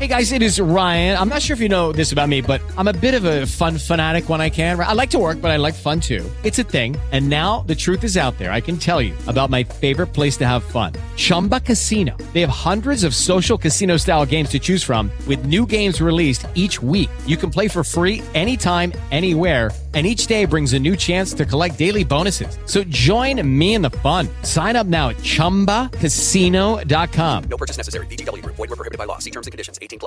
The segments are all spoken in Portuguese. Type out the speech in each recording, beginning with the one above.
Hey guys, it is Ryan. I'm not sure if you know this about me, but I'm a bit of a fun fanatic when I can. I like to work, but I like fun too. It's a thing. And now the truth is out there. I can tell you about my favorite place to have fun. Chumba Casino. They have hundreds of social casino style games to choose from with new games released each week. You can play for free anytime, anywhere. And each day brings a new chance to collect daily bonuses. So join me in the fun. Sign up now at ChumbaCasino.com. No purchase necessary. VGW Group. Void where prohibited by law. See terms and conditions. 18+.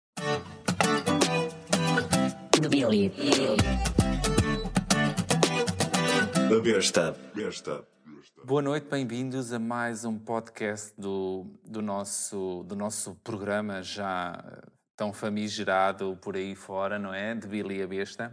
Boa noite, bem-vindos a mais um podcast do nosso programa já tão famigerado por aí fora, não é? De Billy a Besta.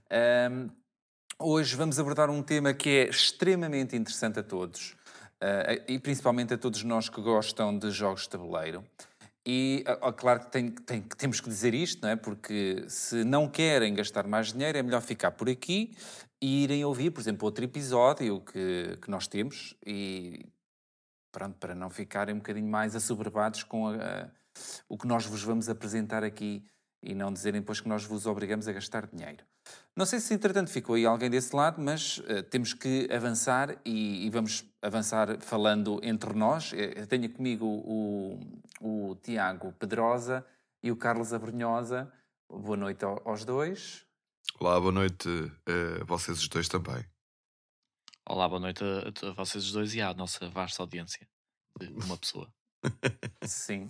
Hoje vamos abordar um tema que é extremamente interessante a todos, e principalmente a todos nós que gostam de jogos de tabuleiro. E, claro que temos que dizer isto, não é? Porque se não querem gastar mais dinheiro, é melhor ficar por aqui e irem ouvir, por exemplo, outro episódio que nós temos e pronto, para não ficarem um bocadinho mais assoberbados com o que nós vos vamos apresentar aqui e não dizerem depois que nós vos obrigamos a gastar dinheiro. Não sei se, entretanto, ficou aí alguém desse lado, mas temos que avançar e vamos avançar falando entre nós. Eu tenho comigo o Tiago Pedrosa e o Carlos Abrunhosa. Boa noite aos dois. Olá, boa noite a vocês os dois também. Olá, boa noite a vocês os dois e à nossa vasta audiência de uma pessoa. Sim.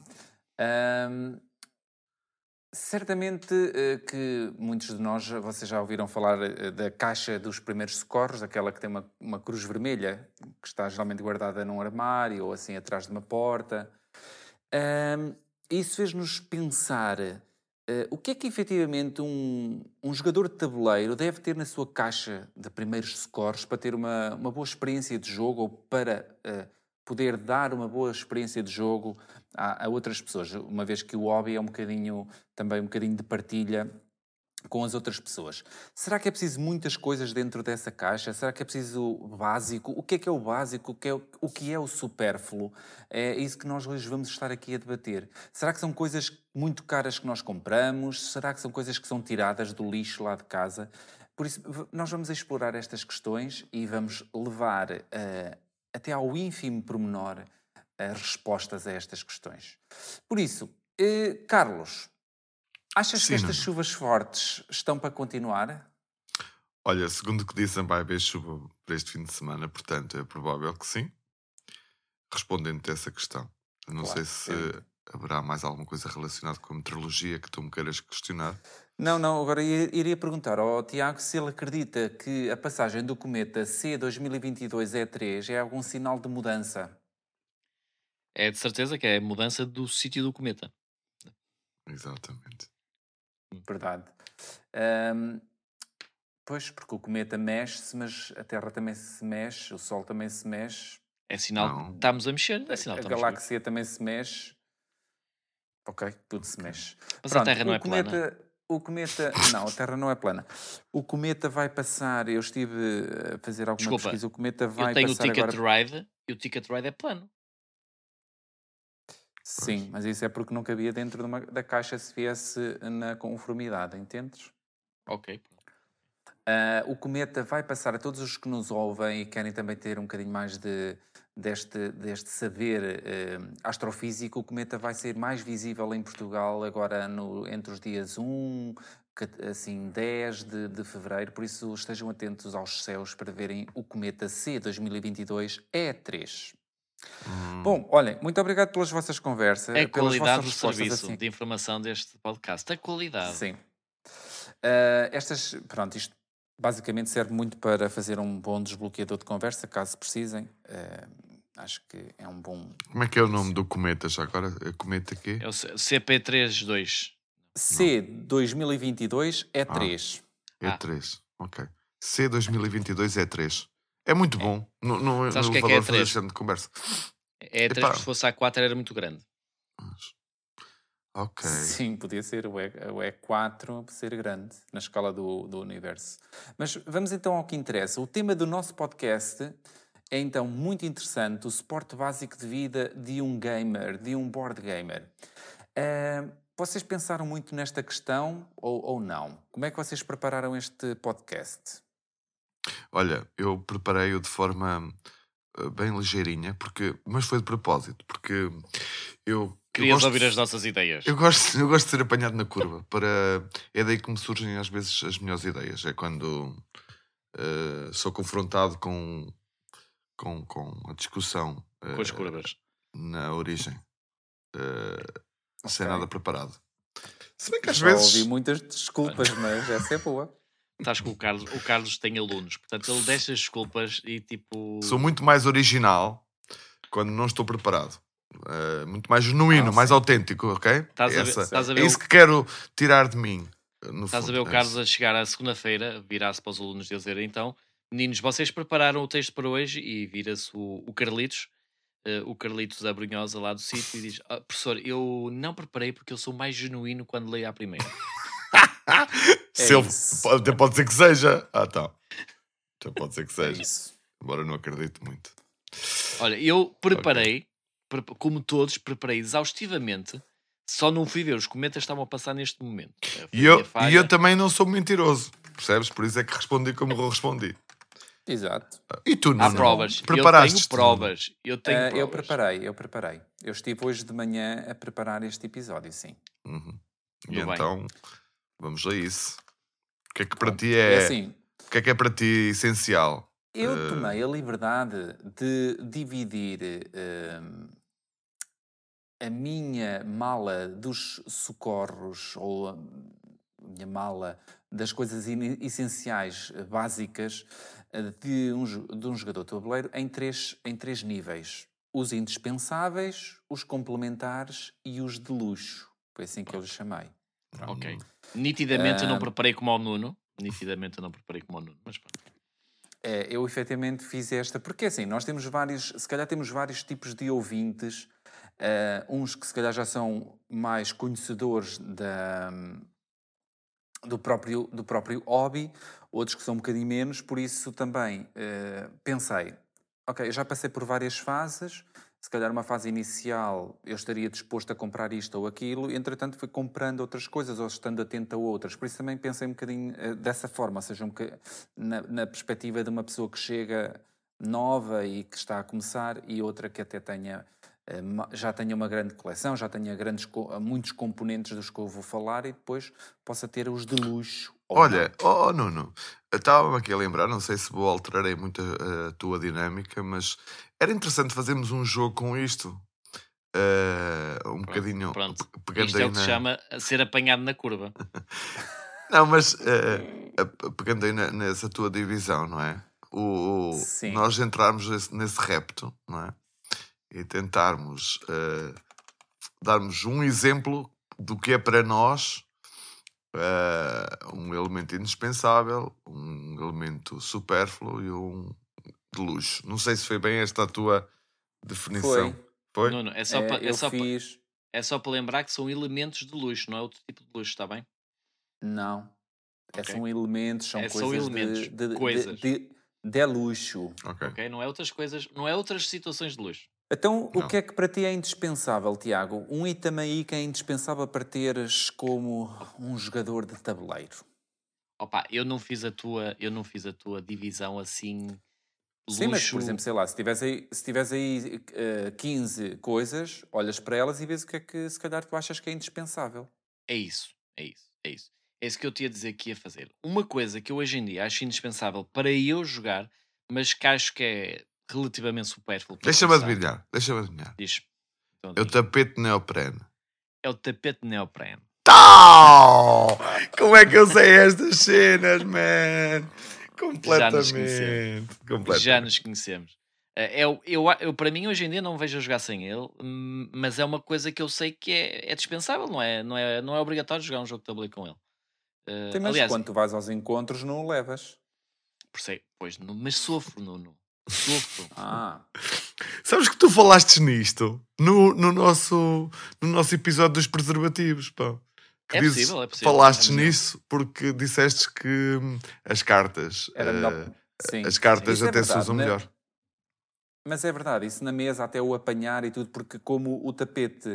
Certamente que muitos de nós, vocês já ouviram falar da caixa dos primeiros socorros, aquela que tem uma cruz vermelha, que está geralmente guardada num armário ou assim atrás de uma porta. Isso fez-nos pensar o que é que efetivamente um jogador de tabuleiro deve ter na sua caixa de primeiros socorros para ter uma boa experiência de jogo ou para poder dar uma boa experiência de jogo a outras pessoas, uma vez que o hobby é também um bocadinho de partilha com as outras pessoas. Será que é preciso muitas coisas dentro dessa caixa? Será que é preciso o básico? O que é o básico? O que é o supérfluo? É isso que nós hoje vamos estar aqui a debater. Será que são coisas muito caras que nós compramos? Será que são coisas que são tiradas do lixo lá de casa? Por isso, nós vamos explorar estas questões e vamos levar até ao ínfimo pormenor as respostas a estas questões. Por isso, Carlos, achas que estas chuvas fortes estão para continuar? Olha, segundo o que dizem, vai haver chuva para este fim de semana, portanto é provável que sim. Respondendo-te a essa questão. Eu não sei se haverá mais alguma coisa relacionada com a meteorologia que tu me queiras questionar. Não, agora iria perguntar ao Tiago se ele acredita que a passagem do cometa C2022E3 é algum sinal de mudança. É de certeza que é a mudança do sítio do cometa. Exatamente. Verdade. Pois, porque o cometa mexe-se, mas a Terra também se mexe, o Sol também se mexe. É sinal que estamos a mexer. É sinal a galáxia também se mexe. Ok, tudo se mexe. Mas pronto, a Terra não é plana. O cometa... Não, a Terra não é plana. O cometa vai passar... Eu estive a fazer alguma pesquisa. O cometa vai passar agora... Eu tenho o Ticket Ride e o Ticket Ride é plano. Sim, mas isso é porque não cabia dentro da caixa se viesse na conformidade, entendes? Ok. O cometa vai passar a todos os que nos ouvem e querem também ter um bocadinho mais deste saber astrofísico. O cometa vai ser mais visível em Portugal agora entre os dias 10 de fevereiro, por isso estejam atentos aos céus para verem o cometa C2022E3. Bom, olhem, muito obrigado pelas vossas conversas. A qualidade do serviço assim. de informação deste podcast. A qualidade. Sim. Isto basicamente serve muito para fazer um bom desbloqueador de conversa, caso precisem. Acho que é um bom... Como é que é o nome do cometa já agora? É cometa quê? É o CP32. C2022E3. E3, ok. C2022E3. É muito bom. Não Sabes o que é E3? De conversa. E3, porque se fosse A4 era muito grande. Ok. Sim, podia ser o E4 ser grande na escala do universo. Mas vamos então ao que interessa. O tema do nosso podcast é então muito interessante, o suporte básico de vida de um gamer, de um board gamer. vocês pensaram muito nesta questão ou não? Como é que vocês prepararam este podcast? Olha, eu preparei-o de forma bem ligeirinha, mas foi de propósito, porque eu Querias gosto, ouvir as nossas ideias. eu gosto de ser apanhado na curva. É daí que me surgem às vezes as melhores ideias. É quando sou confrontado com a discussão Com as curvas. na origem, sem Ok. nada preparado. Se bem que às Já vezes... ouvi muitas desculpas, mas essa é boa. Estás com o Carlos tem alunos, portanto ele deixa as desculpas e tipo... Sou muito mais original quando não estou preparado. Muito mais genuíno, mais sim. autêntico, ok? Estás a ver É isso que quero tirar de mim. Estás a ver o Carlos a chegar à segunda-feira, virar-se para os alunos e dizer: então, meninos, vocês prepararam o texto para hoje? E vira-se o Carlitos, o Carlitos da Brunhosa lá do sítio, e diz: professor, eu não preparei porque eu sou mais genuíno quando leio à primeira. Até pode ser que seja. Tá. Até pode ser que É seja. isso. Embora não acredite muito. Olha, eu preparei, como todos, preparei exaustivamente, só não fui ver os comentários que estavam a passar neste momento. Foi E a minha falha. eu também não sou mentiroso, percebes? Por isso é que respondi como eu respondi. Exato. E tu, Há não? provas. Preparaste? Eu tenho provas. Eu tenho provas. Eu preparei. Eu estive hoje de manhã a preparar este episódio, sim. Uhum. E Muito bem. então, vamos a isso. O que é que para Pronto. ti É é... assim, O que é para ti essencial? eu tomei a liberdade de dividir a minha mala dos socorros ou a minha mala das coisas essenciais, básicas, de um jogador de tabuleiro em três níveis. Os indispensáveis, os complementares e os de luxo. Foi assim que eu lhes chamei. Ok. Nitidamente eu não preparei como ao Nuno. Nitidamente eu não preparei como ao Nuno. Mas pronto. Eu efetivamente fiz esta, porque assim, nós temos se calhar temos vários tipos de ouvintes, uns que se calhar já são mais conhecedores do próprio hobby, outros que são um bocadinho menos, por isso também pensei, ok, eu já passei por várias fases, se calhar uma fase inicial eu estaria disposto a comprar isto ou aquilo, entretanto fui comprando outras coisas ou estando atento a outras, por isso também pensei um bocadinho dessa forma, ou seja, na perspectiva de uma pessoa que chega nova e que está a começar e outra que até já tenha uma grande coleção, já tenha muitos componentes dos que eu vou falar e depois possa ter os de luxo. Olha, Nuno, eu estava-me aqui a lembrar, não sei se vou alterar aí muito a tua dinâmica, mas era interessante fazermos um jogo com isto. Bocadinho Pronto. pegando Isto é aí o que se chama ser apanhado na curva. Não, mas pegando aí nessa tua divisão, não é? Sim. Nós entrarmos nesse repto, não é? E tentarmos darmos um exemplo do que é para nós um elemento indispensável, um elemento supérfluo e um de luxo. Não sei se foi bem esta a tua definição. Foi? Nuno, é só para lembrar que são elementos de luxo, não é outro tipo de luxo, está bem? Não. Ok. São elementos, são coisas coisas. de luxo. Ok. Não é outras coisas, não é outras situações de luxo. Então, o que é que para ti é indispensável, Tiago? Um item aí que é indispensável para teres como um jogador de tabuleiro. Opa, eu não fiz a tua divisão assim. Sim, mas luxo. por exemplo, sei lá, se tiveres aí 15 coisas, olhas para elas e vês o que é que se calhar tu achas que é indispensável. É isso. É isso que eu te ia dizer que ia fazer. Uma coisa que eu hoje em dia acho indispensável para eu jogar, mas que acho que é relativamente supérfluo. Deixa-me adivinhar. Diz. Então, É o diz. tapete neoprene. É o tapete neoprene. Tal! Como é que eu sei estas cenas, man? Completamente. Já nos conhecemos. Eu, para mim, hoje em dia, não vejo a jogar sem ele, mas é uma coisa que eu sei que é dispensável, não é obrigatório jogar um jogo de tabuleiro com ele. Mas Aliás, quando tu vais aos encontros não o levas. Mas sofro, Nuno. Sofro. Sabes que tu falaste nisto no nosso episódio dos preservativos, pá. É possível. Falaste nisso porque disseste que as cartas Era melhor. Sim, as cartas isso é até se verdade, usam melhor. Mas é verdade, isso na mesa até o apanhar e tudo, porque como o tapete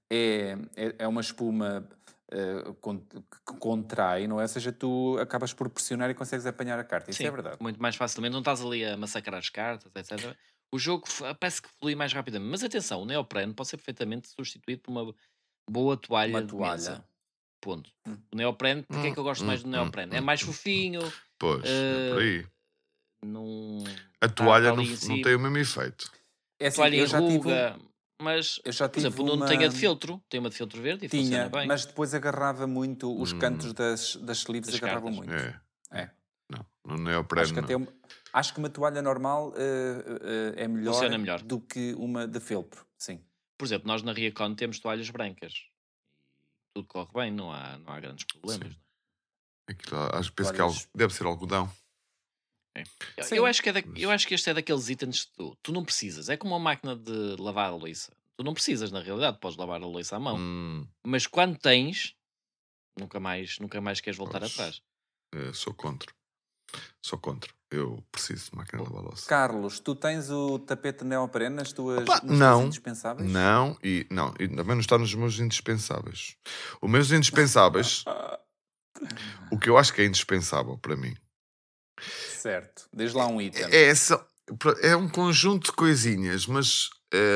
é uma espuma que contrai, não é? Ou seja, tu acabas por pressionar e consegues apanhar a carta. Isso Sim, é verdade. muito mais facilmente. Não estás ali a massacrar as cartas, etc. O jogo parece que flui mais rapidamente. Mas atenção, o neoprene pode ser perfeitamente substituído por uma boa toalha Uma de toalha. mesa. Ponto. O neoprene, porque é que eu gosto mais do neoprene? É mais fofinho. Pois, é por aí. Não... A toalha ali não, em não cima. tem o mesmo efeito. É assim, Toalha eu já tive enruga. Mas, eu já por exemplo, o tive Nuno tem a de uma- feltro. Tem uma de feltro verde e Tinha, funciona bem. mas depois agarrava muito os cantos das sleeves, Das agarravam cartas. muito. É. É. Não, no neoprene não. Acho que uma toalha normal é Funciona melhor. do que uma de feltro. Sim. Por exemplo, nós na Riacon temos toalhas brancas. Tudo corre bem, não há grandes problemas. Sim. Aquilo, penso que deve ser algodão. Sim. Eu acho que este é daqueles itens que tu não precisas. É como uma máquina de lavar a louça. Tu não precisas, na realidade, podes lavar a louça à mão. Mas quando tens, nunca mais queres voltar Pois. atrás. Sou contra. Eu preciso de máquina de lavar louça. Carlos, tu tens o tapete neoprene nas tuas Não. indispensáveis? Não, e também não está nos meus indispensáveis. Os meus indispensáveis, o que eu acho que é indispensável para mim, Certo. Desde lá um item. é um conjunto de coisinhas, mas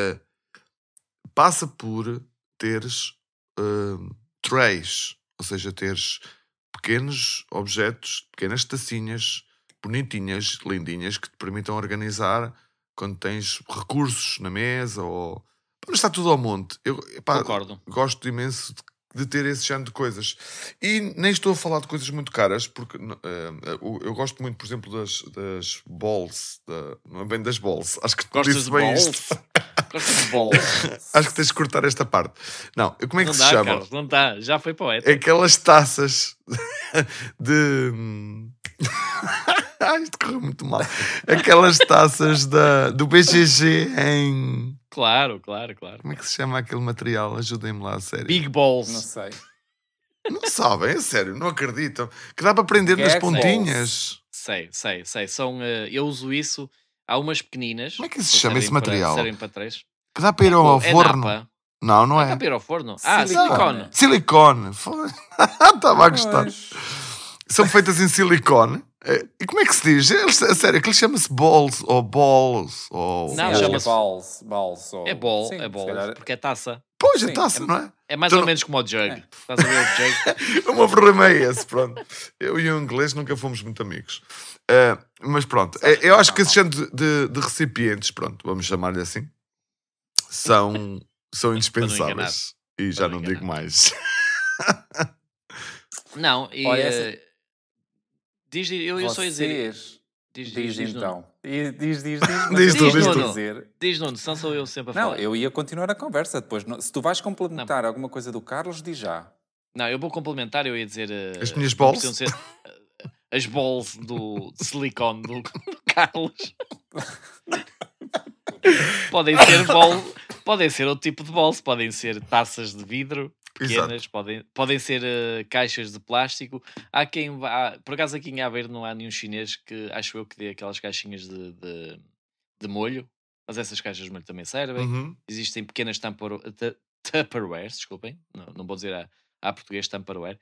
passa por teres trays, ou seja, teres pequenos objetos, pequenas tacinhas bonitinhas, lindinhas, que te permitam organizar quando tens recursos na mesa ou... Mas está tudo ao monte. Concordo. Gosto imenso de ter esse género de coisas. E nem estou a falar de coisas muito caras, porque eu gosto muito, por exemplo, das balls. Não é bem das balls. Acho que Gostas disse de bem balls? isto. Gostas de balls? Acho que tens de cortar esta parte. Não, como é que Não se dá, chama? Carlos, não dá. Já foi poeta. Aquelas taças de... Isto correu muito mal. Aquelas taças do BGG em... Claro. Como é que se chama aquele material? Ajudem-me lá, a sério. Big balls. Não sei. Não sabem, é sério, não acreditam. Que dá para prender nas Gag pontinhas. Sei. São, eu uso isso. Há umas pequeninas. Como é que se chama esse material? Servem para 3. Que dá para ir ao forno. Napa. Não é. Dá para ir ao forno? Silicone. Silicone. Silicone. Estava a gostar. Pois. São feitas em silicone. E como é que se diz? A sério, aquilo chama-se balls ou balls. Ou... Não, Acho que chama-se- balls. É ball, Sim, é ball. se calhar- Porque é taça. Pois, Sim, a taça, não é? É mais Então ou menos como o jug. É. Estás a ver o jug? O meu problema é esse, pronto. Eu e o inglês nunca fomos muito amigos. Mas pronto, eu acho que esse género de recipientes, pronto, vamos chamar-lhe assim, são indispensáveis. E já Para não não digo mais. Não, e... Olha, eu só ia dizer... Vocês... Diz, Diz Nuno. então. Diz. Diz mas tu, eu diz vou tu. dizer- Diz, Nuno, senão sou eu sempre a Não, falar. eu ia continuar a conversa depois. Se tu vais complementar alguma coisa do Carlos, diz já. Não, eu vou complementar, eu ia dizer... As minhas não balls? precisam ser, as balls de silicone do Carlos. Podem ser outro tipo de balls, podem ser taças de vidro pequenas, podem ser caixas de plástico. Há quem vá... Por acaso aqui em Aveiro não há nenhum chinês que acho eu que dê aquelas caixinhas de molho, mas essas caixas de molho também servem. Uhum. Existem pequenas Tupperwares, desculpem, não vou dizer a português Tupperware.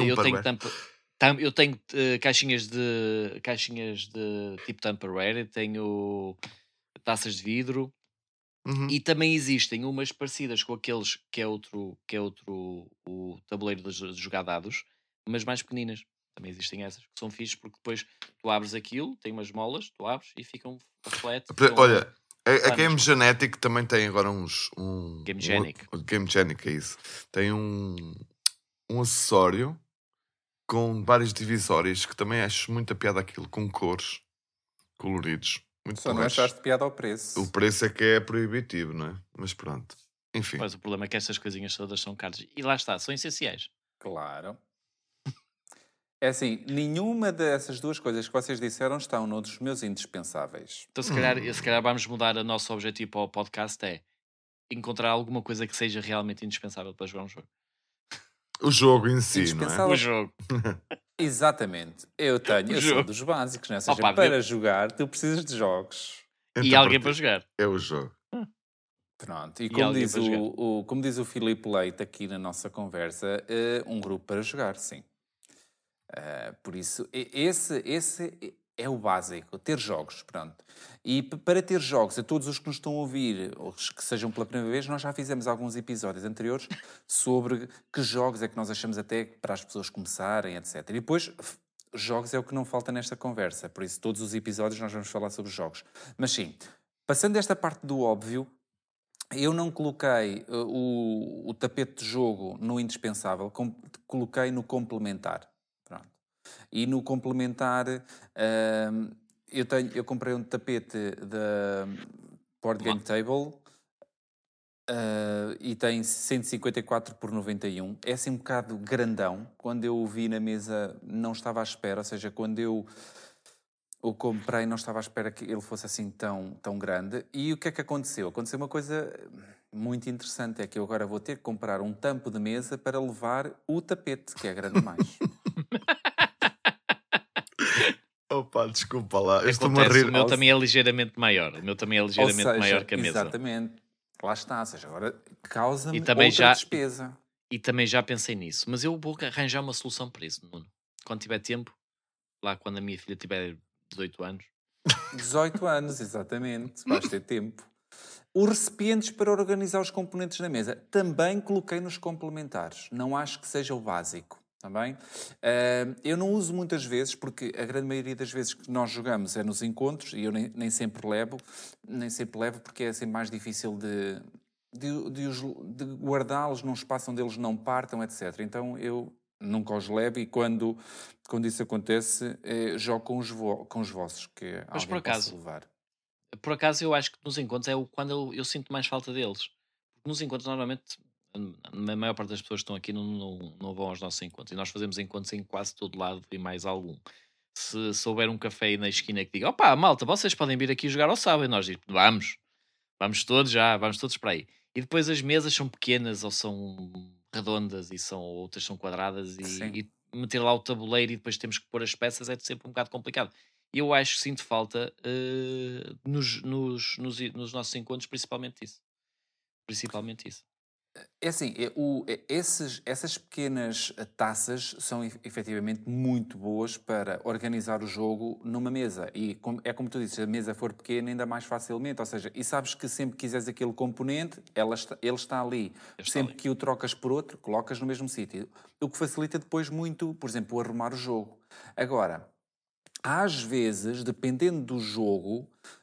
Eu tenho caixinhas de tipo Tupperware, eu tenho taças de vidro. Uhum. E também existem umas parecidas com aqueles que é outro o tabuleiro de jogar dados, mas mais pequeninas. Também existem essas, que são fixes porque depois tu abres aquilo, tem umas molas, tu abres e ficam flat. Olha, a Game Genetic também tem agora Game Genic. Game Genic, é isso. Tem um acessório com vários divisórios que também acho muita piada aquilo, com cores, coloridos. Muito Só não porreiros. achaste piada ao preço. O preço é que é proibitivo, não é? Mas pronto. Enfim. Mas o problema é que estas coisinhas todas são caras. E lá está, são essenciais. Claro. É assim, nenhuma dessas duas coisas que vocês disseram estão num dos meus indispensáveis. Então se calhar vamos mudar o nosso objetivo para o podcast, é encontrar alguma coisa que seja realmente indispensável para jogar um jogo. O jogo em si, não é? Indispensável. O jogo. Exatamente. Eu sou jogo. dos básicos, não é? Ou seja, Opa, para jogar, tu precisas de jogos. E Então, alguém pronto, para jogar. É o jogo. Pronto, e E como alguém diz para jogar. como diz o Filipe Leite aqui na nossa conversa, um grupo para jogar, sim. Por isso, esse é o básico, ter jogos, pronto. E para ter jogos, a todos os que nos estão a ouvir, ou os que sejam pela primeira vez, nós já fizemos alguns episódios anteriores sobre que jogos é que nós achamos até para as pessoas começarem, etc. E depois, jogos é o que não falta nesta conversa, por isso todos os episódios nós vamos falar sobre jogos. Mas sim, passando esta parte do óbvio, eu não coloquei o tapete de jogo no indispensável, coloquei no complementar. Pronto. E no complementar, eu comprei um tapete da Board Game Table e tem 154 por 91. É assim um bocado grandão. Quando eu o vi na mesa, não estava à espera. Ou seja, quando eu o comprei, não estava à espera que ele fosse assim tão grande. E o que é que aconteceu? Aconteceu uma coisa muito interessante, é que eu agora vou ter que comprar um tampo de mesa para levar o tapete, que é grande demais. Opa, desculpa lá. Eu estou-me a Acontece, rir. o meu também é ligeiramente maior. O meu também é ligeiramente maior que a mesa. Exatamente. Lá está. Ou seja, agora causa-me E também outra já- despesa. E também já pensei nisso. Mas eu vou arranjar uma solução para isso, Nuno. Quando tiver tempo, lá quando a minha filha tiver 18 anos. 18 anos, exatamente. Vais ter tempo. Os recipientes para organizar os componentes da mesa. Também coloquei nos complementares. Não acho que seja o básico. Também. Eu não uso muitas vezes, porque a grande maioria das vezes que nós jogamos é nos encontros, e eu nem sempre levo, porque é sempre mais difícil de guardá-los num espaço onde eles não partam, etc. Então eu nunca os levo, e quando isso acontece, jogo com os vossos, que Mas alguém por acaso- possa levar. Por acaso, eu acho que nos encontros é quando eu sinto mais falta deles. Porque nos encontros, normalmente, a maior parte das pessoas que estão aqui não vão aos nossos encontros. E nós fazemos encontros em quase todo lado e mais algum. Se houver um café aí na esquina que diga, opá, malta, vocês podem vir aqui jogar ao sábado. E nós dizemos, vamos todos para aí. E depois as mesas são pequenas ou são redondas e outras são quadradas Sim. e meter lá o tabuleiro e depois temos que pôr as peças é sempre um bocado complicado. E eu acho que sinto falta nos nossos encontros, principalmente isso. É assim, essas pequenas taças são efetivamente muito boas para organizar o jogo numa mesa. E é como tu dizes, se a mesa for pequena, ainda mais facilmente. Ou seja, e sabes que sempre que quiseres aquele componente, ele está ali. Sempre que o trocas por outro, colocas no mesmo sítio. O que facilita depois muito, por exemplo, o arrumar o jogo. Agora, às vezes, dependendo do jogo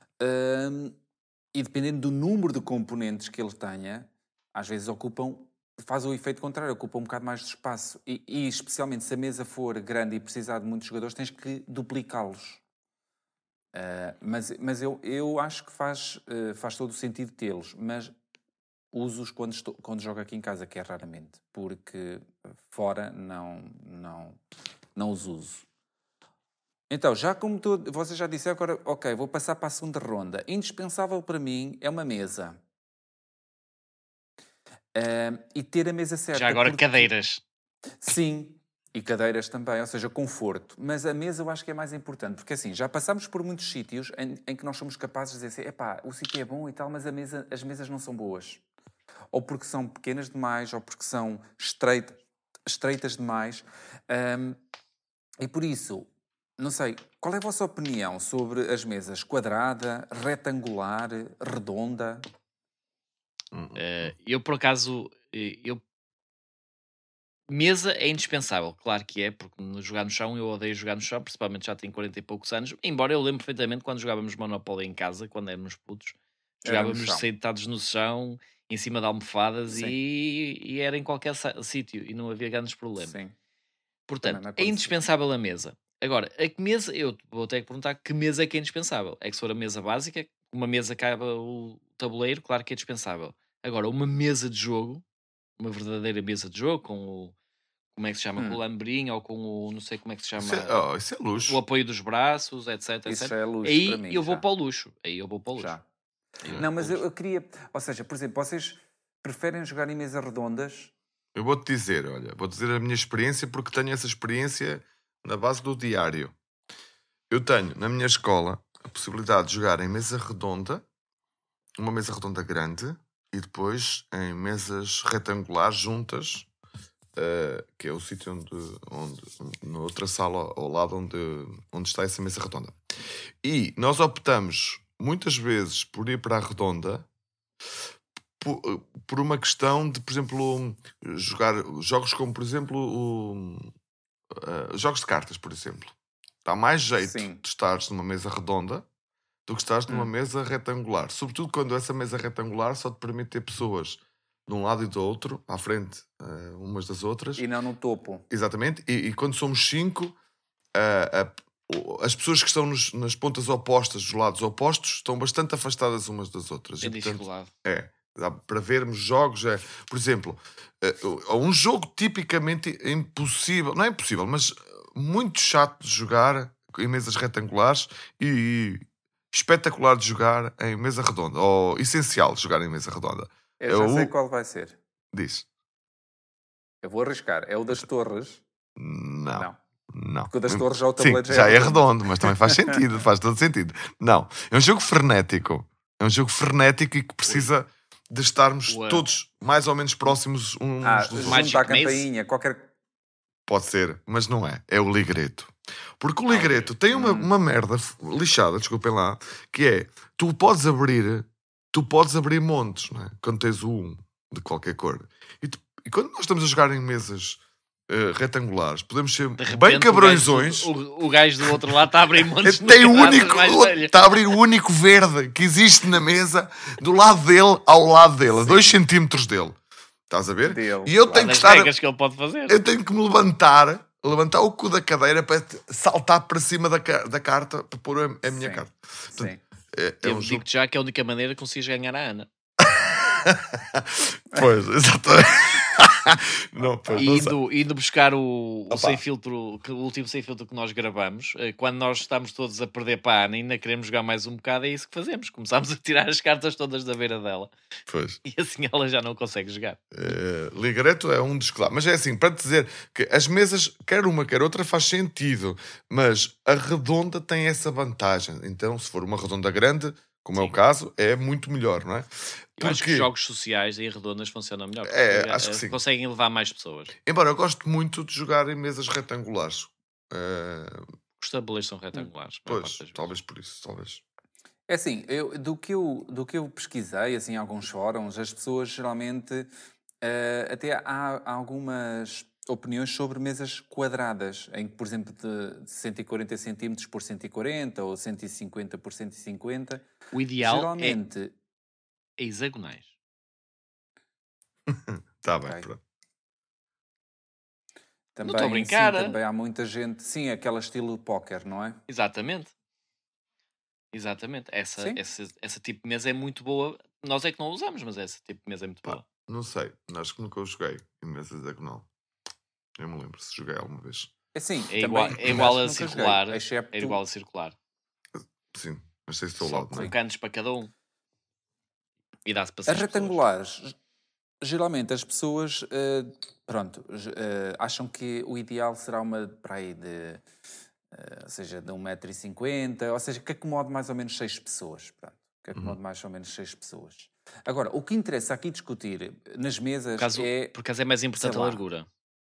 e dependendo do número de componentes que ele tenha, às vezes faz o efeito contrário, ocupa um bocado mais de espaço. E especialmente se a mesa for grande e precisar de muitos jogadores, tens que duplicá-los. Mas eu acho que faz todo o sentido tê-los, mas uso-os quando jogo aqui em casa, que é raramente, porque fora não os uso. Então, já como vocês já disseram, agora, ok, vou passar para a segunda ronda. Indispensável para mim é uma mesa. E ter a mesa certa. Já agora cadeiras. Sim, e cadeiras também, ou seja, conforto. Mas a mesa eu acho que é mais importante, porque assim, já passámos por muitos sítios em que nós somos capazes de dizer assim, epá, o sítio é bom e tal, mas as mesas não são boas. Ou porque são pequenas demais, ou porque são estreitas demais. E por isso, não sei, qual é a vossa opinião sobre as mesas? Quadrada, retangular, redonda? Eu, por acaso, mesa é indispensável, claro que é, porque jogar no chão, eu odeio jogar no chão, principalmente já tenho 40 e poucos anos, embora eu lembro perfeitamente quando jogávamos Monopoly em casa, quando éramos putos, jogávamos sentados no chão, em cima de almofadas e era em qualquer sítio e não havia grandes problemas. Sim. Portanto, é indispensável a mesa. Agora, a mesa, eu vou ter que perguntar que mesa é que é indispensável. É que se for a mesa básica, uma mesa que cabe o tabuleiro, claro que é dispensável. Agora, uma mesa de jogo, uma verdadeira mesa de jogo, com o, como é que se chama? Com o lambrinho ou com o, não sei como é que se chama. Isso é luxo. O apoio dos braços, etc. Isso já é luxo aí para mim, eu vou já. para o luxo. Já. Não, mas eu queria... Ou seja, por exemplo, vocês preferem jogar em mesas redondas? Eu vou-te dizer, olha, vou dizer a minha experiência, porque tenho essa experiência na base do diário. Eu tenho, na minha escola, a possibilidade de jogar em mesa redonda, uma mesa redonda grande, e depois em mesas retangulares juntas, que é o sítio onde na outra sala ao lado onde está essa mesa redonda. E nós optamos muitas vezes por ir para a redonda por uma questão de, por exemplo, jogar jogos como, por exemplo, jogos de cartas, por exemplo. Dá mais jeito Sim. de estares numa mesa redonda do que estares numa mesa retangular. Sobretudo quando essa mesa retangular só te permite ter pessoas de um lado e do outro, à frente umas das outras. E não no topo. Exatamente. E quando somos 5, as pessoas que estão nas pontas opostas, dos lados opostos, estão bastante afastadas umas das outras. Tem E, portanto, dificuldade. dá para vermos jogos, por exemplo, um jogo tipicamente impossível, não é impossível, mas muito chato de jogar em mesas retangulares e espetacular de jogar em mesa redonda, ou essencial de jogar em mesa redonda. Eu já sei qual vai ser. Diz. Eu vou arriscar. É o das torres. Não. Porque o das torres já o tabuleiro Sim, já é redondo, mas também faz sentido, faz todo sentido. Não, é um jogo frenético. É um jogo frenético e que precisa de estarmos todos mais ou menos próximos uns dos outros. Junto à campainha, qualquer... Pode ser, mas não é. É o ligreto. Porque o ligreto tem uma merda lixada, desculpem lá, que é, tu podes abrir montes, não é? Quando tens o 1 de qualquer cor. E quando nós estamos a jogar em mesas retangulares, podemos ser bem cabrõezões. O gajo do outro lado está a abrir montes tem está a abrir o único verde que existe na mesa, do lado dele ao lado dele, a 2 centímetros dele. Estás a ver? E eu tenho que estar... regras que ele pode fazer. Eu tenho que me levantar o cu da cadeira para saltar para cima da carta para pôr a minha carta. Portanto, eu digo-te já que é a única maneira que consegues ganhar a Ana. Pois, exatamente. Não, indo buscar o sem filtro, o último sem filtro que nós gravamos, quando nós estamos todos a perder para a Ana e ainda queremos jogar mais um bocado, é isso que fazemos. Começamos a tirar as cartas todas da beira dela. Pois. E assim ela já não consegue jogar. Ligreto é um dos que dá. Mas é assim, para te dizer que as mesas, quer uma quer outra, faz sentido. Mas a redonda tem essa vantagem. Então, se for uma redonda grande, como é o caso, é muito melhor, não é? Eu acho que os jogos sociais e redondas funcionam melhor. Acho que sim. Conseguem levar mais pessoas. Embora eu gosto muito de jogar em mesas retangulares. Os tabuleiros são retangulares. Pois, talvez por isso, talvez. É assim, do que eu pesquisei, assim, em alguns fóruns, as pessoas geralmente até há algumas opiniões sobre mesas quadradas, em que, por exemplo, de 140 cm por 140 ou 150 por 150. O ideal geralmente é hexagonais. Está bem, pronto. Também, não estou a brincar. Sim, também há muita gente... Sim, aquela estilo póquer, não é? Exatamente. Essa tipo de mesa é muito boa. Nós é que não usamos, mas essa tipo de mesa é muito boa. Não sei. Acho que nunca o joguei em mesa hexagonal. Eu me lembro se joguei alguma vez. Assim, é igual a circular. É igual a circular. Sim, mas sei se estou lado, não é? Com cantos para cada um. E dá-se para as retangulares, geralmente as pessoas acham que o ideal será uma praia de, ou seja, de 1,50 m, ou seja, que acomode mais ou menos 6 pessoas. Pronto, que acomode mais ou menos 6 pessoas. Agora, o que interessa aqui discutir nas mesas por acaso é mais importante a largura.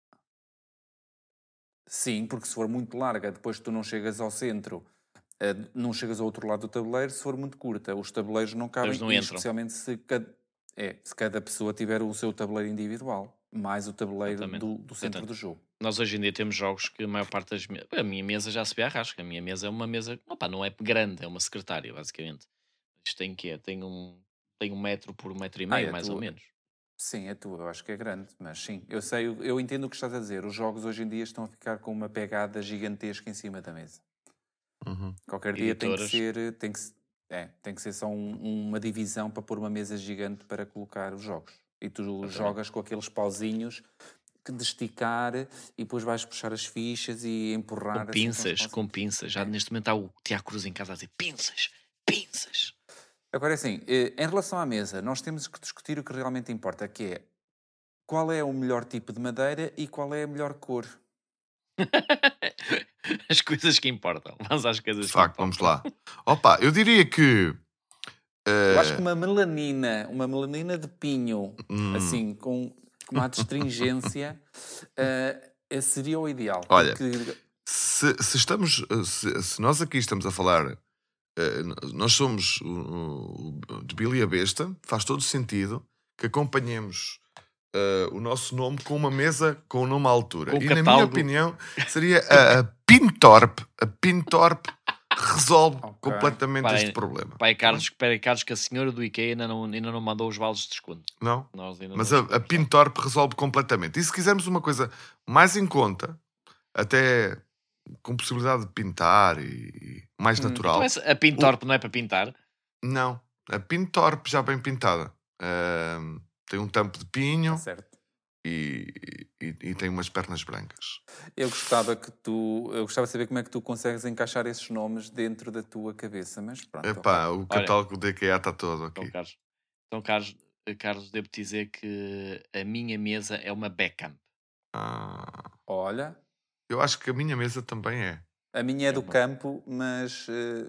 Sim, porque se for muito larga, depois tu não chegas ao centro, não chegas ao outro lado do tabuleiro. Se for muito curta, os tabuleiros não cabem, especialmente se cada pessoa tiver o seu tabuleiro individual, mais o tabuleiro do centro do jogo. Nós hoje em dia temos jogos que a maior parte das mesas... A minha mesa já se vê à rasca. A minha mesa é uma mesa... não é grande, é uma secretária, basicamente. Isto tem quê? Tem 1 metro por 1,5 m, mais ou menos. Sim, a tua, eu acho que é grande, mas sim, eu entendo o que estás a dizer. Os jogos hoje em dia estão a ficar com uma pegada gigantesca em cima da mesa. Qualquer dia tem que ser só uma divisão para pôr uma mesa gigante para colocar os jogos. E tu jogas com aqueles pauzinhos de esticar e depois vais puxar as fichas e empurrar. Com pinças. Já neste momento há o Tiago Cruz em casa a dizer pinças. Agora, assim, em relação à mesa, nós temos que discutir o que realmente importa, que é qual é o melhor tipo de madeira e qual é a melhor cor. As coisas que importam. Vamos às coisas que importam. Vamos lá. Opa, eu diria que Eu acho que uma melanina de pinho, assim, com uma astringência, seria o ideal. Olha, porque... se nós aqui estamos a falar, nós somos de Billy e a Besta, faz todo sentido que acompanhemos o nosso nome com uma mesa com o nome à altura. Com E na minha catálogo. opinião seria a Pintorp. A Pintorp resolve completamente Pai- este problema. Pai Carlos, que a senhora do IKEA ainda não mandou os vales de desconto. Não? Nós ainda Mas não a recebemos. Pintorp resolve completamente. E se quisermos uma coisa mais em conta, até com possibilidade de pintar e mais natural. Então a Pintorp não é para pintar? Não, a Pintorp já bem pintada. Tem um tampo de pinho Tá certo. e tem umas pernas brancas. Eu gostava de saber como é que tu consegues encaixar esses nomes dentro da tua cabeça, mas pronto. Epá, o catálogo da IKEA está todo aqui. Então, Carlos, devo dizer que a minha mesa é uma Beckham. Olha, Eu acho que a minha mesa também é. a minha é do campo, mas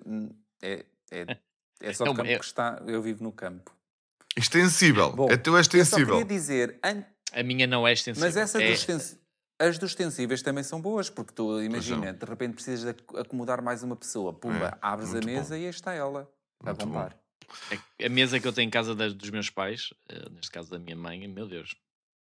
é só do campo que está. Eu vivo no campo. Extensível. Bom, É teu eu só extensível. queria dizer, A minha não é extensível. mas as dos extensíveis também são boas, porque tu imagina, de repente precisas de acomodar mais uma pessoa, pumba, abres a muito mesa bom. e aí está ela, a Muito bom. bombar. A mesa que eu tenho em casa dos meus pais, neste caso da minha mãe, meu Deus.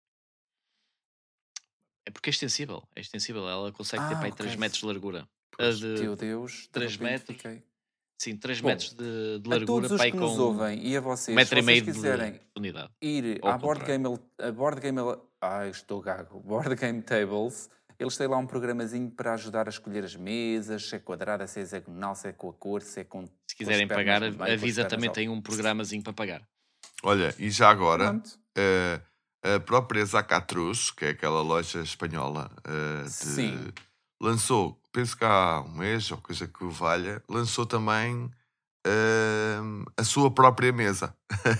É porque é extensível. É extensível. Ela consegue ter para aí 3 ok. metros de largura. Meu Deus, de 3 repente metros. fiquei. Sim, 3 Bom, metros de A largura todos os para aí que com nos ouvem e a vocês, 1,5 se vocês metro quiserem de profundidade. ir Ou à ao Board contrário. Game... Ai, estou gago. Board Game Tables. Eles têm lá um programazinho para ajudar a escolher as mesas, se é quadrada, se é hexagonal, se é com a cor, se é com... Se quiserem com as pernas pagar, no meio, a com as Visa pernas também ao- tem um programazinho para pagar. Olha, e já agora, Pronto. a própria Zacatrus, que é aquela loja espanhola, Sim. lançou, penso que há um mês, ou coisa que o valha, lançou também a sua própria mesa.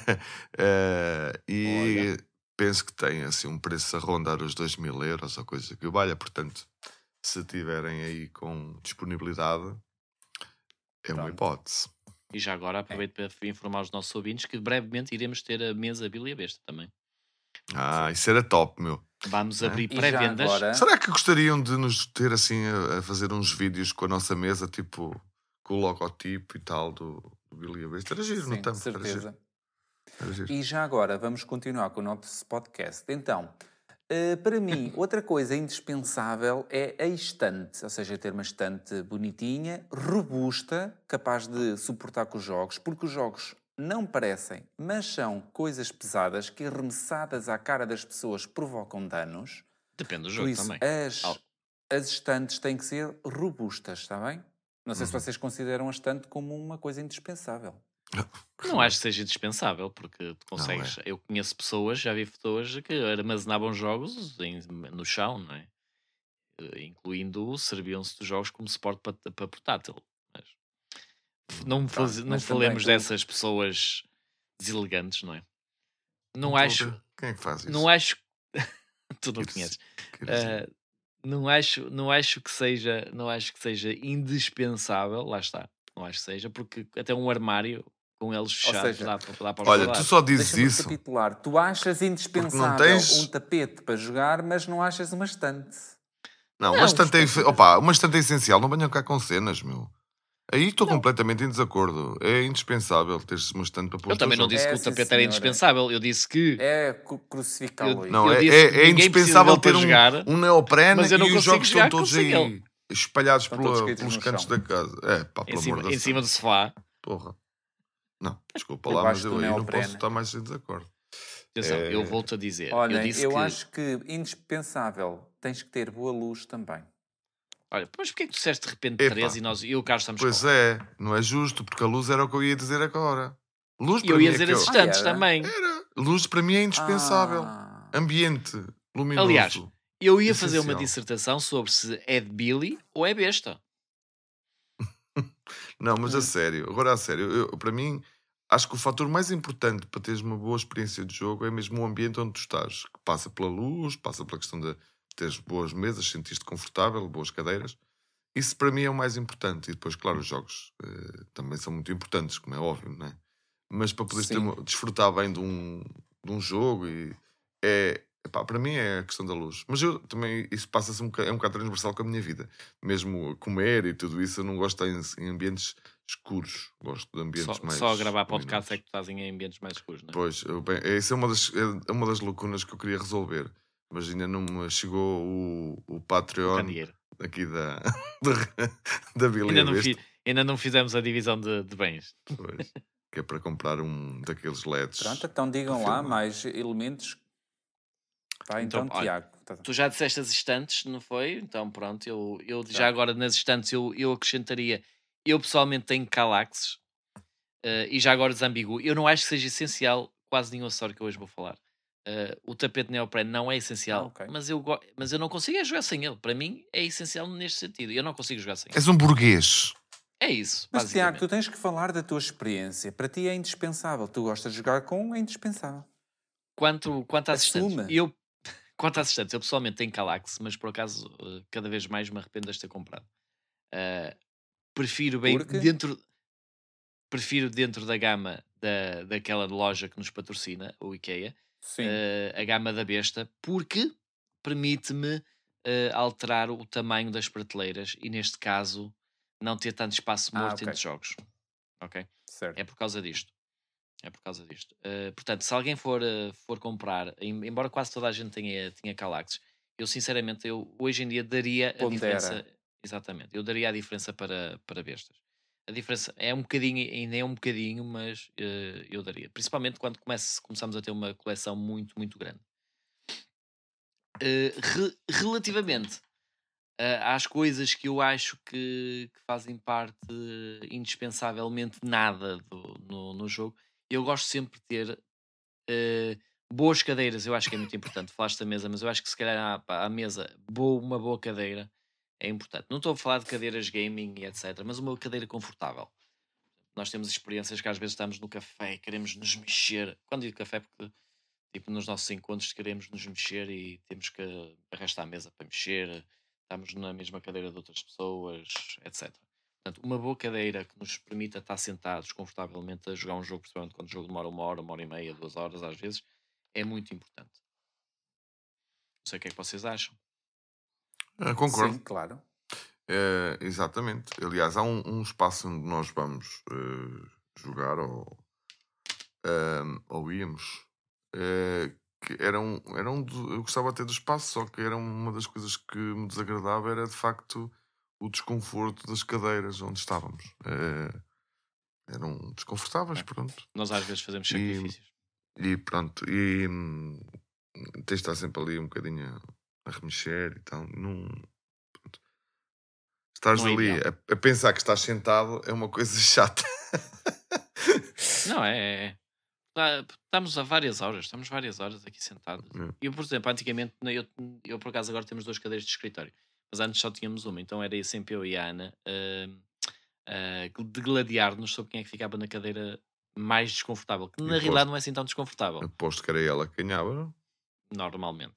E penso que tem assim um preço a rondar os 2.000 euros, ou coisa que o valha. Portanto, se tiverem aí com disponibilidade, é uma Pronto. hipótese. E já agora aproveito para informar os nossos ouvintes que brevemente iremos ter a mesa Billy e a Besta também. Isso era top, meu. Vamos abrir E já pré-vendas. agora... Será que gostariam de nos ter assim a fazer uns vídeos com a nossa mesa, tipo com o logotipo e tal do Billy e a Besta? Era giro, Sim, não de tanto? Era certeza. giro. Era giro. E já agora vamos continuar com o nosso podcast. Então, para mim, outra coisa indispensável é a estante, ou seja, ter uma estante bonitinha, robusta, capaz de suportar com os jogos, porque os jogos não parecem, mas são coisas pesadas que, arremessadas à cara das pessoas, provocam danos. Depende do Por jogo isso, também. as estantes têm que ser robustas, está bem? Não sei se vocês consideram a estante como uma coisa indispensável. Não acho que seja indispensável, porque tu consegues. Eu conheço pessoas, já vi pessoas que armazenavam jogos no chão, não é? Incluindo, serviam-se dos jogos como suporte para portátil. Mas não mas falemos também dessas pessoas deselegantes, não é? Não estou a acho. ver. Quem é que faz isso? Não acho. Tu não Queres- conheces. queres dizer? Não acho que seja indispensável, lá está. Não acho que seja, porque até um armário com eles fechados seja, dá para os Olha, guardar. tu só dizes Deixa-me isso. recapitular. Tu achas indispensável tens- um tapete para jogar, mas não achas uma estante. Não, Não, uma estante uma estante é essencial. Não venham cá com cenas, meu. Aí estou completamente em desacordo. É indispensável ter-se uma estante para pôr Eu também não os disse que o sim, tapete era senhora. indispensável. Eu disse que É crucificá-lo aí. Não, eu é, disse é, que é ninguém precisa indispensável dele ter para jogar, um neoprene mas eu não e os consigo jogos estão jogar todos sem aí espalhados Estão todos caídos pelos no cantos chão. da casa. É, pá, pelo amor de em cima do sofá. Porra. Não, desculpa Por lá, mas baixo eu do aí não neoprene. posso estar mais em desacordo. Atenção, eu volto a dizer. Olha, eu disse eu que. acho que indispensável tens que ter boa luz também. Olha, mas porquê que tu disseste de repente Epá. 3 e o Carlos estamos Pois com? é, não é justo, porque a luz era o que eu ia dizer agora. Luz E para eu mim ia é dizer que as eu... estantes era? também. Luz para mim é indispensável. Ambiente luminoso. Aliás, eu ia fazer uma Essencial. dissertação sobre se é de Billy ou é besta. Não, mas a sério, agora a sério, para mim, acho que o fator mais importante para teres uma boa experiência de jogo é mesmo o ambiente onde tu estás, que passa pela luz, passa pela questão de teres boas mesas, sentir-te confortável, boas cadeiras. Isso para mim é o mais importante. E depois, claro, os jogos também são muito importantes, como é óbvio, não é? mas para poderes Sim. desfrutar bem de um jogo e epá, para mim é a questão da luz. Mas eu também, isso passa-se é um bocado transversal com a minha vida. Mesmo comer e tudo isso, eu não gosto de estar em ambientes escuros. Gosto de ambientes mais Só a gravar luminosos. podcast é que tu estás em ambientes mais escuros, não é? Pois, isso é uma das lacunas que eu queria resolver. Mas ainda não me chegou o O Patreon candeeiro. aqui da Bilia Besta. Ainda não fizemos a divisão de bens. Pois, que é para comprar um daqueles LEDs. Pronto, então digam para lá filmar. mais elementos. Vai então, Então, olha, Tiago. Tu já disseste as estantes, não foi? Então pronto, eu Já. já agora nas estantes eu acrescentaria, eu pessoalmente tenho Calaxes e já agora desambigo. Eu não acho que seja essencial quase nenhum acessório que eu hoje vou falar. O tapete neoprene não é essencial, ok. mas eu não consigo jogar sem ele. Para mim é essencial neste sentido. Eu não consigo jogar sem ele. És um burguês. É isso, Mas Tiago, basicamente. tu tens que falar da tua experiência. Para ti é indispensável. Tu gostas de jogar com, é indispensável. Quanto às estantes, Assume. quanto às estantes, eu pessoalmente tenho Calax, mas por acaso cada vez mais me arrependo de ter comprado. Prefiro bem Porque? prefiro dentro da gama daquela loja que nos patrocina, o IKEA, Sim. a gama da besta, porque permite-me alterar o tamanho das prateleiras e neste caso não ter tanto espaço morto ok. entre jogos. Ok? Certo. É por causa disto. Portanto, se alguém for comprar, embora quase toda a gente tinha Calaxes, eu sinceramente, hoje em dia daria a Pondera. diferença. Exatamente, eu daria a diferença para bestas. A diferença é um bocadinho, ainda é um bocadinho, mas eu daria. Principalmente quando começamos a ter uma coleção muito, muito grande. Relativamente às coisas que eu acho que fazem parte indispensavelmente nada no jogo, eu gosto sempre de ter boas cadeiras. Eu acho que é muito importante. Falaste da mesa, mas eu acho que se calhar à mesa uma boa cadeira é importante. Não estou a falar de cadeiras gaming e etc, mas uma cadeira confortável. Nós temos experiências que às vezes estamos no café e queremos nos mexer. Quando digo café, porque tipo, nos nossos encontros queremos nos mexer e temos que arrastar a mesa para mexer, estamos na mesma cadeira de outras pessoas, etc. Portanto, uma boa cadeira que nos permita estar sentados confortavelmente a jogar um jogo, principalmente quando o jogo demora 1 hora e meia, 2 horas às vezes, é muito importante. Não sei o que é que vocês acham. Concordo. Sim, claro. Exatamente. Aliás, há um espaço onde nós vamos jogar ou íamos que eu gostava até do espaço, só que era uma das coisas que me desagradava era de facto o desconforto das cadeiras onde estávamos. Eram desconfortáveis, pronto. Nós às vezes fazemos E- sacrifícios. E pronto, e tens de estar sempre ali um bocadinho a remexer e tal. Pronto. Estares Não é ali ideal. a pensar que estás sentado é uma coisa chata. Não, estamos várias horas aqui sentados. Eu, por exemplo, antigamente, eu por acaso agora temos 2 cadeiras de escritório, mas antes só tínhamos uma, então era sempre eu e a Ana de gladiar-nos sobre quem é que ficava na cadeira mais desconfortável, que na Aposto. realidade não é assim tão desconfortável, Aposto que era ela que ganhava, não? normalmente.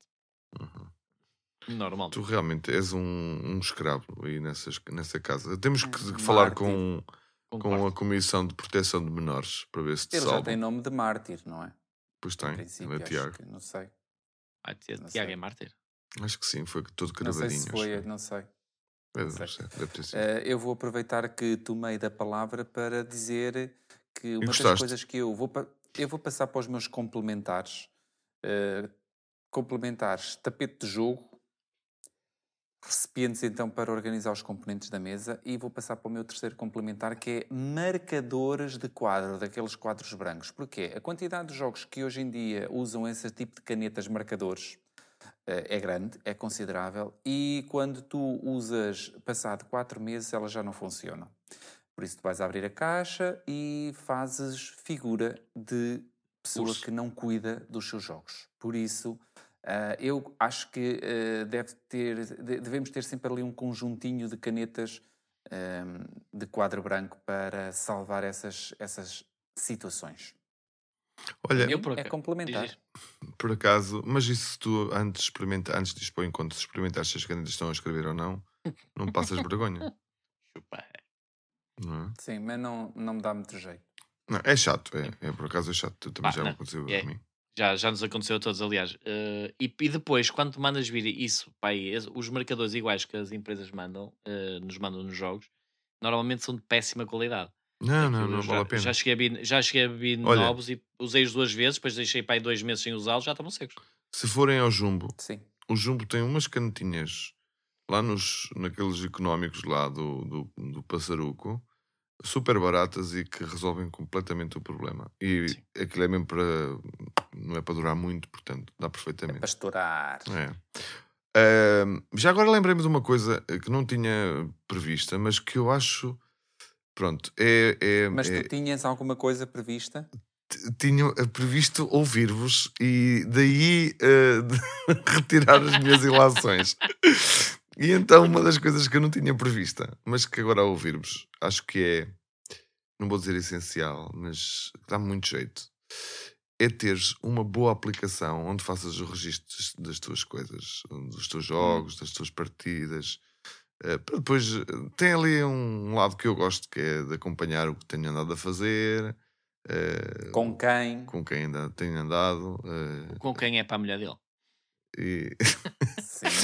Tu realmente és um escravo aí nessa casa. Temos que falar Mártir. com Concordo. a Comissão de Proteção de Menores para ver se te Ele já salvam. tem nome de mártir, não é? Pois Em tem, princípio, é acho Tiago. que, não sei. Tiago sei. é mártir. Acho que sim, foi todo Não sei cravadinho. se foi, acho. não sei. Deve sei. ser, deve ter sido. Eu vou aproveitar que tomei da palavra para dizer que uma das gostaste? coisas que eu vou passar para os meus complementares. Complementares, tapete de jogo, recipientes então para organizar os componentes da mesa, e vou passar para o meu terceiro complementar, que é marcadores de quadro, daqueles quadros brancos. Porquê? A quantidade de jogos que hoje em dia usam esse tipo de canetas marcadores é grande, é considerável, e quando tu usas passado 4 meses elas já não funcionam. Por isso tu vais abrir a caixa e fazes figura de pessoa Urso. que não cuida dos seus jogos. Por isso eu acho que devemos ter sempre ali um conjuntinho de canetas de quadro branco para salvar essas situações. Olha, Eu por É acaso- complementar. Diz. por acaso, mas isso tu antes de expor enquanto experimentaste se as canetas estão a escrever ou não passas vergonha, Chupa. não é? Sim, mas não me dá muito jeito. Não, é chato, por acaso é chato. Também já me aconteceu a mim. Já nos aconteceu a todos, aliás. E depois, quando tu mandas vir isso, os marcadores iguais que as empresas nos mandam nos jogos, normalmente são de péssima qualidade. Não vale a pena. Já cheguei a vir novos e usei-os 2 vezes, depois deixei para aí 2 meses sem usá-los, já estavam secos. Se forem ao Jumbo, Sim. o Jumbo tem umas canetinhas lá naqueles económicos lá do Passaruco, super baratas e que resolvem completamente o problema. E aquilo é mesmo não é para durar muito, portanto, dá perfeitamente. É para estourar. Já agora lembrei-me de uma coisa que não tinha prevista, mas que eu acho... Pronto, Mas tu tinhas alguma coisa prevista? Tinha previsto ouvir-vos e daí retirar as minhas ilações. E então uma das coisas que eu não tinha prevista, mas que agora ao ouvir-vos, acho que não vou dizer essencial, mas dá muito jeito, é teres uma boa aplicação onde faças o registro das tuas coisas, dos teus jogos, das tuas partidas. Depois tem ali um lado que eu gosto, que é de acompanhar o que tenho andado a fazer. Com quem? Com quem ainda tenho andado. Com quem é para a mulher dele. Sim.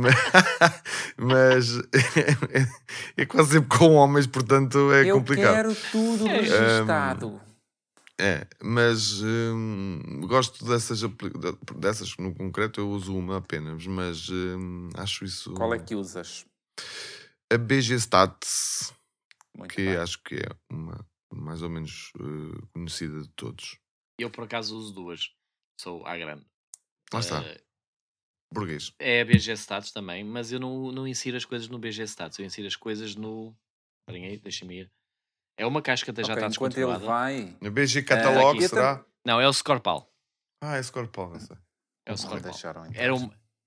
Mas é quase sempre com homens, portanto é complicado. Eu quero tudo registado. Mas gosto dessas, no concreto eu uso uma apenas, mas acho isso... Qual é que usas? A BG Stats, Muito que bem. acho que é uma mais ou menos conhecida de todos. Eu por acaso uso 2, sou à grande. Lá está, burguês. É a BG Stats também, mas eu não insiro as coisas no BG Stats, eu insiro as coisas no... Esperem aí, deixem-me ir. É uma casca que já está Enquanto ele descontinuada. vai... A BG Catalog, será? Não, é o Scorpal. É Scorpal, não sei. É o Não Scorpal. deixaram entrar. Era um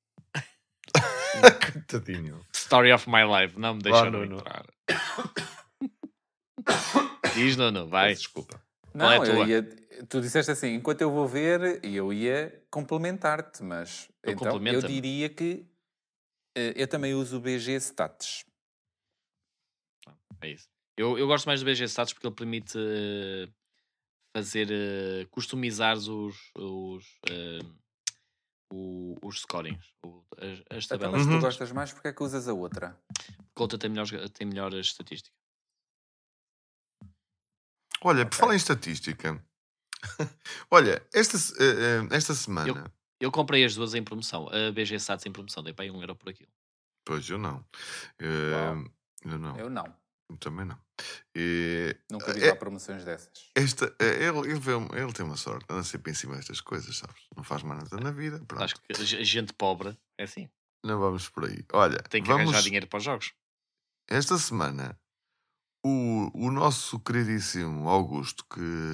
Coitadinho. Story of my life, não me deixaram Nuno. entrar. Diz, Nuno, vai. Peço desculpa. Qual é a Não, tua? tu disseste assim, enquanto eu vou ver, e eu ia complementar-te, mas então eu complementa-me. diria que eu também uso o BG Stats. É isso. Eu gosto mais do BG Stats porque ele permite fazer customizar os scorings, as Então, tabelas. mas tu gostas mais, porque é que usas a outra? Porque a outra tem melhor estatística. Olha, por falar em estatística, olha, esta semana... Eu comprei as duas em promoção, a BG Stats em promoção, dei para aí €1 por aquilo. Pois, eu não. Eu não. Eu não. Eu também não. Nunca vi lá promoções dessas. Ele tem uma sorte, anda sempre em cima destas coisas, sabes? Não faz mais nada na vida. Pronto. Acho que a gente pobre é assim. Não vamos por aí. Olha, Tem que arranjar dinheiro para os jogos. Esta semana, o nosso queridíssimo Augusto,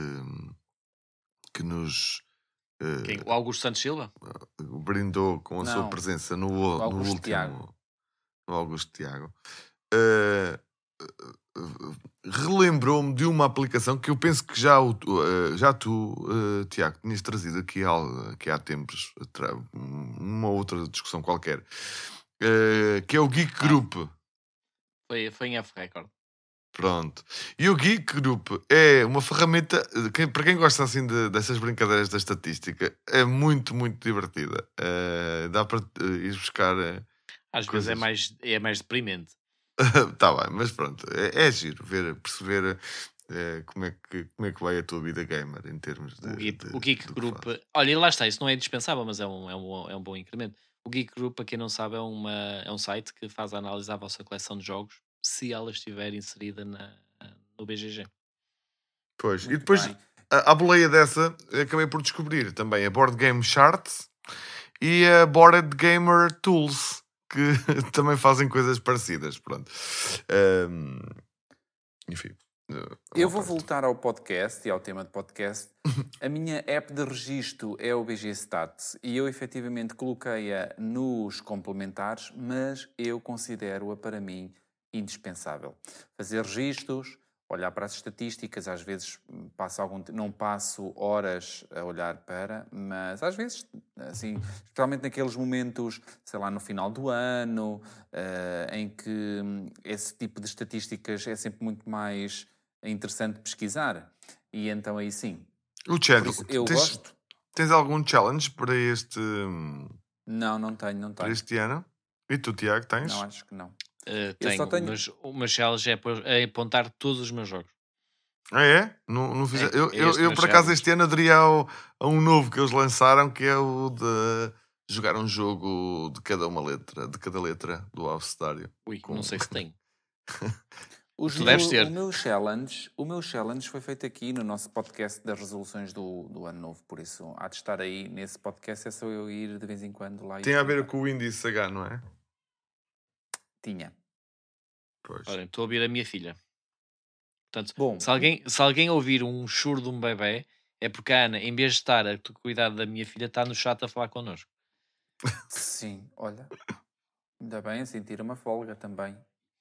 que nos Quem? O Augusto Santos Silva? brindou com a sua Não. presença no Augusto último... Tiago. No Augusto Tiago. Relembrou-me de uma aplicação que eu penso que já tu, Tiago, tinhas trazido aqui há tempos, uma outra discussão qualquer, que é o Geek Group. Foi em F-Record. Pronto. E o Geek Group é uma ferramenta, para quem gosta assim dessas brincadeiras da estatística, é muito, muito divertida. Dá para ir buscar... Às vezes é mais deprimente. Tá bem, mas pronto, é giro perceber como é que vai a tua vida gamer em termos de... O Geek Group, olha, lá está, isso não é indispensável, mas é um bom incremento. O Geek Group, para quem não sabe, é um site que faz a análise da vossa coleção de jogos, se ela estiver inserida no BGG. Pois, Muito e depois, bem. à boleia dessa, acabei por descobrir também a Board Game Charts e a Board Gamer Tools, que também fazem coisas parecidas, pronto. Enfim. Eu vou voltar ao podcast e ao tema de podcast. A minha app de registro é o BG Stats e eu efetivamente coloquei-a nos complementares, mas eu considero-a para mim indispensável. Fazer registros, olhar para as estatísticas, às vezes não passo horas a olhar para, mas às vezes, assim, especialmente naqueles momentos, sei lá, no final do ano, em que esse tipo de estatísticas é sempre muito mais interessante pesquisar. E então aí sim. O Por Chad, isso, eu tens, gosto. tens algum challenge para Não tenho. para este ano? E tu, Tiago, tens? Não, acho que não. Tenho, só tenho- mas o meu challenge é apontar todos os meus jogos. Ah, é? Não fiz... É, eu, é eu, este eu meu por acaso, challenge. este ano aderia a um novo que eles lançaram, que é o de jogar um jogo de cada letra do abecedário. Ui, Com- não sei se tenho. Os Tu deves meu- ter. O meu challenge foi feito aqui no nosso podcast das resoluções do ano novo, por isso há de estar aí nesse podcast, é só eu ir de vez em quando lá e Tem a ver explicar. com o índice H, não é? Tinha. Pois. Olha, estou a ouvir a minha filha. Portanto, Bom, se alguém ouvir um choro de um bebê, é porque a Ana, em vez de estar a cuidar da minha filha, está no chat a falar connosco. sim, olha, ainda bem, sentir uma folga também.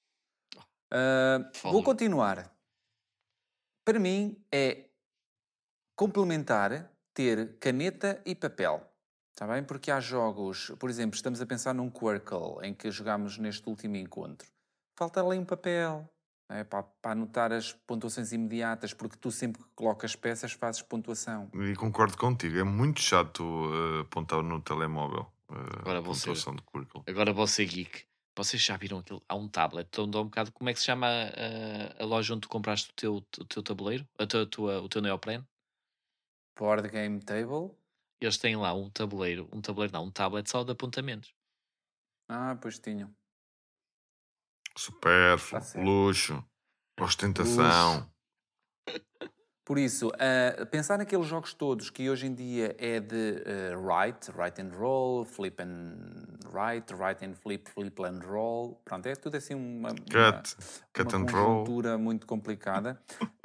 Vou Folga. continuar. Para mim é complementar ter caneta e papel. Está bem? Porque há jogos, por exemplo, estamos a pensar num Quirkle em que jogámos neste último encontro. Falta ali um papel, não é? Para anotar as pontuações imediatas, porque tu sempre que colocas peças fazes pontuação. E concordo contigo, é muito chato apontar no telemóvel Agora a vou ser- pontuação de Quirkle. Agora você geek. Vocês já viram aquilo? Há um tablet, então dá um bocado. Como é que se chama a loja onde tu compraste o teu tabuleiro? O teu neoprene? Board Game Table. Eles têm lá um tablet só de apontamentos. Pois tinham. Supérfluo, Tá certo. luxo, ostentação. Por isso, pensar naqueles jogos todos que hoje em dia é de write and roll, flip and write and flip, flip and roll. Pronto, é tudo assim uma Cut and roll. conjuntura muito complicada.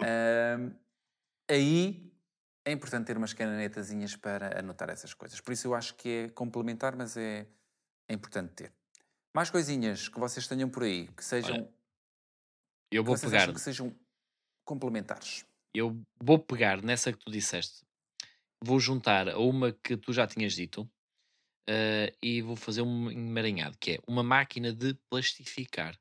Aí é importante ter umas canetazinhas para anotar essas coisas. Por isso eu acho que é complementar, mas é importante ter. Mais coisinhas que vocês tenham por aí, que sejam... Olha, Eu que vou vocês pegar, acham que sejam complementares. eu vou pegar nessa que tu disseste, vou juntar a uma que tu já tinhas dito e vou fazer um emaranhado, que é uma máquina de plastificar.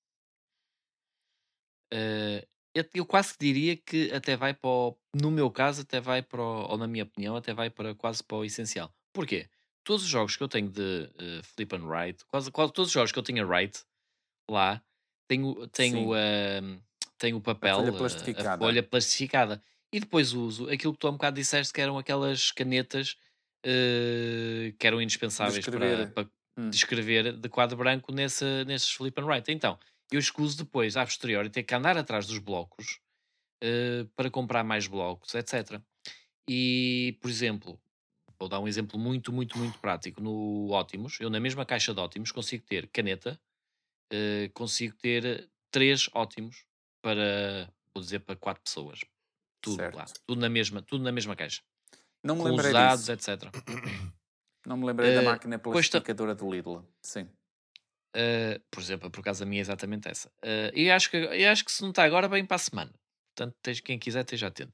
Eu quase que diria que até vai para no meu caso, até vai para ou na minha opinião, até vai para quase para o essencial. Porquê? Todos os jogos que eu tenho de flip and write, quase todos os jogos que eu tinha write lá, tenho o papel, folha plastificada. a folha plastificada. E depois uso aquilo que tu há um bocado disseste, que eram aquelas canetas que eram indispensáveis escrever. para escrever de quadro branco nesses flip and write. Então, eu escuso depois, a posteriori, ter que andar atrás dos blocos para comprar mais blocos, etc. E, por exemplo, vou dar um exemplo muito, muito, muito prático. No Optimus, eu na mesma caixa de Optimus consigo ter caneta, consigo ter 3 Optimus para, vou dizer, para 4 pessoas. Tudo Certo. lá. Tudo na mesma caixa. Não me Com os lembrei dados, disso. etc. Não me lembrei da máquina depois plastificadora do Lidl. Sim. Por exemplo, por acaso a minha é exatamente essa. E acho que se não está agora, bem para a semana. Portanto, quem quiser esteja atento.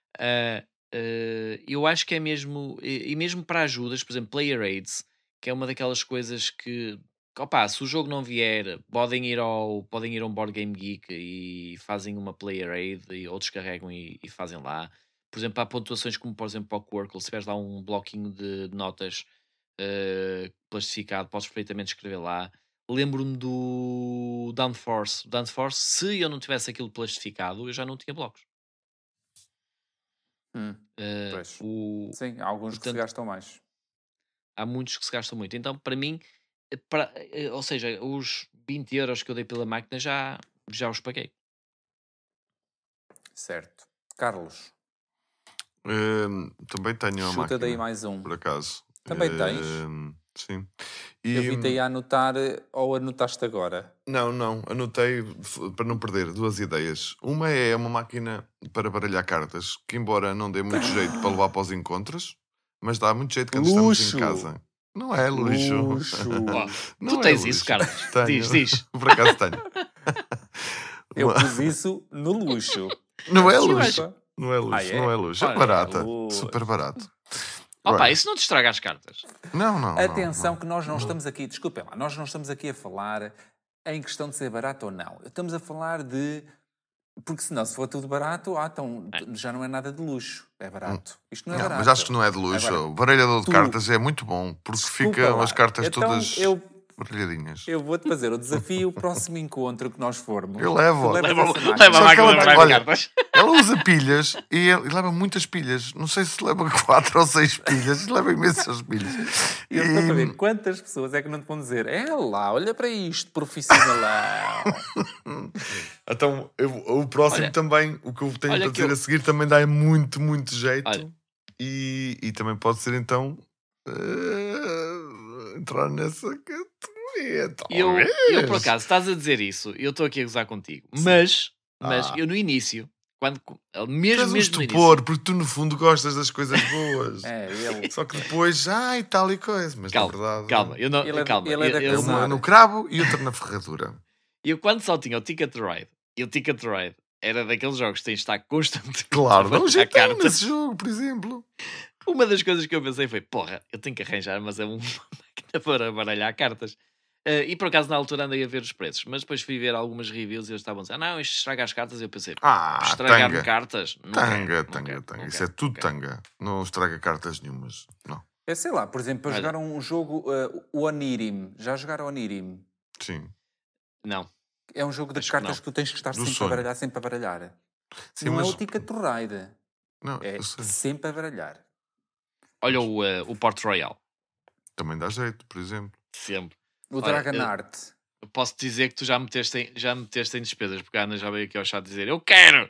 Eu acho que é mesmo, e mesmo para ajudas, por exemplo, Player Aids, que é uma daquelas coisas que, opá, se o jogo não vier, podem ir a um Board Game Geek e fazem uma Player Aid, ou descarregam e fazem lá. Por exemplo, há pontuações como, por exemplo, para o Quirkle, se tiveres lá um bloquinho de notas plastificado, podes perfeitamente escrever lá. Lembro-me do Downforce. Downforce, se eu não tivesse aquilo plastificado, eu já não tinha blocos. Pois. O, Sim, há alguns que se portanto, gastam mais. há muitos que se gastam muito. Então, para mim, ou seja, os 20 euros que eu dei pela máquina já os paguei. Certo. Carlos, Também tenho uma chuta máquina, daí mais um. por acaso. Também tens? Sim. Eu vi-te aí a anotar, ou anotaste agora? Não, anotei para não perder 2 ideias. Uma é uma máquina para baralhar cartas, que embora não dê muito jeito para levar para os encontros, mas dá muito jeito quando estamos Luxo! em casa. Não é luxo. Luxo! Ó, Não tu é tens luxo. isso, Carlos? Tenho. Diz. Por acaso tenho. Eu pus isso no luxo. Não é Eu luxo. acho- Não é luxo, Ah, é? não é luxo. É Olha, barata. luxo. Super barato. Opa, Agora, isso não te estraga as cartas. Não. Atenção que nós não estamos aqui, desculpem lá, nós não estamos aqui a falar em questão de ser barato ou não. Estamos a falar de Porque senão, se for tudo barato, então já não é nada de luxo. É barato. Isto não é barato. Mas acho que não é de luxo. Agora, o baralhador de tu- cartas é muito bom, porque Desculpa ficam lá. as cartas Então, todas eu baralhadinhas. vou-te fazer o desafio, o próximo encontro que nós formos. Eu levo. tu levas Leva essa máquina. a Só que máquina ela de tem- baralhar olha, cartas. Ela usa pilhas e leva muitas pilhas. Não sei se leva 4 ou 6 pilhas. Leva imensas pilhas. Eu estou para ver quantas pessoas é que não te vão dizer lá, olha para isto, profissional. Então, o próximo Olha, também, o que eu tenho olha para que dizer eu- a seguir, também dá muito, muito jeito. Olha. E também pode ser, então, entrar nessa categoria. Eu, por acaso, estás a dizer isso, eu estou aqui a gozar contigo. Mas eu no início, quando Tu mesmo és um no início, estupor, porque tu, no fundo, gostas das coisas boas. Ele. Só que depois, e tal e coisa. Mas, na verdade, calma, eu não, Ele é- calma. ele é da eu, é Azar. uma no cravo e outra na ferradura. eu quando só tinha o Ticket to Ride, e o Ticket to Ride era daqueles jogos que tens de estar constantemente Claro, a não baralhar já tem cartas. nesse jogo, por exemplo. Uma das coisas que eu pensei foi, porra, eu tenho que arranjar, mas é uma máquina para baralhar cartas. E por acaso na altura andei a ver os preços, mas depois fui ver algumas reviews e eles estavam a dizer, não, isto estraga as cartas. E eu pensei, estragar tanga. cartas? Não Tanga, quero, não tanga, quero, tanga. não Isso quero, é tudo não quero. tanga. Não estraga cartas nenhumas. Não. Eu sei lá, por exemplo, para Olha. jogar um jogo, o Onirim. Já jogaram Onirim? Sim. Não. É um jogo de Acho que cartas não. que tu tens que estar Do sempre sonho. a baralhar, sempre a baralhar. Sim, Não mas... é o Ticket to Ride. Não, É eu sei. sempre a baralhar. Olha o Port Royal. Também dá jeito, por exemplo. Sempre. O Olha, Dragon eu- Art. Eu posso dizer que tu já me meteste em despesas, porque a Ana já veio aqui ao chat dizer, eu quero!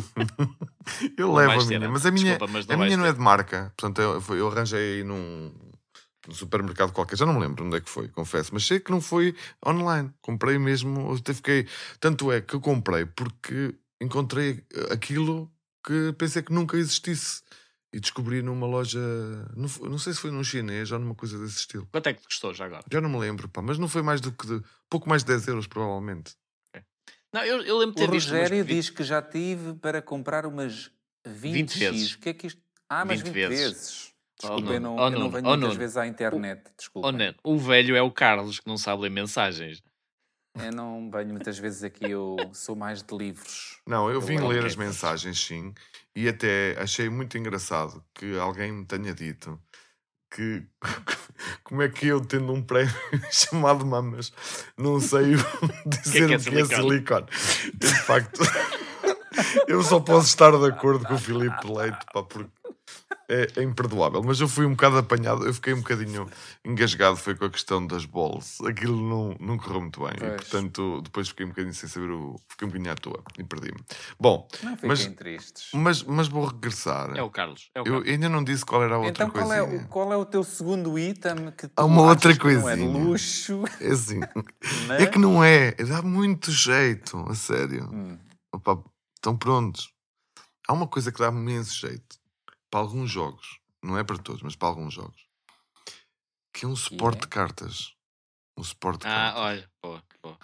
Eu Não levo vais a ter, minha, Ana. mas a minha, Desculpa, mas a não minha vais não é ter. de marca. Portanto, eu arranjei aí num supermercado qualquer. Já não me lembro onde é que foi, confesso. Mas sei que não foi online. Comprei mesmo. Eu até fiquei... Tanto é que eu comprei porque encontrei aquilo que pensei que nunca existisse. E descobri numa loja... Não sei se foi num chinês ou numa coisa desse estilo. Quanto é que te custou já agora? Já não me lembro, pá. Mas não foi mais do que... pouco mais de 10 euros, provavelmente. Não, eu lembro de O ter visto umas Rogério vi- diz que já tive para comprar umas 20 20x. vezes. O que é que isto... mas 20 20 vezes. vezes. Oh, Desculpa, eu Nuno. não, Oh, eu não Nuno. venho Oh, muitas Nuno. vezes à internet. Desculpa. Oh, Nuno, o velho é o Carlos que não sabe ler mensagens. Eu não venho muitas vezes aqui, eu sou mais de livros. Não, eu vim leio ler as letras. mensagens, sim, e até achei muito engraçado que alguém me tenha dito que como é que eu, tendo um prémio chamado Mamas, não sei dizer que é o que é silicone? silicone. De facto, eu só posso estar de acordo com o Filipe Leite, pá, porque é imperdoável. Mas eu fui um bocado apanhado, eu fiquei um bocadinho engasgado, foi com a questão das balls. Aquilo não correu muito bem. E, Pois. portanto, depois fiquei um bocadinho sem saber, fiquei um bocadinho à toa e perdi-me. Bom, Não fiquem mas, tristes. mas vou regressar. É o Carlos. É o Eu Carlos. ainda não disse qual era a outra Então coisinha. qual é o teu segundo item que tu Há uma outra achas que não é de coisinha. luxo? É assim, Né? é que não é, dá muito jeito, a sério. Hum. Opa, estão prontos. Há uma coisa que dá imenso jeito para alguns jogos, não é para todos, mas para alguns jogos, que é um suporte é? de cartas. Um suporte de cartas. Olha, boa.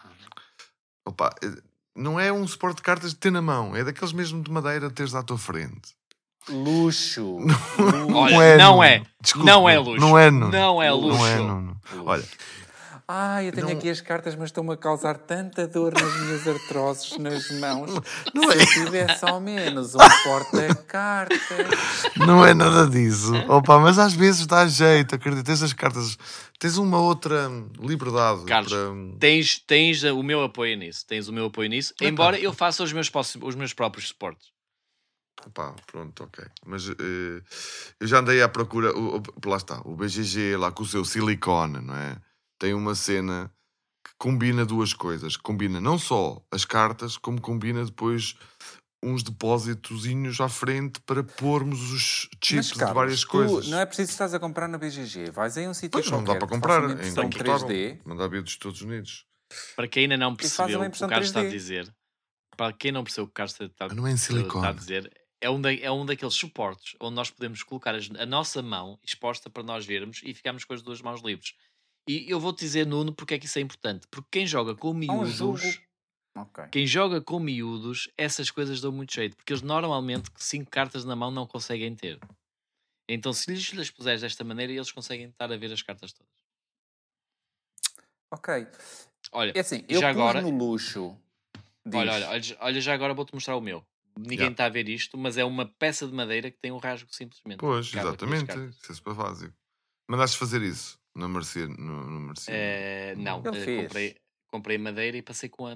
Opa, não é um suporte de cartas de ter na mão, é daqueles mesmo de madeira de teres à tua frente. Luxo. Olha, não Nuno. é. Desculpa, Não é Nuno. luxo. Não é, Nuno. Não é luxo. Não é, Nuno. Olha, Eu tenho Não- aqui as cartas, mas estão-me a causar tanta dor nas minhas artroses nas mãos. não Se é. eu tivesse ao menos um porta-cartas. Não é nada disso. Opa, mas às vezes dá jeito, acredito. Tens as cartas, tens uma outra liberdade. Carlos, para... Tens o meu apoio nisso. Tens o meu apoio nisso. Embora eu faça os meus próprios suportes. Opa, pronto, ok. Mas eu já andei à procura. Lá está, o BGG lá com o seu silicone, não é? Tem uma cena que combina duas coisas. Combina não só as cartas, como combina depois uns depósitozinhos à frente para pormos os chips Mas, Carlos, de várias tu coisas. não é preciso estás a comprar na BGG. Vais aí a um sítio Pois não dá qualquer para que comprar. faça uma É impressão incomportável. 3D. Mandar vir dos Estados Unidos. Para quem ainda não faz percebeu uma o que o impressão Carlos está a 3D. dizer, para quem não percebeu o que o Carlos Não é em silicone. está a dizer, é um daqueles suportes onde nós podemos colocar a nossa mão exposta para nós vermos e ficamos com as duas mãos livres. E eu vou-te dizer, Nuno, porque é que isso é importante. Porque quem joga com Há um miúdos, jogo. Ok. quem joga com miúdos, essas coisas dão muito jeito. Porque eles normalmente 5 cartas na mão não conseguem ter. Então se lhes puseres desta maneira, eles conseguem estar a ver as cartas todas. Ok. Olha, É assim, eu já pus agora... no luxo Olha, Diz. olha, já agora vou-te mostrar o meu. Ninguém Yeah. está a ver isto, mas é uma peça de madeira que tem um rasgo simplesmente. Pois, Cabe aqui as exatamente. cartas. Isso é super básico. Mandaste fazer isso no Mercedes. No Mercedes. Não, Ele fez. comprei madeira e passei com a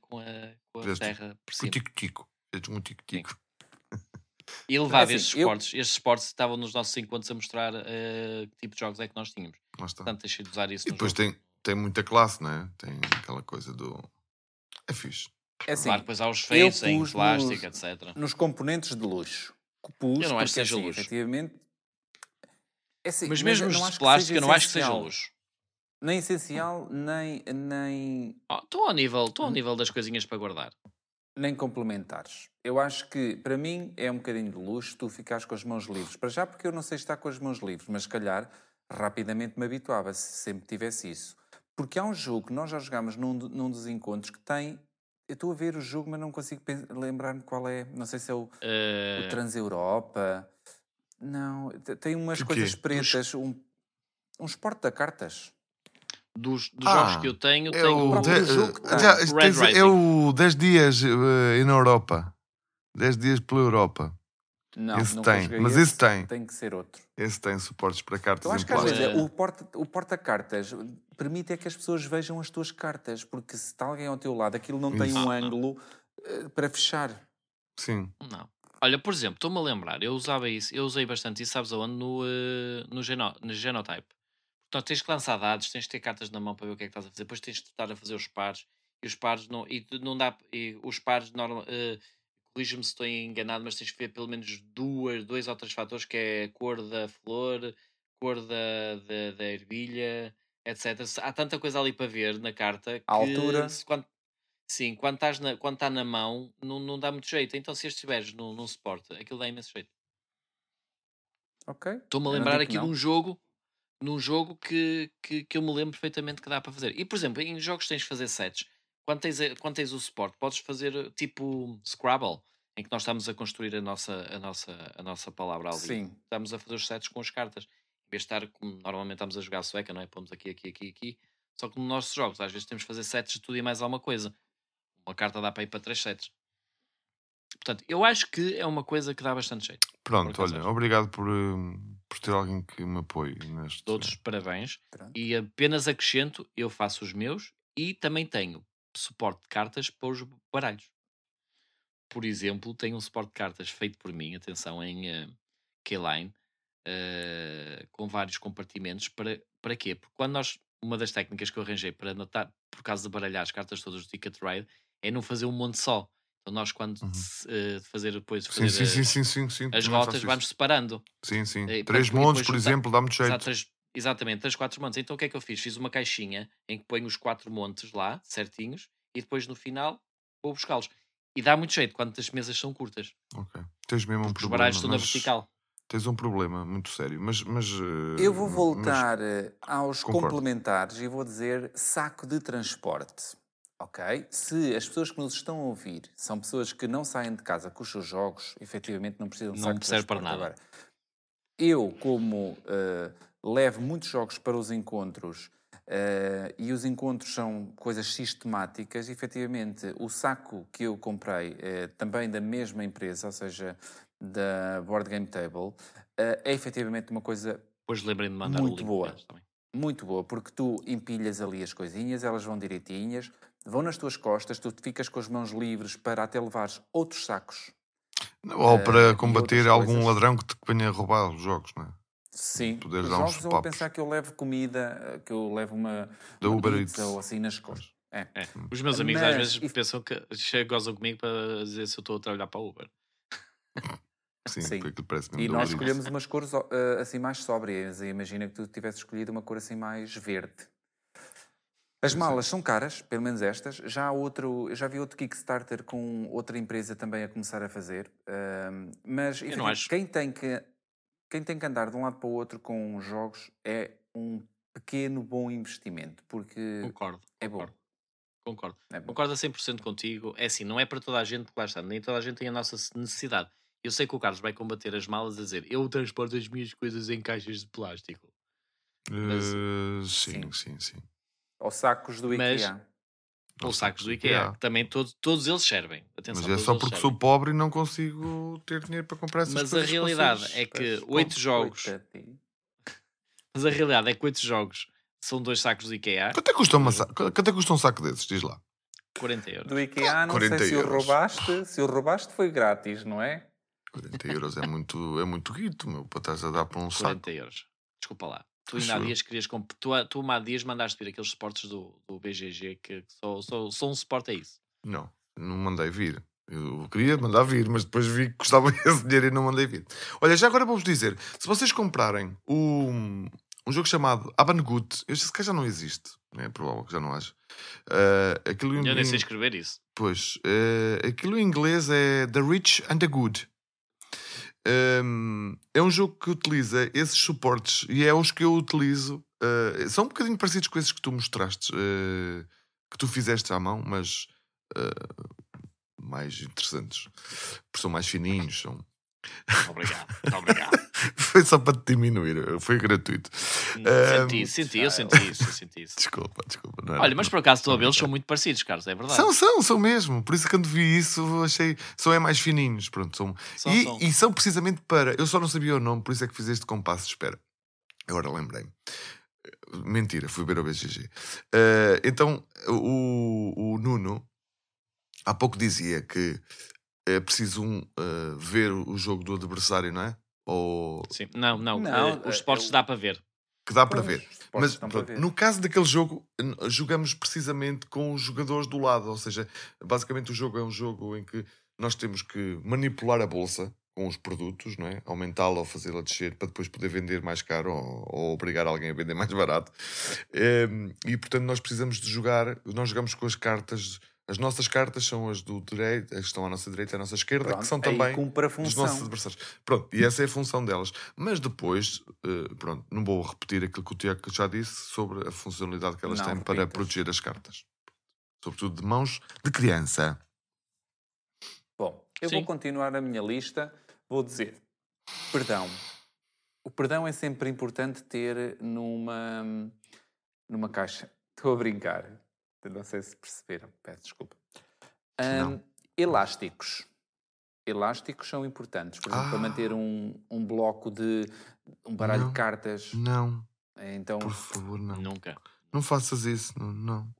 terra por Com cima. tico-tico. Fez um tico-tico. E levava assim, estes suportes. Estes suportes estavam nos nossos encontros a mostrar que tipo de jogos é que nós tínhamos. Lá está. Portanto, deixei de usar isso E no depois jogo. tem muita classe, não é? Tem aquela coisa do. É fixe. É assim, Claro, depois há os feitos em pus plástico, etc. nos componentes de luxo. Pus Eu não acho que porque, seja assim, luxo. efetivamente... É assim, Mas mesmo eu os não de acho que plástico, seja eu não acho que seja essencial. luxo. Nem essencial, nem Estou ao nível das coisinhas para guardar. nem complementares. Eu acho que, para mim, é um bocadinho de luxo tu ficares com as mãos livres. Para já, porque eu não sei estar com as mãos livres, mas se calhar rapidamente me habituava se sempre tivesse isso. Porque há um jogo que nós já jogámos num dos encontros que tem... Eu estou a ver o jogo, mas não consigo lembrar-me qual é. Não sei se é o Trans-Europa. Não, tem umas Que coisas quê? pretas, um porta-cartas. Dos jogos que eu tenho, É tenho o. próprio jogo que tem. Red Rising. É o 10 dias na Europa. 10 dias pela Europa. Não, Esse nunca tem, joguei mas esse, esse tem. Tem que ser outro. Esse tem suportes para cartas Eu em acho que às vezes plástico. o porta-cartas permite é que as pessoas vejam as tuas cartas, porque se está alguém ao teu lado, aquilo não tem Isso. um ângulo para fechar. Sim. Não. Olha, por exemplo, estou-me a lembrar, eu usei bastante isso, sabes aonde? No Genotype. Portanto, tens que lançar dados, tens que ter cartas na mão para ver o que é que estás a fazer, depois tens de estar a fazer os pares, e os pares não, não dá, e os pares, corrige-me se estou enganado, mas tens que ver pelo menos dois ou três fatores, que é a cor da flor, cor da ervilha, etc. Há tanta coisa ali para ver na carta que A altura. Sim, quando está na mão, não dá muito jeito. Então, se estiveres num suporte, aquilo dá imenso jeito. Ok. Estou-me a Eu não lembrar digo que aqui não. num jogo que eu me lembro perfeitamente que dá para fazer. E, por exemplo, em jogos tens de fazer sets. Quando tens o suporte, podes fazer tipo Scrabble, em que nós estamos a construir a nossa palavra ali. Sim. Estamos a fazer os sets com as cartas. Em vez de estar como normalmente estamos a jogar sueca, não é? Pomos aqui. Só que nos nossos jogos, às vezes temos de fazer sets de tudo e mais alguma coisa. Uma carta dá para ir para 3 sets. Portanto, eu acho que é uma coisa que dá bastante jeito. Pronto, Por acaso olha, acho. obrigado por ter alguém que me apoie neste. Todos parabéns. Pronto. E apenas acrescento, eu faço os meus e também tenho suporte de cartas para os baralhos. Por exemplo, tenho um suporte de cartas feito por mim, atenção, em Keyline, com vários compartimentos. Para quê? Porque uma das técnicas que eu arranjei para anotar, por causa de baralhar as cartas todas do Ticket Ride, é não fazer um monte só. Então nós, quando fazer Sim. as também rotas, faço isso. vamos separando. Sim. E 3 e montes, depois por juntar- exemplo, dá muito jeito. Exatamente, 3-4 montes. Então o que é que eu fiz? Fiz uma caixinha em que ponho os 4 montes lá, certinhos, e depois no final vou buscá-los. E dá muito jeito quando as mesas são curtas. Ok. Tens mesmo um Porque os problema. baralhos estão na mas vertical. Tens um problema muito sério. Mas Eu vou voltar aos concordo. complementares e vou dizer saco de transporte. Ok? Se as pessoas que nos estão a ouvir são pessoas que não saem de casa com os seus jogos, efetivamente não precisam de Não saco de serve para transporte. nada. Agora, eu, como levo muitos jogos para os encontros e os encontros são coisas sistemáticas, efetivamente o saco que eu comprei, também da mesma empresa, ou seja, da Board Game Table, é efetivamente uma coisa Depois lembrem de mandar muito o link boa. deles também. muito boa, porque tu empilhas ali as coisinhas, elas vão direitinhas, vão nas tuas costas, tu ficas com as mãos livres para até levares outros sacos. Ou para e combater outras algum coisas. ladrão que te venha roubar os jogos, não é? Sim, Poderes os dar uns jogos eu vou papos. pensar que eu levo comida, que eu levo uma Da Uber pizza Eats. ou assim nas costas. É. Os meus amigos às Mas, vezes pensam que gozam comigo para dizer se eu estou a trabalhar para a Uber. Sim, Sim. porque aquilo parece mesmo E da nós Uber Eats. escolhemos umas cores assim mais sóbrias. E imagina que tu tivesse escolhido uma cor assim mais verde. As malas são caras, pelo menos estas. Eu já vi outro Kickstarter com outra empresa também a começar a fazer. Mas Eu não acho. quem tem que andar de um lado para o outro com jogos é um pequeno bom investimento. Porque Concordo. é bom. Concordo. É bom. Concordo a 100% contigo. É assim, não é para toda a gente, lá está, nem toda a gente tem a nossa necessidade. Eu sei que o Carlos vai combater as malas a dizer eu transporto as minhas coisas em caixas de plástico. Mas- Sim. Ou sacos do Mas- IKEA. Ou sacos do IKEA, que também todos eles servem. Atenção, mas é só porque sou pobre e não consigo ter dinheiro para comprar essas mas coisas. A realidade é que 8 jogos. Mas a realidade é que 8 jogos são 2 sacos do IKEA. Quanto é que custa um saco desses? Diz lá. 40 euros. Do IKEA, não sei se o roubaste. Se o roubaste foi grátis, não é? 40 euros é muito guito, meu, para estás a dar para um 40 saco. euros. Desculpa lá. Tu ainda há dias querias comprar. Tu há dias mandaste vir aqueles suportes do BGG que só um suporte é isso. Não mandei vir. Eu queria mandar vir, mas depois vi que custava esse dinheiro e não mandei vir. Olha, já agora vou-vos dizer, se vocês comprarem um jogo chamado Abandgut, eu sei que já não existe, é provável que já não haja. Eu nem sei escrever isso. Pois, aquilo em inglês é The Rich and the Good. É um jogo que utiliza esses suportes e é os que eu utilizo. São um bocadinho parecidos com esses que tu mostraste, que tu fizeste à mão, mas mais interessantes, porque são mais fininhos. Obrigado. Foi só para te diminuir, foi gratuito. Senti isso. Desculpa. Olha, mas por acaso eles são muito parecidos, Carlos, é verdade. São mesmo. Por isso, quando vi isso, achei. São mais fininhos. Pronto, e são precisamente para. Eu só não sabia o nome, por isso é que fiz este compasso de espera. Agora lembrei-me. Mentira, fui ver o BGG. Então, o Nuno há pouco dizia que é preciso ver o jogo do adversário, não é? Ou... Sim, não. Os suportes dá para ver. Que dá para ver. Mas pronto, no caso daquele jogo, jogamos precisamente com os jogadores do lado. Ou seja, basicamente o jogo é um jogo em que nós temos que manipular a bolsa com os produtos, não é? Aumentá-la ou fazê-la descer para depois poder vender mais caro ou obrigar alguém a vender mais barato. E portanto nós precisamos de jogar. Nós jogamos com as cartas. As nossas cartas são as do direito, as que estão à nossa direita e à nossa esquerda, pronto, que são também os nossos adversários. Pronto, e essa é a função delas. Mas depois, pronto, não vou repetir aquilo que o Tiago já disse sobre a funcionalidade que elas têm para proteger as cartas. Sobretudo de mãos de criança. Bom, eu vou continuar a minha lista. Vou dizer, perdão. O perdão é sempre importante ter numa caixa. Estou a brincar. Não sei se perceberam, peço desculpa. Elásticos. Elásticos são importantes. Por exemplo, para manter um bloco de um baralho de cartas. Não. Então, por favor, não. Nunca. Não faças isso. Não.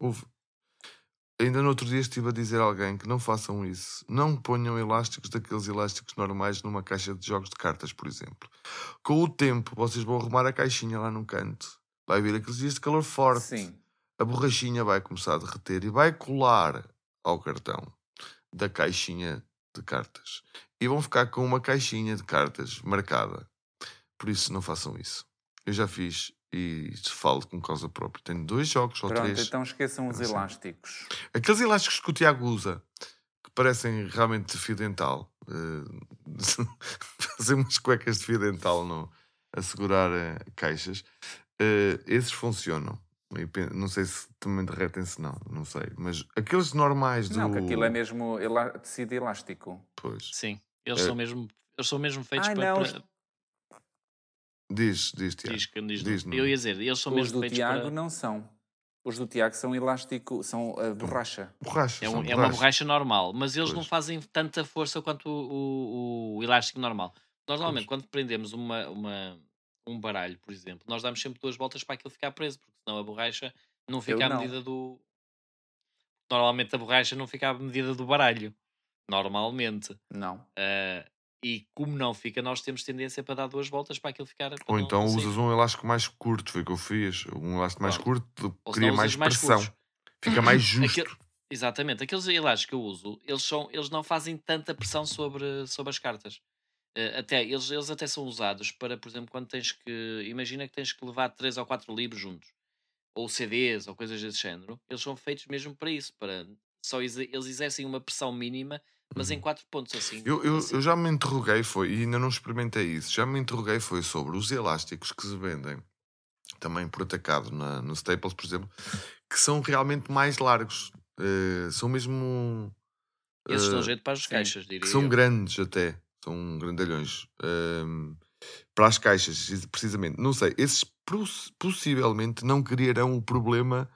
Ainda no outro dia estive a dizer a alguém que não façam isso. Não ponham elásticos daqueles elásticos normais numa caixa de jogos de cartas, por exemplo. Com o tempo, vocês vão arrumar a caixinha lá no canto. Vai vir aqueles dias de calor forte. Sim. A borrachinha vai começar a derreter e vai colar ao cartão da caixinha de cartas. E vão ficar com uma caixinha de cartas marcada. Por isso, não façam isso. Eu já fiz e falo com causa própria. Tenho 2 jogos ou 3. Então esqueçam os elásticos. Aqueles elásticos que o Tiago usa, que parecem realmente de fio dental. Fazer umas cuecas de fio dental a segurar caixas. Esses funcionam. Não sei se também derretem-se, não sei. Mas aqueles normais Não, que aquilo é mesmo tecido elástico. Pois. Sim, eles são mesmo feitos para... Diz, Tiago. Diz, eu ia dizer, eles são mesmo feitos para... Os do Tiago não são. Os do Tiago são elástico, são borracha. É uma borracha normal, mas eles não fazem tanta força quanto o elástico normal. Nós, normalmente, quando prendemos um baralho, por exemplo, nós damos sempre 2 voltas para aquilo ficar preso, porque senão a borracha não fica à medida do... Normalmente a borracha não fica à medida do baralho. Normalmente. Não. E como não fica, nós temos tendência para dar 2 voltas para aquilo ficar... Ou então usas um elástico mais curto, foi o que eu fiz. Um elástico mais curto cria mais pressão. Fica mais justo. Exatamente. Aqueles elásticos que eu uso, eles não fazem tanta pressão sobre as cartas. Eles até são usados para, por exemplo, quando tens que... Imagina que tens que levar 3 ou 4 livros juntos. Ou CDs, ou coisas desse género. Eles são feitos mesmo para isso. Eles exercem uma pressão mínima, mas em 4 pontos assim. Eu já me interroguei, e ainda não experimentei isso, já me interroguei sobre os elásticos que se vendem também por atacado no Staples, por exemplo, que são realmente mais largos. São mesmo... Esses dão jeito para as caixas, diria que são grandes até. São grandalhões. Para as caixas, precisamente. Não sei, esses possivelmente não criarão o problema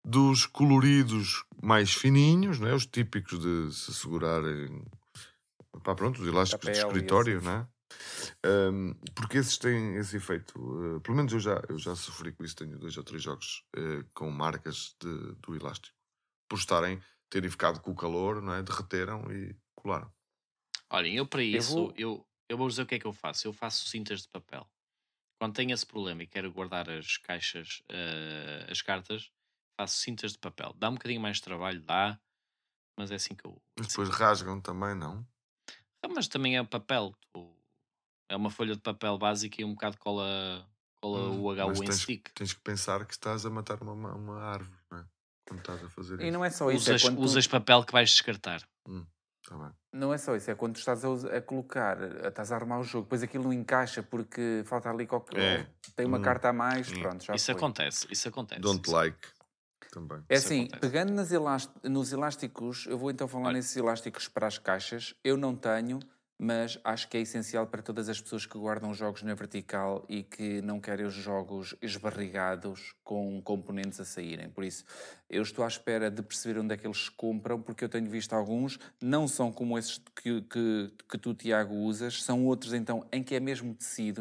dos coloridos mais fininhos, não é? Os típicos de se segurarem, pá, pronto, os elásticos de Papel e escritório, assim. não é? Porque esses têm esse efeito. Pelo menos eu já sofri com isso. Tenho 2 ou 3 jogos com marcas do elástico. Por terem ficado com o calor, não é? Derreteram e colaram. Olhem, eu para Eu isso, vou. eu vou dizer o que é que eu faço. Eu faço cintas de papel. Quando tenho esse problema e quero guardar as caixas, as cartas, faço cintas de papel. Dá um bocadinho mais de trabalho, dá, mas é assim que eu. Mas assim depois que eu- rasgam também, não? Mas também é papel. É uma folha de papel básica e um bocado cola o Mas HU em stick. tens que pensar que estás a matar uma árvore, não é? Quando estás a fazer E isso. não é só isso, é quando Usas papel que vais descartar. Tá bem. Não é só isso, é quando tu estás a colocar, estás a armar o jogo, depois aquilo não encaixa porque falta ali qualquer. Tem uma carta a mais, pronto, já Isso foi. acontece. Don't like também. É Isso assim, acontece. pegando nos elásticos, eu vou então falar Olha. nesses elásticos para as caixas. Eu não tenho, mas acho que é essencial para todas as pessoas que guardam jogos na vertical e que não querem os jogos esbarrigados com componentes a saírem. Por isso, eu estou à espera de perceber onde é que eles se compram, porque eu tenho visto alguns, não são como esses que tu, Tiago, usas, são outros então em que é mesmo tecido,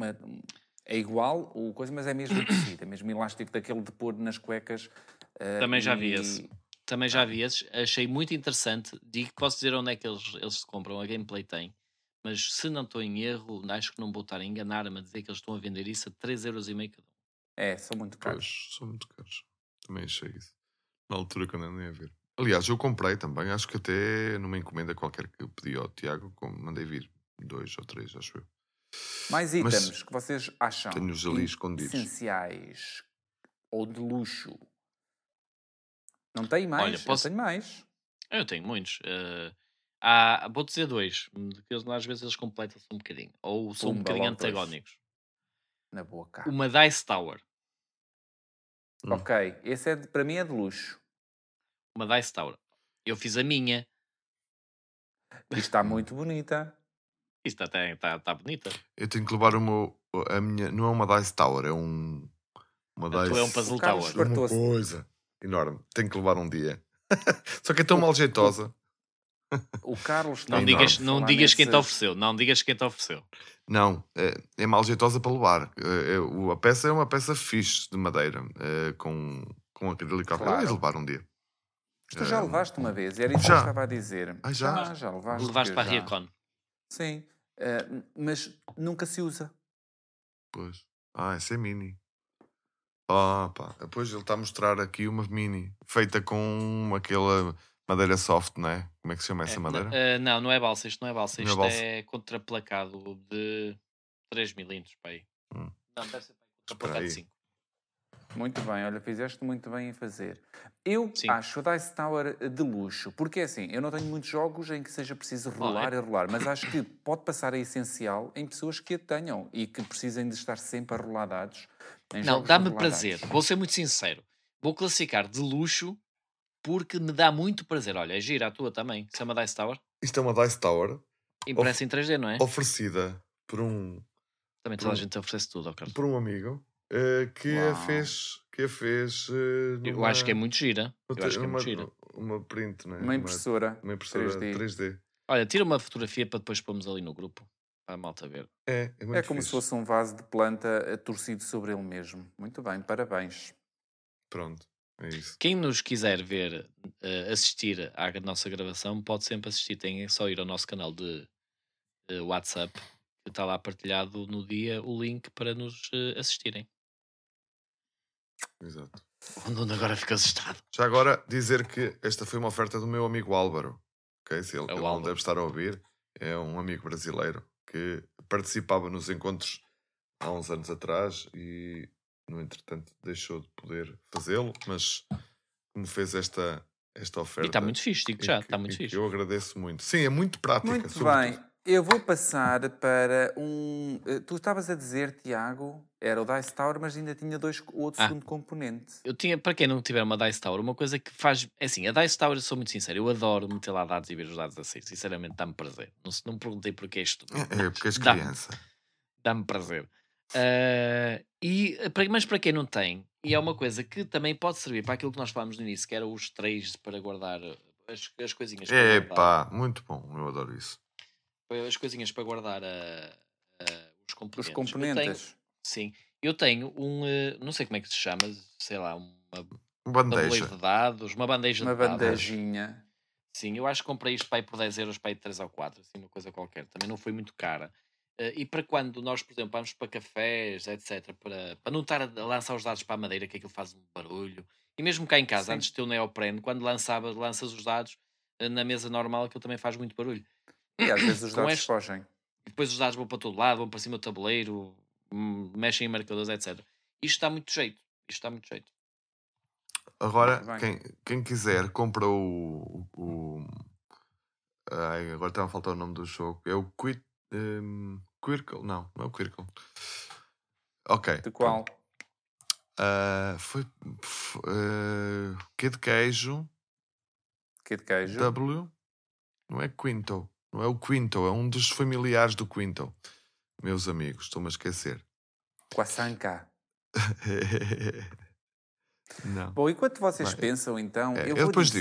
é igual o coisa, mas é mesmo tecido, é mesmo elástico daquele de pôr nas cuecas. Também já vi esse. Também já vi esses. Achei muito interessante. Posso dizer onde é que eles se compram. A Gameplay tem. Mas se não estou em erro, acho que não vou estar a enganar-me a dizer que eles estão a vender isso a 3,5€ cada um. É, são muito caros. Pois, são muito caros. Também achei isso. Na altura quando andei a ver. Aliás, eu comprei também. Acho que até numa encomenda qualquer que eu pedi ao Tiago, mandei vir 2 ou 3, acho eu. Mais Mas itens que vocês acham tenho-os ali escondidos. essenciais ou de luxo? Não tem mais? Olha, Eu tenho mais. Eu tenho muitos. Vou dizer 2. Que às vezes eles completam-se um bocadinho. Ou são um Pumba, bocadinho logo dois. antagónicos. Na boa cá. Uma Dice Tower. Ok, esse para mim é de luxo. Uma Dice Tower. Eu fiz a minha. E está muito bonita. Isto até está bonita. Eu tenho que levar a minha. Não é uma Dice Tower, é uma Tu Dice. é um Puzzle O Carlos Tower. Uma fartou-se. coisa enorme. Tenho que levar um dia. Só que é tão mal jeitosa. O Carlos Não tem digas, de não falar digas quem te nessas- ofereceu. Não digas quem te ofereceu. Não, é mal jeitosa para levar. A peça é uma peça fixe de madeira, com acrílico. Claro. Eu ia levar um dia. Mas tu já levaste uma vez, era isso que já. eu estava a dizer. Ah, já? Já levaste. Levaste para a já. Riacon. Sim, mas nunca se usa. Pois. Essa é mini. Pá. Depois ele está a mostrar aqui uma mini, feita com aquela madeira soft, não é? Como é que se chama essa madeira? Não é balsa. Isto não é balsa. Não é Isto balsa. é contraplacado de 3 milímetros. Para aí. Hum. Não, deve ser Espera contraplacado aí. de 5. Muito bem, olha, fizeste muito bem em fazer. Eu Sim. acho a Dice Tower de luxo, porque é assim, eu não tenho muitos jogos em que seja preciso rolar e rolar, mas acho que pode passar a essencial em pessoas que a tenham e que precisem de estar sempre arroladados em Não, jogos dá-me arroladados. prazer. Vou ser muito sincero. Vou classificar de luxo porque me dá muito prazer. Olha, é gira a tua também. Se chama Dice Tower. Isto é uma Dice Tower Impressa em 3D, não é? oferecida por um Também toda a gente oferece tudo, ó Carlos. por um amigo que a fez. Eu acho que é muito gira. Eu acho que é muito gira. Uma print, né? Uma impressora, Uma impressora 3D. 3D. Olha, tira uma fotografia para depois pormos ali no grupo. Para a malta ver. É muito É como fixe. se fosse um vaso de planta torcido sobre ele mesmo. Muito bem, parabéns. Pronto, é isso. Quem nos quiser ver, assistir à nossa gravação, pode sempre assistir. Tem só ir ao nosso canal de WhatsApp, que está lá partilhado no dia o link para nos assistirem. Exato. O Nuno agora fica assustado. Já agora dizer que esta foi uma oferta do meu amigo Álvaro. Okay? Se ele, É o ele não Álvaro. deve estar a ouvir. É um amigo brasileiro que participava nos encontros há uns anos atrás e, no entretanto, deixou de poder fazê-lo, mas como fez esta oferta. E está muito fixe, digo já, está muito fixe. Eu agradeço muito. Sim, é muito prática. Muito sobretudo. bem, eu vou passar para um... Tu estavas a dizer, Tiago, era o Dice Tower, mas ainda tinha outro segundo componente. Eu tinha, para quem não tiver uma Dice Tower, uma coisa que faz. É assim, a Dice Tower, eu sou muito sincero, eu adoro meter lá dados e ver os dados a sair. Sinceramente, dá-me prazer. Não me perguntei porque é isto. É porque és Dá-me- criança. Dá-me prazer. Mas para quem não tem, E é uma coisa que também pode servir para aquilo que nós falámos no início, que era os trays para guardar as coisinhas para guardar. Epá, muito bom, eu adoro isso. As coisinhas para guardar os componentes. Os componentes. Eu tenho não sei como é que se chama, sei lá, Bandeja. tabuleiro de dados, uma bandeja Uma de dados. bandejinha. Sim, eu acho que comprei isto para ir por 10 euros, para ir 3 ou 4, assim, uma coisa qualquer. Também não foi muito cara. E para quando nós, por exemplo, vamos para cafés, etc., para não estar a lançar os dados para a madeira, que aquilo faz um barulho. E mesmo cá em casa, Sim. antes de ter o neoprene, quando lanças os dados na mesa normal, aquilo também faz muito barulho. E às vezes os Com dados este- fogem. E depois os dados vão para todo lado, vão para cima do tabuleiro, mexem em marcadores, etc. Isto está muito jeito. Agora, Muito bem. quem quiser, compra Ai, agora está a faltar o nome do jogo. É o Quirkle? Não é o Quirkle. Ok. De qual? Foi Q de queijo. Que de queijo? W. Não é Quinto. Não é o Quinto. É um dos familiares do Quinto. Meus amigos, estou-me a esquecer. Quasanca. Não. Bom, enquanto vocês Bem, pensam, então, eu eu vou depois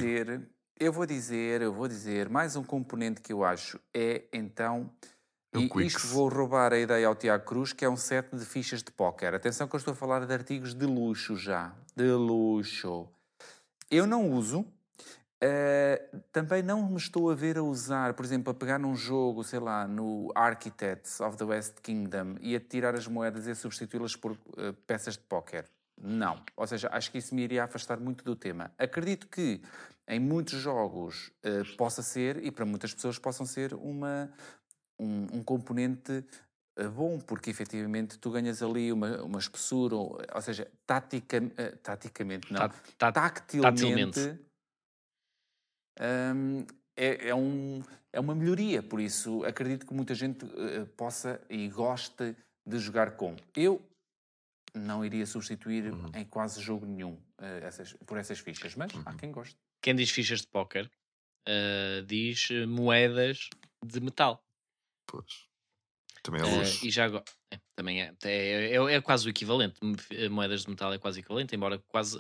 dizer, mais um componente que eu acho é, então, É o e Quicks. isto vou roubar a ideia ao Tiago Cruz, que é um set de fichas de póquer. Atenção que eu estou a falar de artigos de luxo já. De luxo. Eu não uso. Também não me estou a ver a usar, por exemplo, a pegar num jogo, sei lá, no Architects of the West Kingdom e a tirar as moedas e a substituí-las por peças de póquer. Não. Ou seja, acho que isso me iria afastar muito do tema. Acredito que em muitos jogos possa ser, e para muitas pessoas possam ser, um componente bom, porque efetivamente tu ganhas ali uma espessura, ou seja, taticamente não, tactilmente. É uma melhoria, por isso acredito que muita gente possa e goste de jogar com. Eu não iria substituir em quase jogo nenhum por essas fichas, mas há quem goste. Quem diz fichas de póquer diz moedas de metal. Pois. Também é luxo. E já agora também é quase o equivalente. Moedas de metal é quase equivalente, embora quase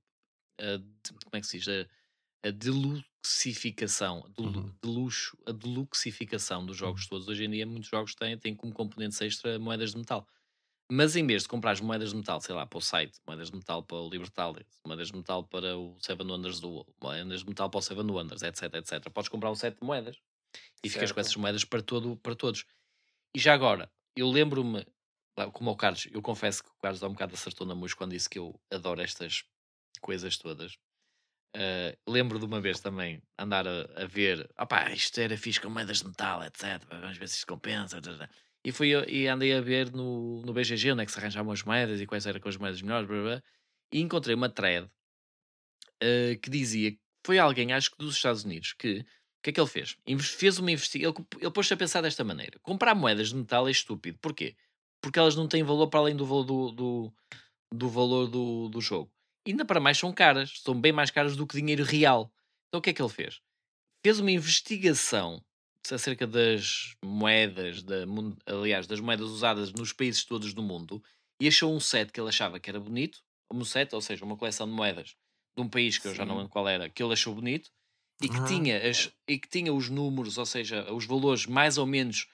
como é que se diz? A deluxificação, a deluxificação dos jogos todos. Hoje em dia, muitos jogos têm como componentes extra moedas de metal. Mas em vez de comprar moedas de metal, sei lá, para o site, moedas de metal para o Libertalia, moedas de metal para o Seven Wonders do moedas de metal para o Seven Wonders, etc. Podes comprar um set de moedas e ficas com essas moedas para todos. E já agora, eu lembro-me, como o Carlos, eu confesso que o Carlos dá um bocado acertou na mousse quando disse que eu adoro estas coisas todas. Lembro de uma vez também andar a ver, isto era fixe com moedas de metal, etc. Vamos ver se isto compensa. Etc. E andei a ver no BGG onde é que se arranjavam as moedas e quais eram as moedas melhores, blá, blá, e encontrei uma thread que dizia que foi alguém, acho que dos Estados Unidos, que o que é que ele fez? Fez uma investigação. Ele pôs-se a pensar desta maneira: comprar moedas de metal é estúpido. Porquê? Porque elas não têm valor para além do valor do valor do jogo. E ainda para mais são caras, são bem mais caras do que dinheiro real. Então o que é que ele fez? Fez uma investigação acerca das moedas, das moedas usadas nos países todos do mundo, e achou um set que ele achava que era bonito, ou seja, uma coleção de moedas de um país que eu já não lembro qual era, que ele achou bonito, e que tinha os números, ou seja, os valores mais ou menos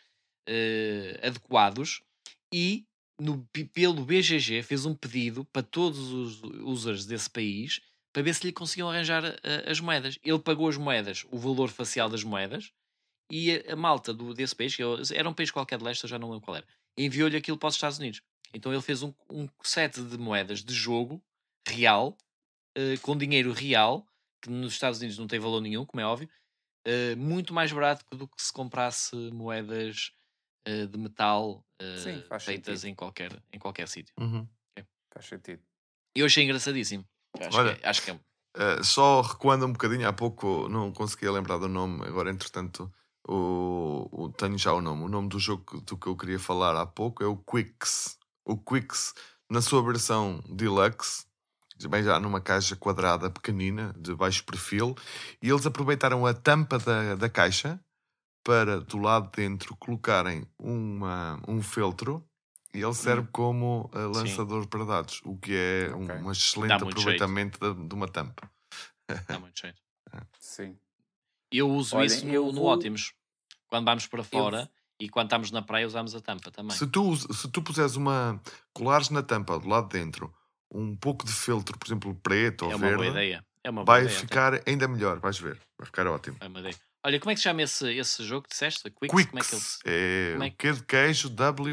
adequados, e pelo BGG fez um pedido para todos os users desse país para ver se lhe conseguiam arranjar as moedas. Ele pagou as moedas, o valor facial das moedas, e a malta desse país, que era um país qualquer de leste, eu já não lembro qual era, enviou-lhe aquilo para os Estados Unidos. Então ele fez um set de moedas de jogo real, com dinheiro real, que nos Estados Unidos não tem valor nenhum, como é óbvio, muito mais barato do que se comprasse moedas de metal feitas em qualquer sítio. Faz sentido. Eu achei engraçadíssimo. Acho que é. Só recuando um bocadinho, há pouco não conseguia lembrar do nome, agora entretanto tenho já o nome. O nome do jogo do que eu queria falar há pouco é o Quicks. O Quicks, na sua versão deluxe, bem já numa caixa quadrada pequenina, de baixo perfil, e eles aproveitaram a tampa da caixa para do lado de dentro colocarem um feltro e ele serve como lançador para dados, o que é Ok. um excelente Dá muito aproveitamento de uma tampa. Dá muito jeito. Sim. Eu uso Olhem, isso eu no vou- Ótimos. Quando vamos para fora e quando estamos na praia usamos a tampa também. Se tu puseres colares na tampa do lado de dentro um pouco de filtro, por exemplo, preto ou É uma boa verde, ideia. É uma boa vai ideia. até. ficar ainda melhor, vais ver. Vai ficar ótimo. É uma ideia. Olha, como é que se chama esse jogo que disseste? Quicks? Como é que ele... Quicks. É como é o Q de queijo,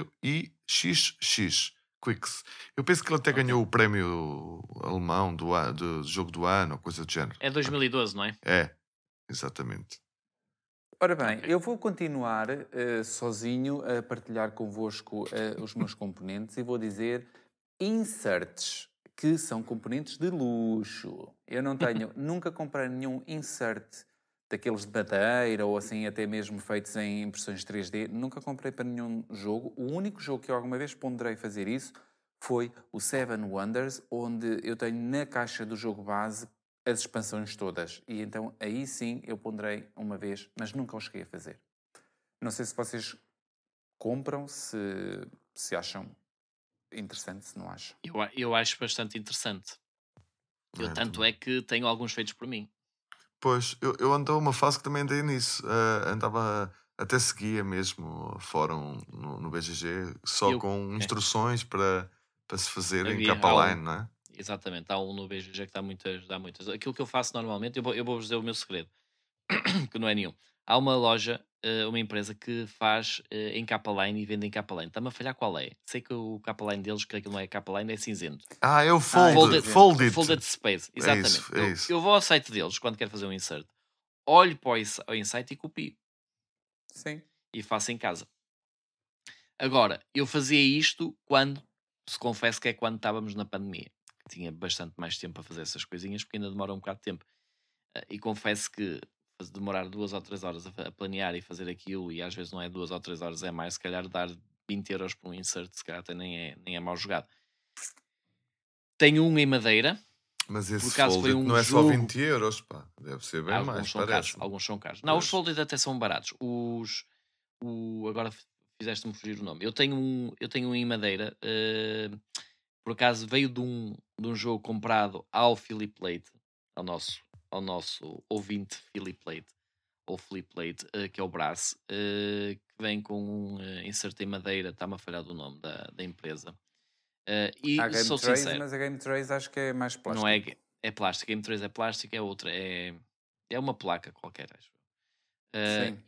W-I-X-X. Quicks. Eu penso que ele até Ok. ganhou o prémio alemão do jogo do ano, ou coisa do género. É 2012, não é? É, exatamente. Ora bem, Ok. eu vou continuar sozinho a partilhar convosco os meus componentes e vou dizer inserts, que são componentes de luxo. Eu não tenho, nunca comprei nenhum insert daqueles de madeira ou assim, até mesmo feitos em impressões 3D. Nunca comprei para nenhum jogo. O único jogo que eu alguma vez ponderei fazer isso foi o Seven Wonders, onde eu tenho na caixa do jogo base as expansões todas. E então aí sim eu ponderei uma vez, mas nunca o cheguei a fazer. Não sei se vocês compram, se acham interessante, se não acham. Eu acho bastante interessante. Tanto é que tenho alguns feitos por mim. Pois, eu ando a uma fase que também andei nisso. Andava, até seguia mesmo o fórum no BGG, só Eu- com é. instruções para se fazer em Havia capa line, não é? Exatamente, há um no BGG que dá muitas. Aquilo que eu faço normalmente, eu vou-vos dizer o meu segredo, que não é nenhum. Há uma loja, uma empresa que faz em capa line e vende em capa line. Está-me a falhar qual é? Sei que o capa line deles, que aquilo não é capa line, é cinzento. É o Folded- Folded Space, exatamente. É isso. Eu vou ao site deles quando quero fazer um insert, olho para o insight e copio Sim. e faço em casa. Agora, eu fazia isto quando, se confesso que é quando estávamos na pandemia. Tinha bastante mais tempo para fazer essas coisinhas, porque ainda demora um bocado de tempo. E confesso que demorar 2 ou 3 horas a planear e fazer aquilo, e às vezes não é 2 ou 3 horas, é mais, se calhar dar 20 euros por um insert, se calhar até nem é mal jogado. Tenho um em madeira. Mas esse Por acaso foi folded um não é só jogo- 20 euros, pá. Deve ser bem Alguns mais, são parece. caros, alguns são caros. Não, os Pois. folded até são baratos. Agora fizeste-me fugir o nome. Eu tenho um em madeira. Por acaso veio de um jogo comprado ao Philip Leite, ao nosso ouvinte Philip Leite, ou Philip Leite, que é o Brass, que vem com um insert em madeira, está-me a falhar do nome da empresa. E Há Game sou Trace, sincero, mas a Game Trace acho que é mais plástico. não é plástico. Game 3 é plástico, é outra, é uma placa qualquer, acho. Sim.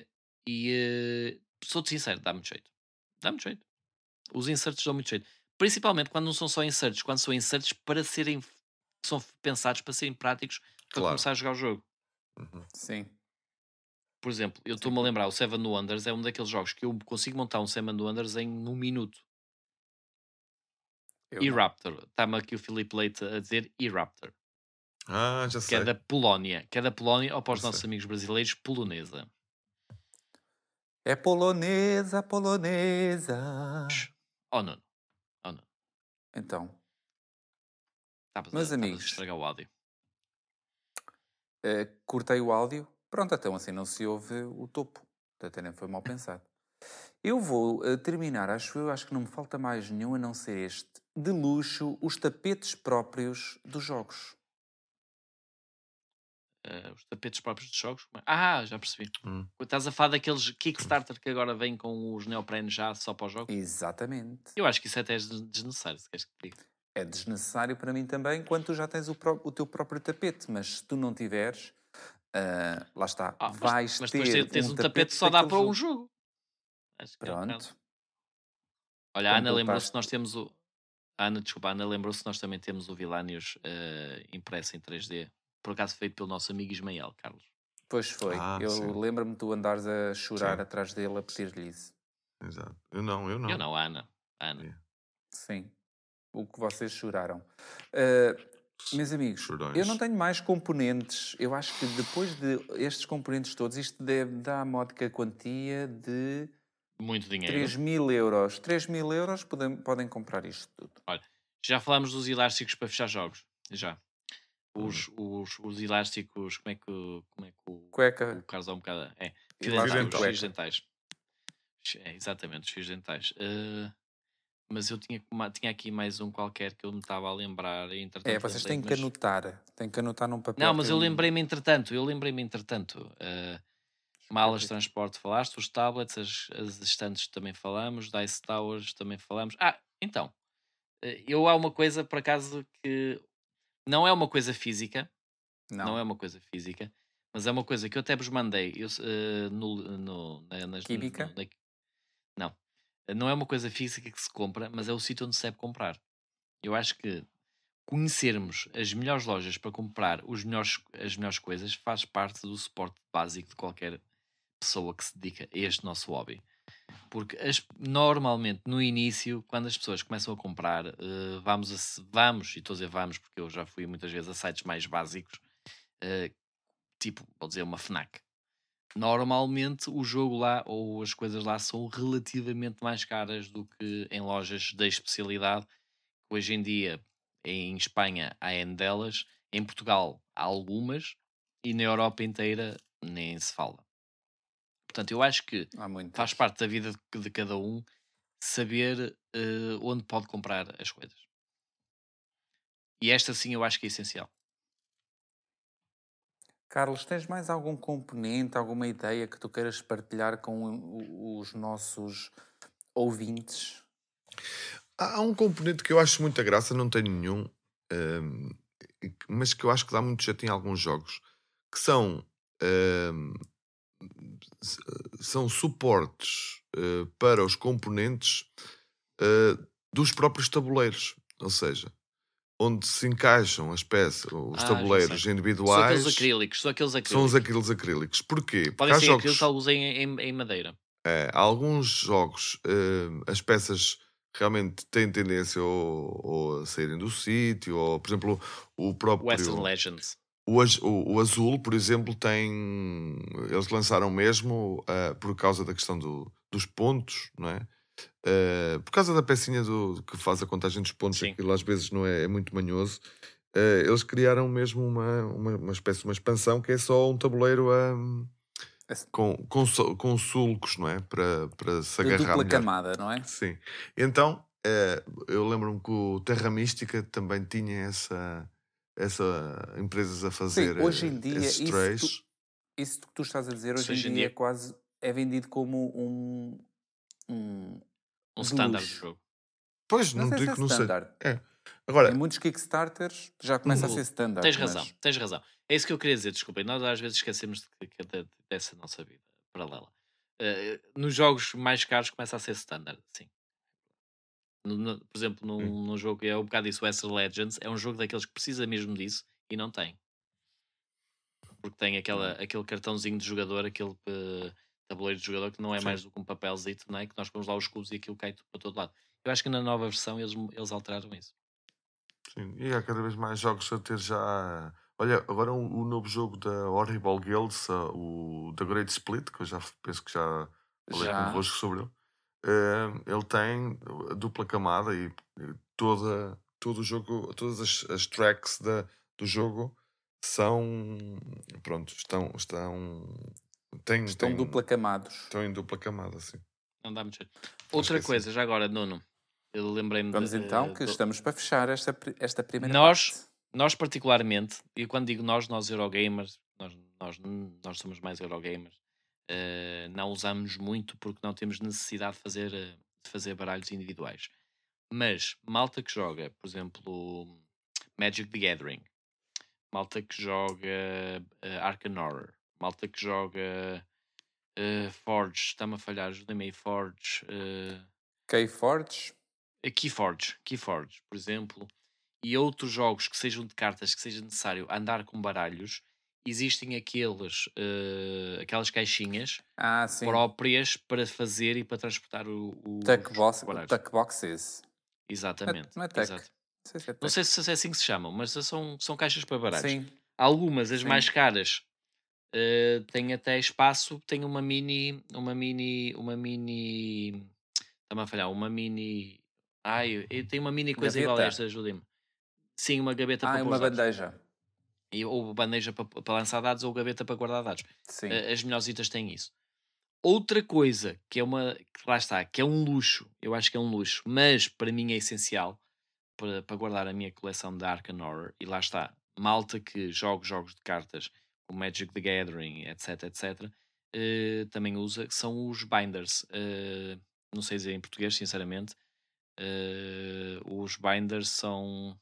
Sou-te sincero, dá muito jeito. Dá muito jeito. Os inserts dão muito jeito. Principalmente quando não são só inserts, quando são inserts que são pensados para serem práticos para Claro. começar a jogar o jogo. Uhum. Sim. Por exemplo, eu estou-me a lembrar, o Seven Wonders é um daqueles jogos que eu consigo montar um Seven Wonders em 1 minuto. Eu não. E-Raptor. Está-me aqui o Filipe Leite a dizer E-Raptor. Já Que sei. é da Polónia. ou para os Já nossos sei. amigos brasileiros, polonesa. É polonesa, polonesa. Oh, não. Então, Meus Meus amigos. a estragar o áudio. cortei o áudio. Pronto, então assim não se ouve o topo. Até nem foi mal pensado. Eu vou terminar, acho que não me falta mais nenhum a não ser este. De luxo, os tapetes próprios dos jogos. Os tapetes próprios dos jogos. Já percebi. Estás a falar daqueles Kickstarter que agora vêm com os neoprenos já só para os jogos? Exatamente. Eu acho que isso até é desnecessário, se queres que te diga. É desnecessário para mim também, quando tu já tens o teu próprio tapete. Mas se tu não tiveres, lá está, vais mas ter depois tens um tapete que só dá para um jogo. Acho que é um bocado. Pronto. Olha, a Ana Completar- lembrou-se que nós temos o. A Ana lembrou-se que nós também temos o Vilanius impresso em 3D. Por acaso feito pelo nosso amigo Ismael, Carlos. Pois foi. Eu sim. lembro-me de tu andares a chorar Sim. atrás dele a pedir-lhe isso. Exato. Eu não. Eu não, a Ana. Sim. O que vocês choraram. Meus amigos, Chorões. eu não tenho mais componentes. Eu acho que depois de estes componentes todos, isto deve dar a módica quantia de Muito dinheiro. 3.000 euros. 3.000 euros podem comprar isto tudo. Já falámos dos elásticos para fechar jogos. Já. Os elásticos, como é que o Cueca. Carlos há um bocado. Elástico Fios cueca. dentais. Exatamente, os fios dentais. Mas eu tinha aqui mais um qualquer que eu me estava a lembrar. E, entretanto, Vocês lembrei, têm que anotar. Têm que anotar num papel. Não, mas eu lembrei-me entretanto. Malas de transporte falaste, os tablets, as estantes também falamos, Dice Towers também falamos. Então, há uma coisa por acaso que não é uma coisa física, não é uma coisa física, mas é uma coisa que eu até vos mandei Química? Não, não é uma coisa física que se compra, mas é o sítio onde se deve comprar. Eu acho que conhecermos as melhores lojas para comprar as melhores coisas faz parte do suporte básico de qualquer pessoa que se dedica a este nosso hobby. Porque normalmente no início, quando as pessoas começam a comprar, vamos, e estou a dizer vamos porque eu já fui muitas vezes a sites mais básicos, tipo, vou dizer uma FNAC. Normalmente o jogo lá ou as coisas lá são relativamente mais caras do que em lojas de especialidade. Hoje em dia em Espanha há N delas, em Portugal há algumas e na Europa inteira nem se fala. Portanto, eu acho que faz parte da vida de cada um saber onde pode comprar as coisas. E esta sim eu acho que é essencial. Carlos, tens mais algum componente, alguma ideia que tu queiras partilhar com os nossos ouvintes? Há um componente que eu acho muita graça, não tenho nenhum, mas que eu acho que dá muito jeito em alguns jogos, que são suportes para os componentes dos próprios tabuleiros. Ou seja, onde se encaixam as peças, os tabuleiros individuais. São aqueles acrílicos. São os acrílicos. Porquê? Porque podem ser acrílicos, alguns em madeira. Há alguns jogos, as peças realmente têm tendência ou a saírem do sítio, ou, por exemplo, o próprio... Western Legends. O azul, por exemplo, tem... Eles lançaram mesmo por causa da questão dos pontos, não é? Por causa da pecinha que faz a contagem dos pontos, Sim. Aquilo às vezes não é muito manhoso. Eles criaram mesmo uma espécie de uma expansão que é só um tabuleiro com sulcos, não é? Para se agarrar dupla melhor. camada, não é? Sim. Então, eu lembro-me que o Terra Mística também tinha essa empresas a fazer. Sim, hoje em dia, esses trays. isso que tu estás a dizer, hoje em dia é vendido como um standard do jogo. Pois, não sei digo se que não sei. standard. Agora, em muitos Kickstarters já começa a ser standard. Tens razão. É isso que eu queria dizer, desculpem. Nós às vezes esquecemos dessa nossa vida paralela. Nos jogos mais caros começa a ser standard, sim. Por exemplo, num jogo que é um bocado isso, Western Legends, é um jogo daqueles que precisa mesmo disso e não tem. Porque tem aquele cartãozinho de jogador, aquele tabuleiro de jogador que não é mais do que um papelzito, não é? Que nós pomos lá os cubos e aquilo cai tudo para todo lado. Eu acho que na nova versão eles alteraram isso. Sim, e há cada vez mais jogos a ter já... Olha, agora o novo jogo da Horrible Guilds, o The Great Split, que eu já penso que já falei convosco sobre ele. Ele tem dupla camada e todo o jogo, todas as tracks do jogo são... Pronto, estão dupla camados. Estão em dupla camada, sim. Não dá muito jeito. Outra coisa, já agora, Nuno, eu lembrei-me... Vamos então, que estamos para fechar esta primeira parte. Nós particularmente, e quando digo nós Eurogamers, nós somos mais Eurogamers, não usamos muito porque não temos necessidade de fazer baralhos individuais. Mas malta que joga, por exemplo, Magic the Gathering, malta que joga Arkham Horror, malta que joga Forge, está-me a falhar, ajuda-me aí, Forge. Keyforge, por exemplo, e outros jogos que sejam de cartas, que seja necessário andar com baralhos, existem aquelas caixinhas próprias para fazer e para transportar os baralhos. Tuck boxes. Exatamente. Não é exato. Não sei se é assim que se chamam, mas são caixas para baralhos. Sim. Algumas, as mais caras, têm até espaço, tem uma mini está-me a falhar, uma mini... tem uma mini coisa igual a esta, ajudem-me. Sim, uma gaveta para pôr uma bandeja. Ou bandeja para lançar dados ou gaveta para guardar dados. Sim. As melhorzitas têm isso. Outra coisa que lá está, que é um luxo, eu acho que é um luxo, mas para mim é essencial para guardar a minha coleção de Arkham Horror, e lá está, malta que joga jogos de cartas, como Magic the Gathering, etc, também usa, que são os binders. Não sei dizer em português, sinceramente. Os binders são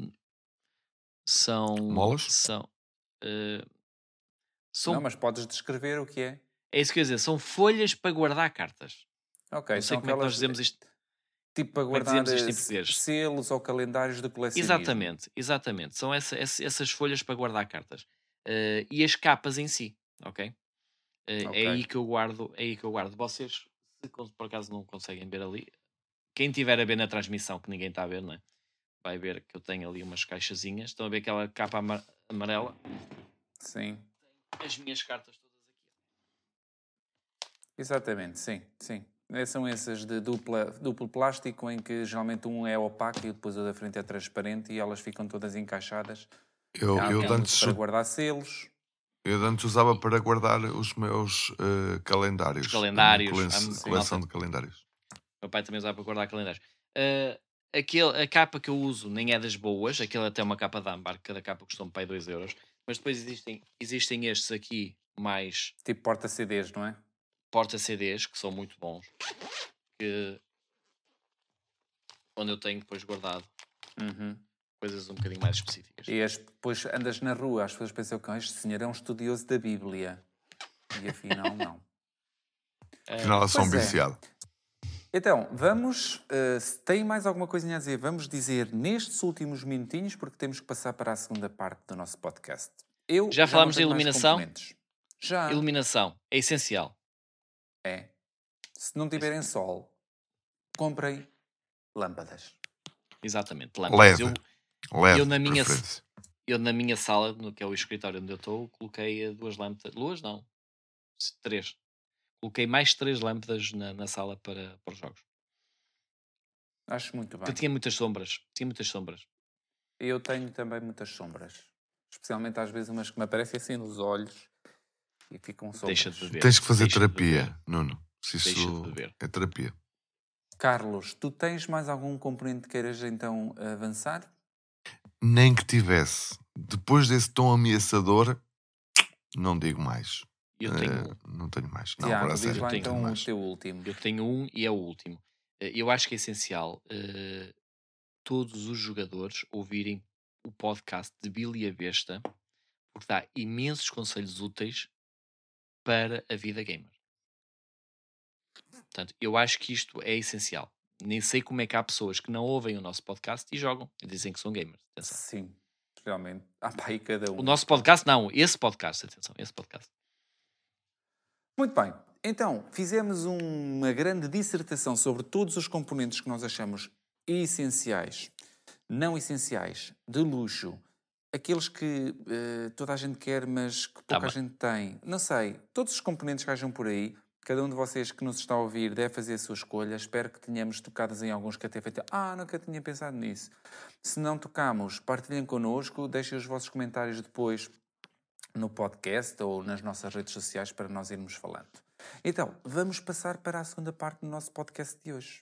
Molas? são Não, são mas podes descrever o que é. é isso que eu ia dizer, são folhas para guardar cartas. Ok, Não sei são como é que nós aquelas dizemos isto. tipo para Como é que guardar dizemos isto em português? selos ou calendários de colecionismo. Exatamente. São essas folhas para guardar cartas. E as capas em si, ok? É Ok. aí que eu guardo. Vocês, se por acaso não conseguem ver ali, quem tiver a ver na transmissão, que ninguém está a ver, não é? Vai ver que eu tenho ali umas caixazinhas. Estão a ver aquela capa amarela? Sim, As minhas cartas todas aqui. exatamente, sim. São essas de duplo plástico, em que geralmente um é opaco e depois o da frente é transparente e elas ficam todas encaixados. Eu de antes, Para guardar selos. eu de antes usava para guardar os meus calendários. Os calendários. A minha coleção de calendários. Meu pai também usava para guardar calendários. A capa que eu uso nem é das boas, aquela até é uma capa de âmbar, cada capa custou-me pai 2€, mas depois existem estes aqui, mais Tipo porta-CDs, não é? porta-CDs, que são muito bons, onde eu tenho depois guardado Uhum. coisas um bocadinho mais específicas. E depois andas na rua, as pessoas pensam que este senhor é um estudioso da Bíblia. E afinal, não. Afinal, eu sou um Pois é. viciado. Então, vamos... se tem mais alguma coisinha a dizer, vamos dizer nestes últimos minutinhos, porque temos que passar para a segunda parte do nosso podcast. Já falámos não tenho de mais iluminação? componentes. Já. Iluminação é essencial. É. Se não tiverem sol, comprem lâmpadas. Exatamente, lâmpadas. LED. eu na minha preferência. Eu na minha sala, no que é o escritório onde eu estou, coloquei 2 lâmpadas. 2 não. 3. Coloquei mais 3 lâmpadas na sala para os jogos. Acho muito bem. Porque tinha muitas sombras. Eu tenho também muitas sombras. Especialmente às vezes umas que me aparecem assim nos olhos e ficam sombras. Deixa de beber. Tens que fazer Deixa de terapia, beber. Nuno. Se Deixa isso de beber. é terapia. Carlos, tu tens mais algum componente que queiras então avançar? Nem que tivesse. Depois desse tom ameaçador, não digo mais. Eu tenho Não tenho mais. Não, Tiago, agora a diz sério, lá não então tenho o mais. teu último. Eu tenho um e é o último. Eu acho que é essencial todos os jogadores ouvirem o podcast de Billy a Besta, porque dá imensos conselhos úteis para a vida gamer. Portanto, eu acho que isto é essencial. Nem sei como é que há pessoas que não ouvem o nosso podcast e jogam e dizem que são gamers. Atenção. Sim, realmente. Há para aí cada um. O nosso podcast, não. Esse podcast, atenção. Esse podcast. Muito bem. Então, fizemos uma grande dissertação sobre todos os componentes que nós achamos essenciais, não essenciais, de luxo, aqueles que toda a gente quer, mas que pouca bem. gente tem. Não sei, todos os componentes que hajam por aí, cada um de vocês que nos está a ouvir deve fazer a sua escolha. Espero que tenhamos tocado em alguns que até feito. Nunca tinha pensado nisso. Se não tocamos, partilhem connosco, deixem os vossos comentários depois no podcast ou nas nossas redes sociais para nós irmos falando. Então, vamos passar para a segunda parte do nosso podcast de hoje.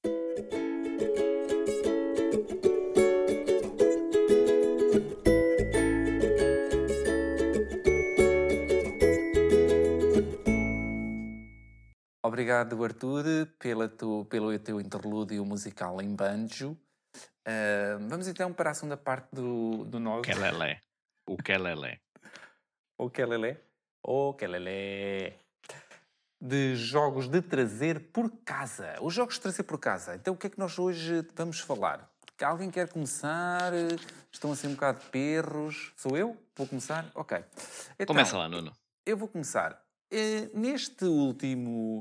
Obrigado, Arthur, pelo teu interlúdio musical em banjo. Vamos então para a segunda parte do nosso... Quelele. O Quelele. O Quelele. O Quelele. De jogos de trazer por casa. Os jogos de trazer por casa. Então, o que é que nós hoje vamos falar? Alguém quer começar? Estão assim um bocado de perros. Sou eu? Vou começar? Ok. Então, Começa lá, Nuno. eu vou começar. Neste último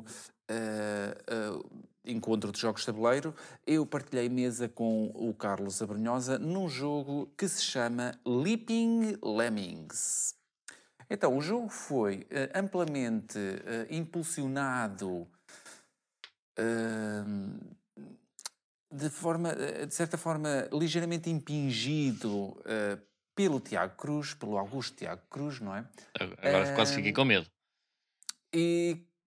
encontro de jogos de tabuleiro, eu partilhei mesa com o Carlos Abrunhosa num jogo que se chama Leaping Lemmings. Então, o jogo foi amplamente impulsionado de certa forma, ligeiramente impingido pelo Tiago Cruz, pelo Augusto Tiago Cruz, não é? Agora quase fiquei com medo. E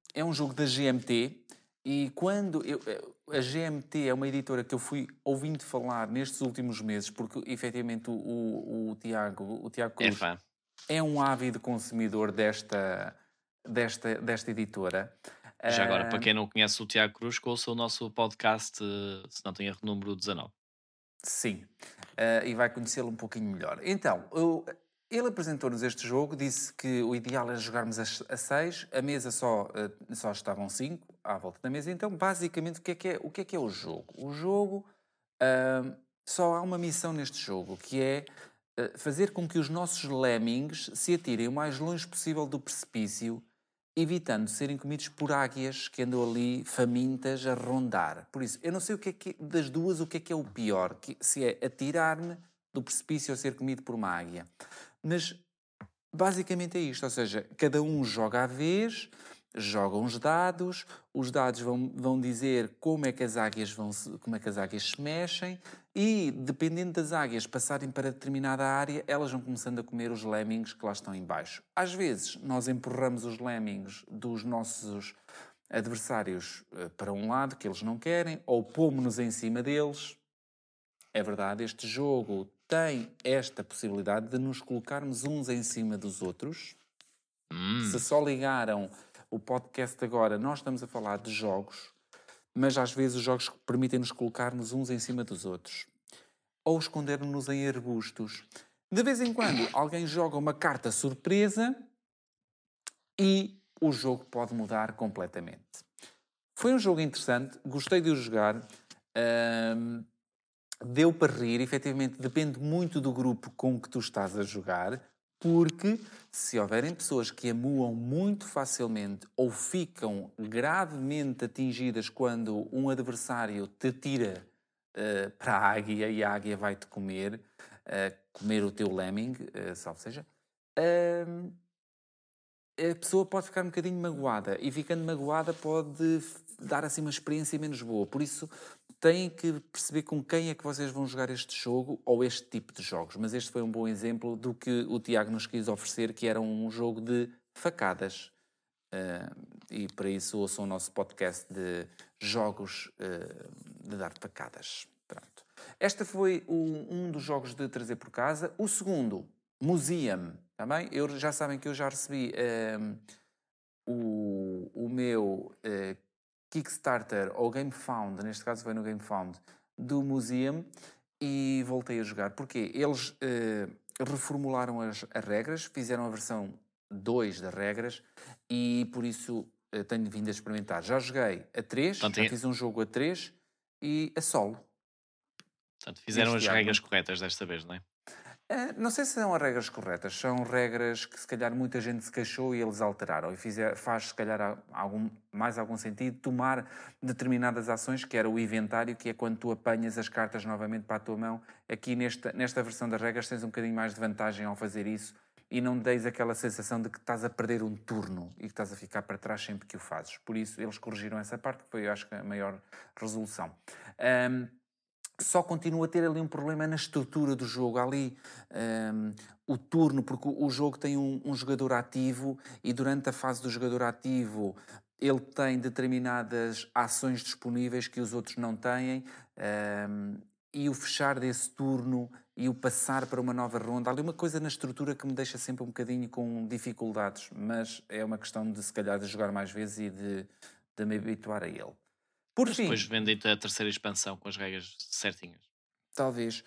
é um jogo da GMT e quando a GMT é uma editora que eu fui ouvindo falar nestes últimos meses, porque efetivamente o Tiago Cruz fã. é um ávido consumidor desta editora. Já agora, para quem não conhece o Tiago Cruz, ouça o nosso podcast, se não tem erro, número 19. Sim, e vai conhecê-lo um pouquinho melhor. Então, ele apresentou-nos este jogo, disse que o ideal era jogarmos a 6, a mesa só estavam 5 à volta da mesa. Então, basicamente, o que é o jogo? O jogo, só há uma missão neste jogo, que é fazer com que os nossos lemmings se atirem o mais longe possível do precipício, evitando serem comidos por águias que andam ali famintas a rondar. Por isso, eu não sei das duas o que é o pior, se é atirar-me do precipício ou ser comido por uma águia. Mas basicamente é isto, ou seja, cada um joga à vez, joga uns dados, os dados vão dizer como é que as águias se mexem e, dependendo das águias passarem para determinada área, elas vão começando a comer os lemmings que lá estão em baixo. Às vezes, nós empurramos os lemmings dos nossos adversários para um lado, que eles não querem, ou pomos-nos em cima deles. É verdade, este jogo tem esta possibilidade de nos colocarmos uns em cima dos outros. Se só ligaram o podcast agora, nós estamos a falar de jogos, mas às vezes os jogos permitem-nos colocar-nos uns em cima dos outros. Ou esconder-nos em arbustos. De vez em quando, alguém joga uma carta surpresa e o jogo pode mudar completamente. Foi um jogo interessante, gostei de o jogar. Deu para rir, efetivamente depende muito do grupo com que tu estás a jogar, porque se houverem pessoas que amuam muito facilmente ou ficam gravemente atingidas quando um adversário te tira para a águia e a águia vai-te comer o teu lemming, salvo seja, a pessoa pode ficar um bocadinho magoada e ficando magoada pode dar assim uma experiência menos boa. Por isso têm que perceber com quem é que vocês vão jogar este jogo ou este tipo de jogos. Mas este foi um bom exemplo do que o Tiago nos quis oferecer, que era um jogo de facadas. E para isso ouçam o nosso podcast de jogos de dar facadas. Pronto. Este foi um dos jogos de trazer por casa. O segundo, Museum. Também, já sabem que eu já recebi o meu Kickstarter ou GameFound, neste caso foi no GameFound, do Museum e voltei a jogar. Porquê? Eles reformularam as regras, fizeram a versão 2 das regras e por isso tenho vindo a experimentar. Já joguei a 3, já fiz um jogo a 3 e a solo. Portanto, fizeram as regras corretas desta vez, não é? Não sei se são as regras corretas, são regras que se calhar muita gente se queixou e eles alteraram. E faz se calhar mais algum sentido tomar determinadas ações, que era o inventário, que é quando tu apanhas as cartas novamente para a tua mão. Aqui nesta versão das regras tens um bocadinho mais de vantagem ao fazer isso e não deis aquela sensação de que estás a perder um turno e que estás a ficar para trás sempre que o fazes. Por isso eles corrigiram essa parte, que foi, eu acho, a maior resolução. Só continua a ter ali um problema na estrutura do jogo. Há ali o turno, porque o jogo tem um jogador ativo e durante a fase do jogador ativo ele tem determinadas ações disponíveis que os outros não têm e o fechar desse turno e o passar para uma nova ronda. Há ali uma coisa na estrutura que me deixa sempre um bocadinho com dificuldades, mas é uma questão de se calhar de jogar mais vezes e de me habituar a ele. Mas depois vendem-te a terceira expansão com as regras certinhas. Talvez.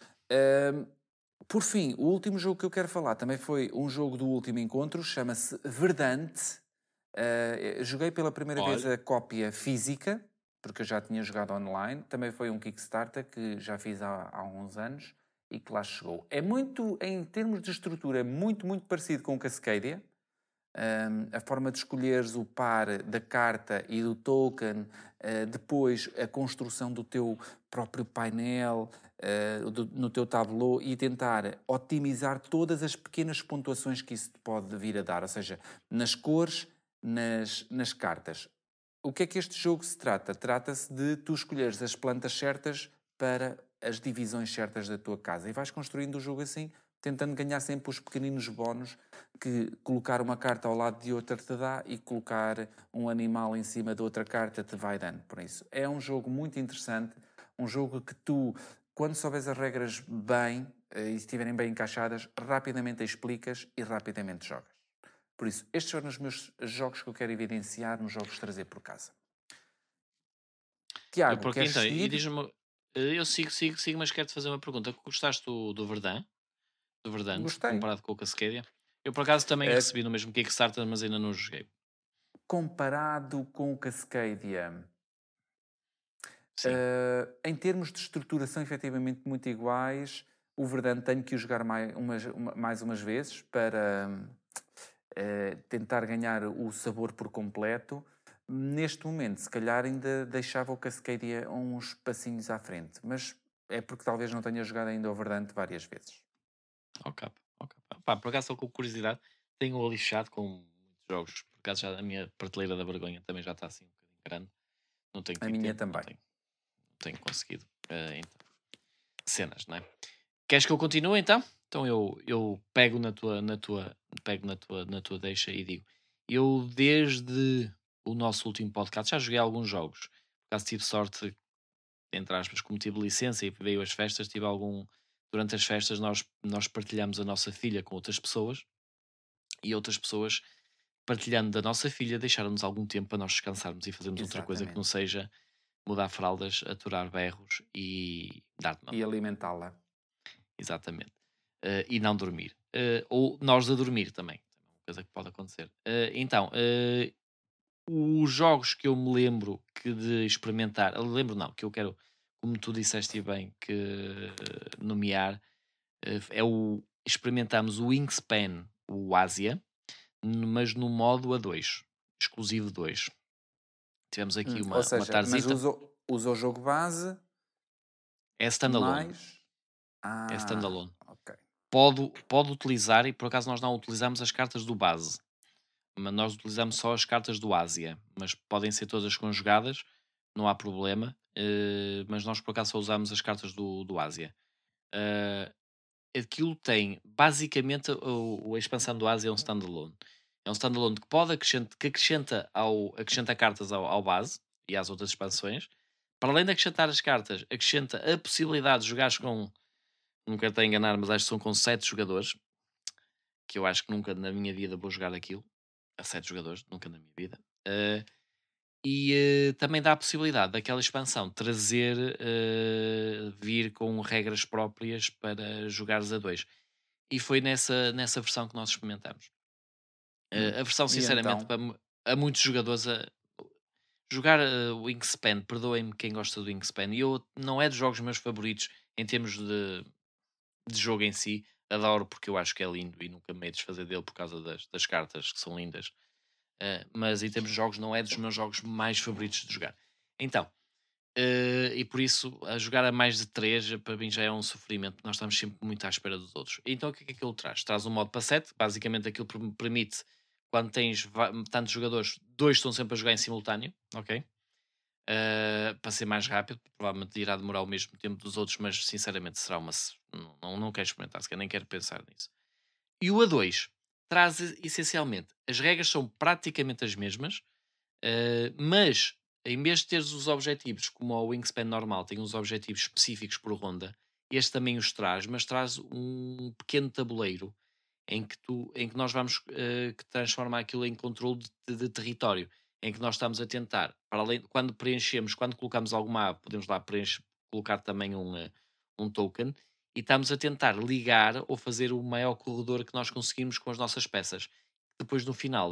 Por fim, o último jogo que eu quero falar também foi um jogo do último encontro, chama-se Verdante. Joguei pela primeira vez a cópia física, porque eu já tinha jogado online. Também foi um Kickstarter que já fiz há uns anos e que lá chegou. É muito, em termos de estrutura, muito parecido com o Cascadia. A forma de escolheres o par da carta e do token, depois a construção do teu próprio painel, no teu tableau e tentar otimizar todas as pequenas pontuações que isso te pode vir a dar, ou seja, nas cores, nas cartas. O que é que este jogo se trata? Trata-se de tu escolheres as plantas certas para as divisões certas da tua casa e vais construindo o jogo assim tentando ganhar sempre os pequeninos bónus que colocar uma carta ao lado de outra te dá e colocar um animal em cima de outra carta te vai dando. Por isso, é um jogo muito interessante, um jogo que tu, quando souberes as regras bem e estiverem bem encaixadas, rapidamente explicas e rapidamente jogas. Por isso, estes são os meus jogos que eu quero evidenciar nos jogos de trazer por casa. Tiago, Porque queres então, e seguir? diz-me, eu sigo, mas quero-te fazer uma pergunta. Gostaste do Verdun? Do Verdant, Gostei. comparado com o Cascadia? Eu, por acaso, também Eh, recebi no mesmo Kickstarter, mas ainda não o joguei. Comparado com o Cascadia, Sim. em termos de estruturação, efetivamente muito iguais. O Verdant tenho que o jogar mais umas vezes para tentar ganhar o sabor por completo. Neste momento, se calhar ainda deixava o Cascadia uns passinhos à frente, mas é porque talvez não tenha jogado ainda o Verdant várias vezes. Ok. Pá, por acaso, só com curiosidade, tenho o lixado com muitos jogos. Por acaso, já a minha prateleira da vergonha também já está assim um bocadinho grande. Não tenho A tido minha tempo, também. não tenho conseguido. Então, cenas, não é? Queres que eu continue então? Então eu pego na tua deixa e digo: eu desde o nosso último podcast já joguei alguns jogos. Por acaso tive sorte, entre aspas, como tive licença e veio as festas, tive algum. Durante as festas nós partilhamos a nossa filha com outras pessoas e outras pessoas partilhando da nossa filha deixaram-nos algum tempo para nós descansarmos e fazermos outra coisa que não Exatamente. seja mudar fraldas, aturar berros e dar de E mamar. alimentá-la. Exatamente. E não dormir. Ou nós a dormir também. É uma coisa que pode acontecer. Então, os jogos que eu me lembro que de experimentar, lembro não, que eu quero, como tu disseste bem, que nomear, é o experimentamos o Wingspan, o Ásia, mas no modo A2, exclusivo 2. Tivemos aqui Ou uma seja, mas tarzita, usa o jogo base é standalone, mais. é standalone. Ok. Pode utilizar, e por acaso nós não utilizamos as cartas do base, mas nós utilizamos só as cartas do Ásia, mas podem ser todas conjugadas, não há problema. Mas nós por acaso só usamos as cartas do Ásia. Aquilo tem basicamente a expansão do Ásia é um standalone. É um standalone que pode acrescenta cartas ao base e às outras expansões. Para além de acrescentar as cartas, acrescenta a possibilidade de jogares com, não quero estar a enganar, mas acho que são com 7 jogadores, que eu acho que nunca na minha vida vou jogar aquilo a 7 jogadores, nunca na minha vida. Também dá a possibilidade daquela expansão trazer, vir com regras próprias para jogares a 2. E foi nessa versão que nós experimentamos. A versão, E sinceramente, então? a muitos jogadores, jogar o Wingspan, perdoem-me quem gosta do Wingspan, e eu não é dos jogos meus favoritos em termos de jogo em si, adoro porque eu acho que é lindo e nunca me hei de desfazer dele por causa das cartas que são lindas. Mas em termos de jogos, não é dos meus jogos mais favoritos de jogar. Então, e por isso, a jogar a mais de 3 para mim já é um sofrimento, nós estamos sempre muito à espera dos outros. Então, o que é que aquilo traz? Traz um modo para 7, basicamente aquilo permite, quando tens tantos jogadores, 2 estão sempre a jogar em simultâneo, ok? Para ser mais rápido, provavelmente irá demorar o mesmo tempo dos outros, mas sinceramente será uma. Não quero experimentar, sequer nem quero pensar nisso. E o A2 traz essencialmente, as regras são praticamente as mesmas, mas em vez de teres os objetivos como o Wingspan normal, tem uns objetivos específicos por ronda, este também os traz, mas traz um pequeno tabuleiro em que nós vamos que transformar aquilo em controle de território, em que nós estamos a tentar, para além, quando colocamos alguma ave, podemos lá colocar também um token, e estamos a tentar ligar ou fazer o maior corredor que nós conseguimos com as nossas peças. Depois no final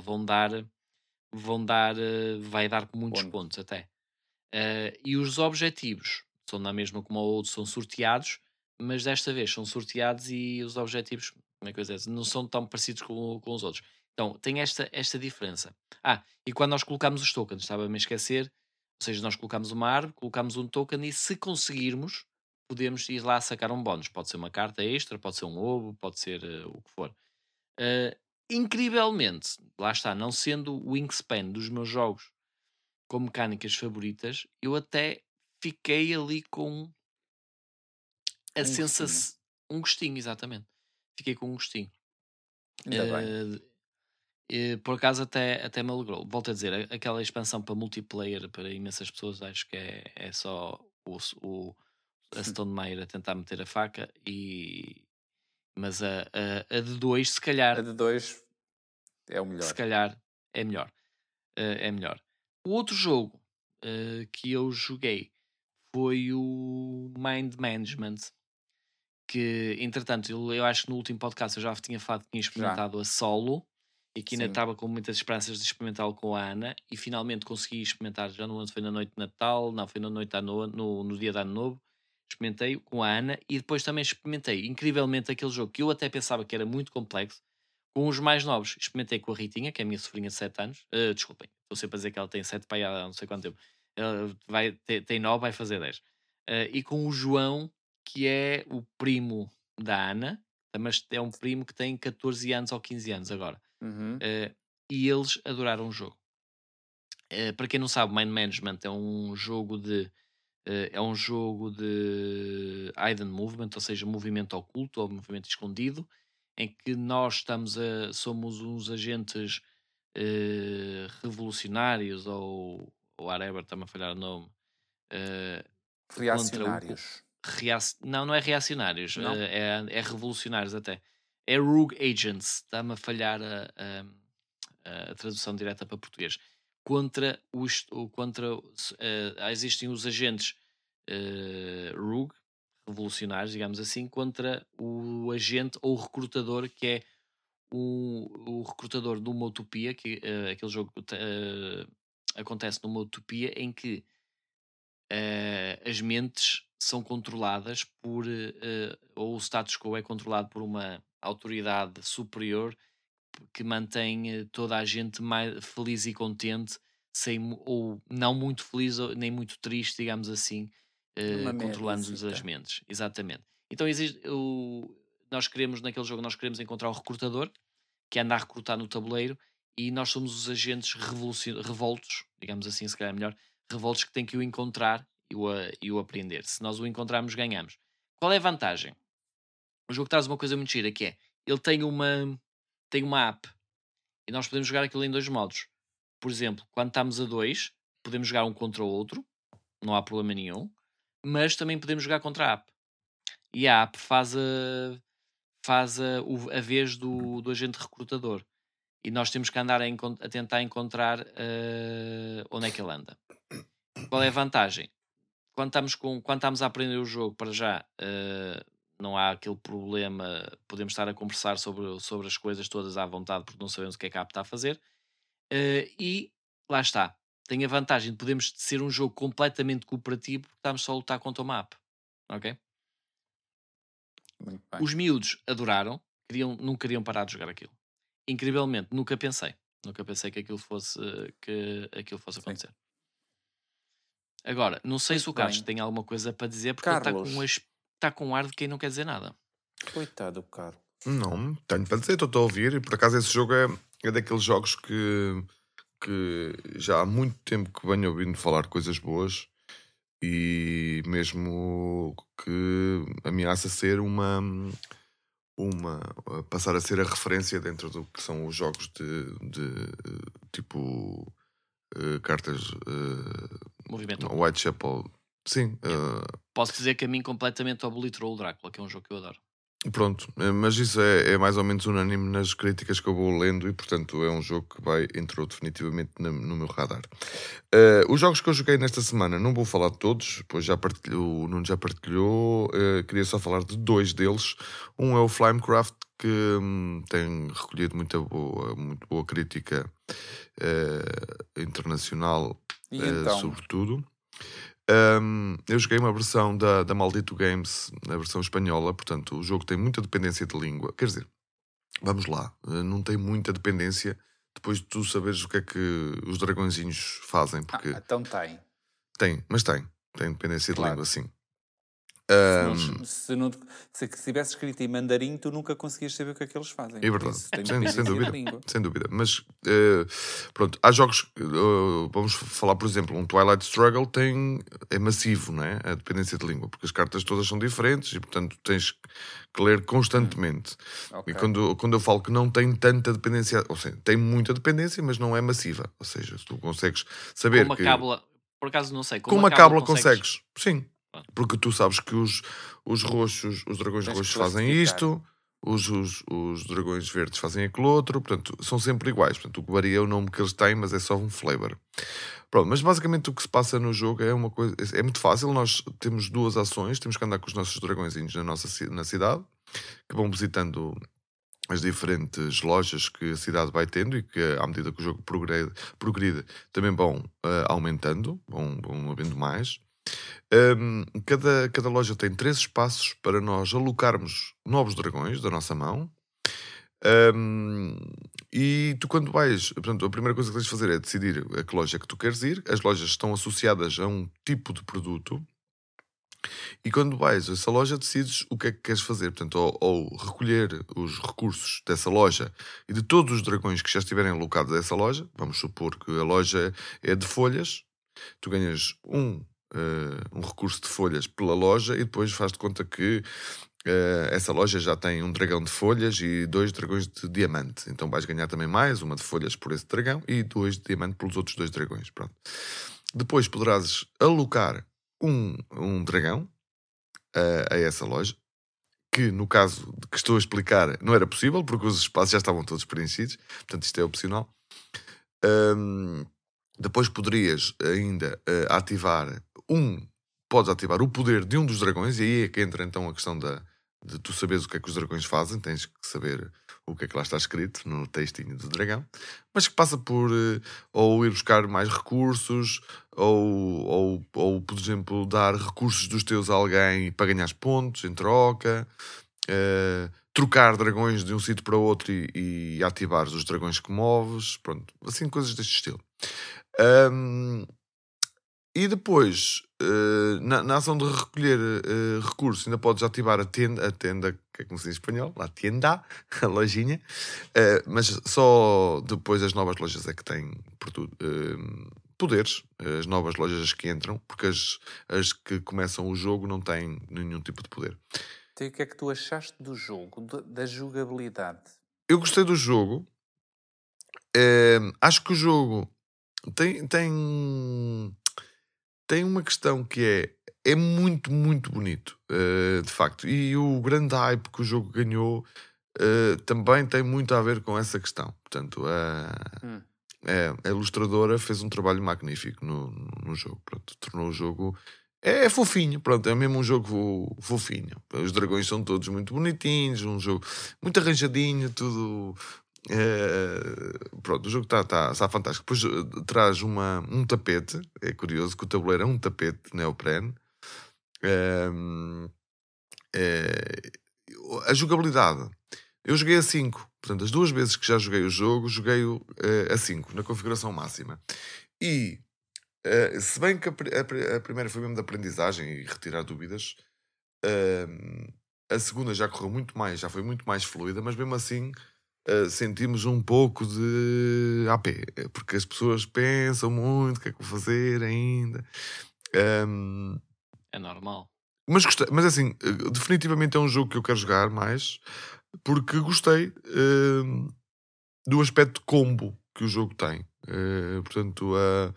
vai dar muitos Onde? pontos até. E os objetivos são na mesma como o outro, são sorteados, mas desta vez são sorteados e os objetivos, como é que eu ia dizer, não são tão parecidos com os outros. Então, tem esta diferença. E quando nós colocamos os tokens, estava-me a esquecer, ou seja, nós colocamos uma árvore, colocamos um token e se conseguirmos, podemos ir lá sacar um bónus. Pode ser uma carta extra, pode ser um ovo, pode ser o que for. Uh, Incrivelmente, lá está, não sendo o Wingspan dos meus jogos com mecânicas favoritas, eu até fiquei ali com a Um gostinho. sensação. Um gostinho, exatamente. fiquei com um gostinho. Ainda bem. Por acaso até me alegrou. Volto a dizer, aquela expansão para multiplayer para imensas pessoas, acho que é só a Stone Meyer a tentar meter a faca, mas a de 2 se A calhar, de 2 é o melhor. se calhar é melhor. É melhor. O outro jogo que eu joguei foi o Mind Management, que entretanto eu acho que no último podcast eu já tinha falado que tinha experimentado a solo e que ainda Sim. estava com muitas esperanças de experimentá-lo com a Ana, e finalmente consegui experimentar. Já não lembro se foi na noite de Natal, não, foi na noite no dia de Ano Novo. Experimentei com a Ana e depois também experimentei incrivelmente aquele jogo que eu até pensava que era muito complexo com os mais novos. Experimentei com a Ritinha, que é a minha sobrinha de 7 anos. Desculpem, estou sempre a dizer que ela tem 7 para aí há não sei quanto tempo. Ela tem 9, vai fazer 10. E com o João, que é o primo da Ana, mas é um primo que tem 14 anos ou 15 anos agora. Uhum. E eles adoraram o jogo. Para quem não sabe, Mind Management é um jogo de hidden movement, ou seja, movimento oculto ou movimento escondido, em que nós somos uns agentes revolucionários ou whatever, está-me a falhar o nome. Reacionários. Não é reacionários, Não? é revolucionários até. É Rogue Agents, está-me a falhar a tradução direta para português. Existem os agentes Rogue, revolucionários, digamos assim, contra o agente ou o recrutador, que é o recrutador de uma utopia, que aquele jogo acontece numa utopia em que as mentes são controladas ou o status quo é controlado por uma autoridade superior que mantém toda a gente mais feliz e contente, ou não muito feliz nem muito triste, digamos assim, Numa controlando-lhes as medicita. mentes. Exatamente. Então naquele jogo nós queremos encontrar o recrutador, que anda a recrutar no tabuleiro, e nós somos os agentes revoltos, digamos assim, se calhar é melhor, revoltos, que têm que o encontrar e o apreender. Se nós o encontrarmos, ganhamos. Qual é a vantagem? O jogo traz uma coisa muito gira, que é, ele tem uma app, e nós podemos jogar aquilo em 2 modos. Por exemplo, quando estamos a 2, podemos jogar um contra o outro, não há problema nenhum, mas também podemos jogar contra a app. E a app faz a vez do agente recrutador. E nós temos que andar a tentar encontrar onde é que ele anda. Qual é a vantagem? Quando estamos a aprender o jogo, para já, não há aquele problema, podemos estar a conversar sobre as coisas todas à vontade, porque não sabemos o que é que a app está a fazer. E lá está. Tem a vantagem de podermos ser um jogo completamente cooperativo, porque estamos só a lutar contra uma app. Ok? Muito bem. Os miúdos adoraram, não queriam parar de jogar aquilo. Incrivelmente, nunca pensei que aquilo fosse acontecer. Agora, não sei Muito se o Carlos bem. tem alguma coisa para dizer, porque ele está com um ar de quem não quer dizer nada. Coitado do Carlos. Não, tenho para dizer, estou a ouvir, e por acaso esse jogo é daqueles jogos que já há muito tempo que venho ouvindo falar coisas boas, e mesmo que ameaça ser passar a ser a referência dentro do que são os jogos de tipo cartas Movimento. Whitechapel. Sim, Posso dizer que a mim completamente obliterou o Drácula, que é um jogo que eu adoro. pronto, mas isso é mais ou menos unânime nas críticas que eu vou lendo, e portanto é um jogo que entrou definitivamente no meu radar. Os jogos que eu joguei nesta semana, não vou falar de todos, pois o Nuno já partilhou. Queria só falar de 2 deles. Um é o Flamecraft, que tem recolhido muito boa crítica internacional, E então? sobretudo. Eu joguei uma versão da Maldito Games, a versão espanhola, portanto o jogo tem muita dependência de língua. Quer dizer, vamos lá, não tem muita dependência depois de tu saberes o que é que os dragõezinhos fazem, porque Então tem. tem dependência de Claro. língua, sim. Se tivesse escrito em mandarim, tu nunca conseguias saber o que é que eles fazem. É verdade, sem dúvida. Língua. Sem dúvida. Mas, pronto, há jogos, vamos falar, por exemplo, um Twilight Struggle é massivo, não é? A dependência de língua, porque as cartas todas são diferentes e, portanto, tens que ler constantemente. Ok. E quando eu falo que não tem tanta dependência, ou seja, tem muita dependência, mas não é massiva. Ou seja, tu consegues saber Com uma que... cábula, por acaso não sei, Com uma cábula consegues. Sim. Porque tu sabes que os roxos, os dragões Tens roxos que fazem classificar. isto, os dragões verdes fazem aquilo outro, portanto, são sempre iguais. Portanto, o que varia é o nome que eles têm, mas é só um flavor. Pronto, mas basicamente o que se passa no jogo é uma coisa, é muito fácil. Nós temos duas ações, temos que andar com os nossos dragõezinhos na cidade, que vão visitando as diferentes lojas que a cidade vai tendo e que, à medida que o jogo progride também vão aumentando, vão havendo mais. Cada loja tem 3 espaços para nós alocarmos novos dragões da nossa mão. E tu, quando vais, portanto, a primeira coisa que tens de fazer é decidir a que loja é que tu queres ir. As lojas estão associadas a um tipo de produto. E quando vais a essa loja, decides o que é que queres fazer. Portanto, ou recolher os recursos dessa loja e de todos os dragões que já estiverem alocados a essa loja. Vamos supor que a loja é de folhas. Tu ganhas um recurso de folhas pela loja e depois faz de conta que essa loja já tem um dragão de folhas e 2 dragões de diamante. Então vais ganhar também mais uma de folhas por esse dragão e 2 de diamante pelos outros 2 dragões. Pronto. Depois poderás alocar um dragão a essa loja, que no caso que estou a explicar não era possível porque os espaços já estavam todos preenchidos, portanto isto é opcional. Depois poderias ainda podes ativar o poder de um dos dragões, e aí é que entra então a questão de tu saberes o que é que os dragões fazem. Tens que saber o que é que lá está escrito no textinho do dragão, mas que passa por ou ir buscar mais recursos, ou por exemplo, dar recursos dos teus a alguém para ganhar pontos em troca, trocar dragões de um sítio para outro e ativar os dragões que moves, pronto, assim, coisas deste estilo. E depois, na ação de recolher recursos, ainda podes ativar a tenda, que é como se diz em espanhol, a tienda, a lojinha, mas só depois as novas lojas é que têm poderes, as novas lojas que entram, porque as que começam o jogo não têm nenhum tipo de poder. Então, o que é que tu achaste do jogo, da jogabilidade? Eu gostei do jogo. Acho que o jogo tem uma questão que é muito, muito bonito, de facto. E o grande hype que o jogo ganhou também tem muito a ver com essa questão. Portanto, a ilustradora fez um trabalho magnífico no jogo. Pronto, tornou o jogo... É fofinho, pronto, é mesmo um jogo fofinho. Os dragões são todos muito bonitinhos, um jogo muito arranjadinho, tudo... pronto, o jogo está fantástico. Depois traz um tapete. É curioso que o tabuleiro é um tapete de neoprene. A jogabilidade, eu joguei a 5. Portanto, as 2 vezes que já joguei o jogo, joguei-o a 5, na configuração máxima. E se bem que a primeira foi mesmo de aprendizagem e retirar dúvidas, a segunda já correu muito mais, já foi muito mais fluida, mas mesmo assim sentimos um pouco de AP, porque as pessoas pensam muito o que é que vou fazer ainda. É normal. Mas gostei, mas assim, definitivamente é um jogo que eu quero jogar mais, porque gostei do aspecto combo que o jogo tem. Portanto,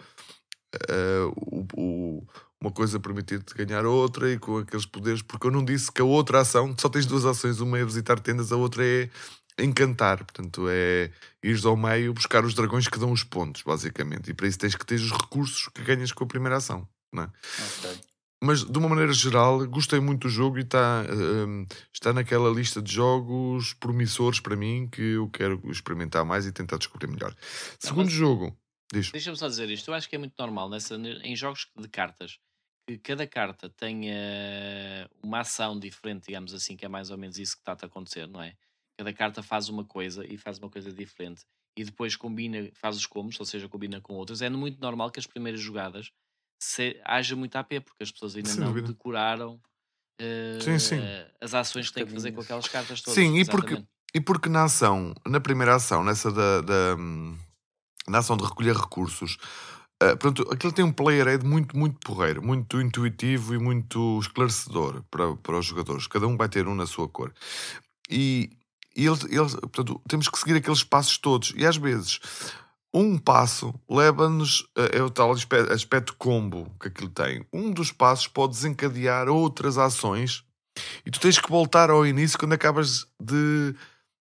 uma coisa permitir-te ganhar outra e com aqueles poderes, porque eu não disse que a outra ação, só tens 2 ações, uma é visitar tendas, a outra é encantar, portanto é ires ao meio buscar os dragões que dão os pontos, basicamente, e para isso tens que ter os recursos que ganhas com a primeira ação, não é? Okay. Mas de uma maneira geral gostei muito do jogo e está naquela lista de jogos promissores para mim que eu quero experimentar mais e tentar descobrir melhor. Segundo jogo, deixa-me só dizer isto, eu acho que é muito normal em jogos de cartas que cada carta tenha uma ação diferente, digamos assim, que é mais ou menos isso que está a acontecer, não é? Cada carta faz uma coisa e faz uma coisa diferente e depois combina, faz os combos, ou seja, combina com outras. É muito normal que as primeiras jogadas haja muito AP, porque as pessoas ainda Sem não dúvida. decoraram Sim. as ações que tem que fazer com aquelas cartas todas. Sim, Exatamente. e porque na primeira ação, nessa na ação de recolher recursos, pronto, aquilo tem um player aid muito, muito porreiro, muito intuitivo e muito esclarecedor para os jogadores. Cada um vai ter um na sua cor. E portanto, temos que seguir aqueles passos todos. E às vezes, um passo leva-nos, é o tal aspecto combo que aquilo tem. Um dos passos pode desencadear outras ações e tu tens que voltar ao início quando acabas de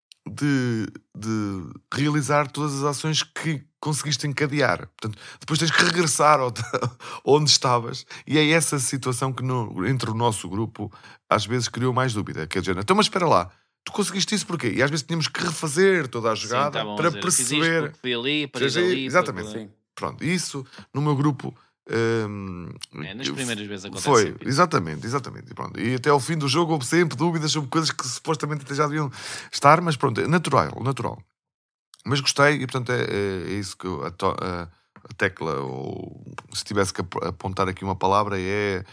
realizar todas as ações que conseguiste encadear. Portanto, depois tens que regressar onde estavas, e é essa situação que entre o nosso grupo às vezes criou mais dúvida. Quer dizer, então, mas espera lá, tu conseguiste isso porquê? E às vezes tínhamos que refazer toda a jogada para perceber. Fui ali, para ir ali. Exatamente. Sim. Pronto, isso no meu grupo. Nas primeiras vezes acontece. Foi, sempre. exatamente. E, pronto, e até ao fim do jogo houve sempre dúvidas sobre coisas que supostamente até já deviam estar, mas pronto, é natural. Mas gostei, e portanto é isso que a tecla, ou se tivesse que apontar aqui uma palavra, é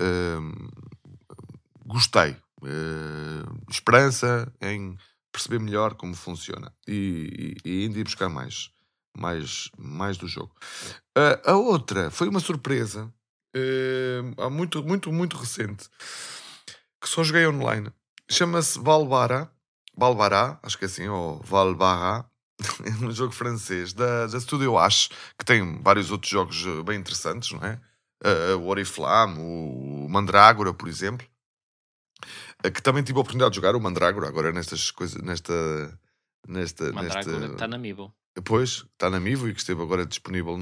gostei. Esperança em perceber melhor como funciona e ainda ir buscar mais do jogo. A outra foi uma surpresa muito recente, que só joguei online. Chama-se Valbara, acho que é assim, ou Valbara. É um jogo francês da Studio Ash, que tem vários outros jogos bem interessantes, não é? O Oriflame, o Mandrágora, por exemplo, que também tive a oportunidade de jogar o Mandrágora agora nestas coisas, Mandrágora está na Amiibo. Depois está na Amiibo e que esteve agora disponível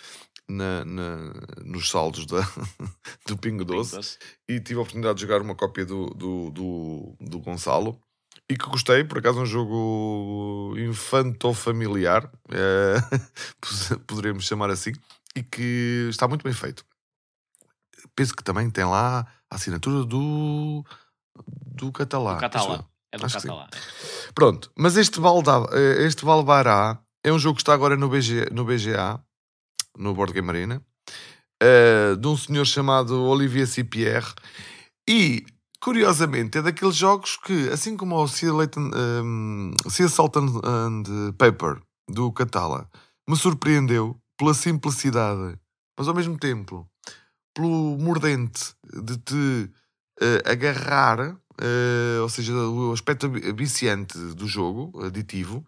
nos saldos do Pingo Doce. E tive a oportunidade de jogar uma cópia do Gonçalo e que gostei. Por acaso é um jogo infanto-familiar, poderíamos chamar assim, e que está muito bem feito. Penso que também tem lá a assinatura do Catalá. Do Catalá. É do Acho que Catalá. Pronto, mas este Valbará é um jogo que está agora no BGA, no Board Game Arena, de um senhor chamado Olivier Cipierre, e curiosamente é daqueles jogos que, assim como o Sea Salt and Paper do Catala, me surpreendeu pela simplicidade, mas ao mesmo tempo pelo mordente de te agarrar, ou seja, o aspecto viciante do jogo, aditivo.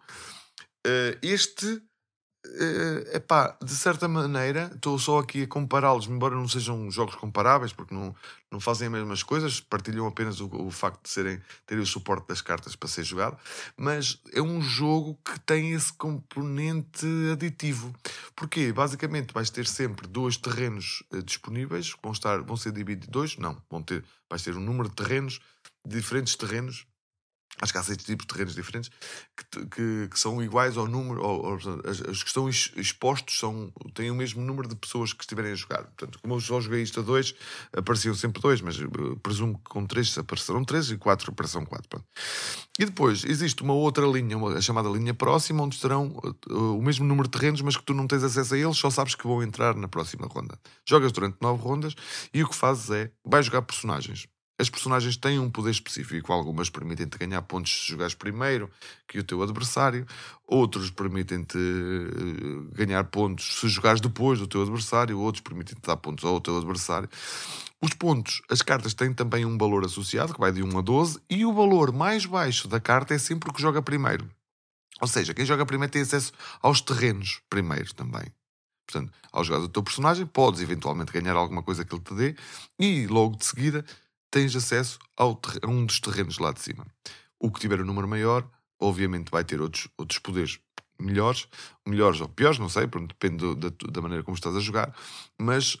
De certa maneira, estou só aqui a compará-los, embora não sejam jogos comparáveis, porque não fazem as mesmas coisas, partilham apenas o facto de terem o suporte das cartas para ser jogado, mas é um jogo que tem esse componente aditivo. Porquê? Basicamente vais ter sempre 2 terrenos disponíveis, vão ser divididos 2, não, vais ter um número de terrenos, diferentes terrenos. Acho que há 6 tipos de terrenos diferentes que são iguais ao número, os que estão expostos têm o mesmo número de pessoas que estiverem a jogar. Portanto, como eu só joguei isto a 2, apareciam sempre 2, mas presumo que com 3 aparecerão 3 e 4 aparecerão 4. Pronto. E depois existe uma outra linha, a chamada linha próxima, onde estarão o mesmo número de terrenos, mas que tu não tens acesso a eles, só sabes que vão entrar na próxima ronda. Jogas durante 9 rondas e o que fazes vais jogar personagens. As personagens têm um poder específico, algumas permitem-te ganhar pontos se jogares primeiro que o teu adversário, outros permitem-te ganhar pontos se jogares depois do teu adversário, outros permitem-te dar pontos ao teu adversário. Os pontos, as cartas têm também um valor associado, que vai de 1 a 12, e o valor mais baixo da carta é sempre o que joga primeiro. Ou seja, quem joga primeiro tem acesso aos terrenos primeiro também. Portanto, ao jogar o teu personagem, podes eventualmente ganhar alguma coisa que ele te dê, e logo de seguida tens acesso a um dos terrenos lá de cima. O que tiver o número maior, obviamente vai ter outros poderes melhores ou piores, não sei, depende da maneira como estás a jogar, mas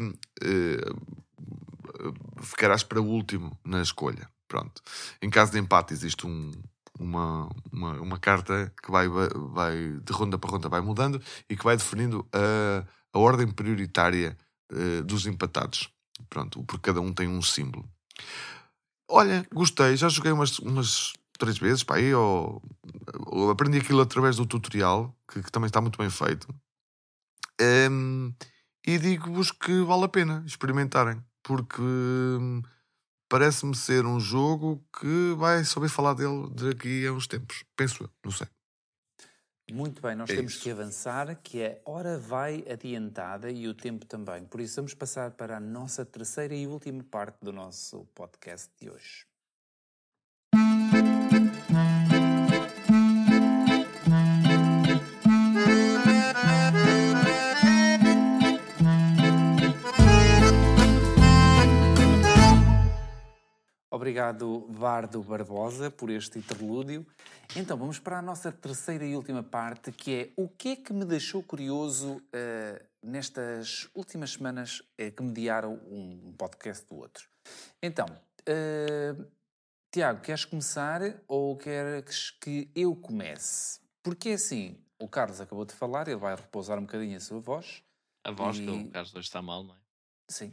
ficarás para o último na escolha. Pronto. Em caso de empate existe uma carta que vai de ronda para ronda vai mudando e que vai definindo a ordem prioritária dos empatados. Pronto, porque cada um tem um símbolo. Olha, gostei, já joguei umas 3 vezes, pá, aí eu aprendi aquilo através do tutorial, que também está muito bem feito. E digo-vos que vale a pena experimentarem, porque parece-me ser um jogo que vai saber falar dele daqui a uns tempos. Penso eu, não sei. Muito bem, nós É temos isso. que avançar, que a hora vai adiantada e o tempo também. Por isso vamos passar para a nossa terceira e última parte do nosso podcast de hoje. Obrigado, Bardo Barbosa, por este interlúdio. Então, vamos para a nossa terceira e última parte, que é o que é que me deixou curioso nestas últimas semanas que mediaram um podcast do outro. Então, Tiago, queres começar ou queres que eu comece? Porque assim, o Carlos acabou de falar, ele vai repousar um bocadinho a sua voz. A voz E- que o Carlos hoje está mal, não é? Sim.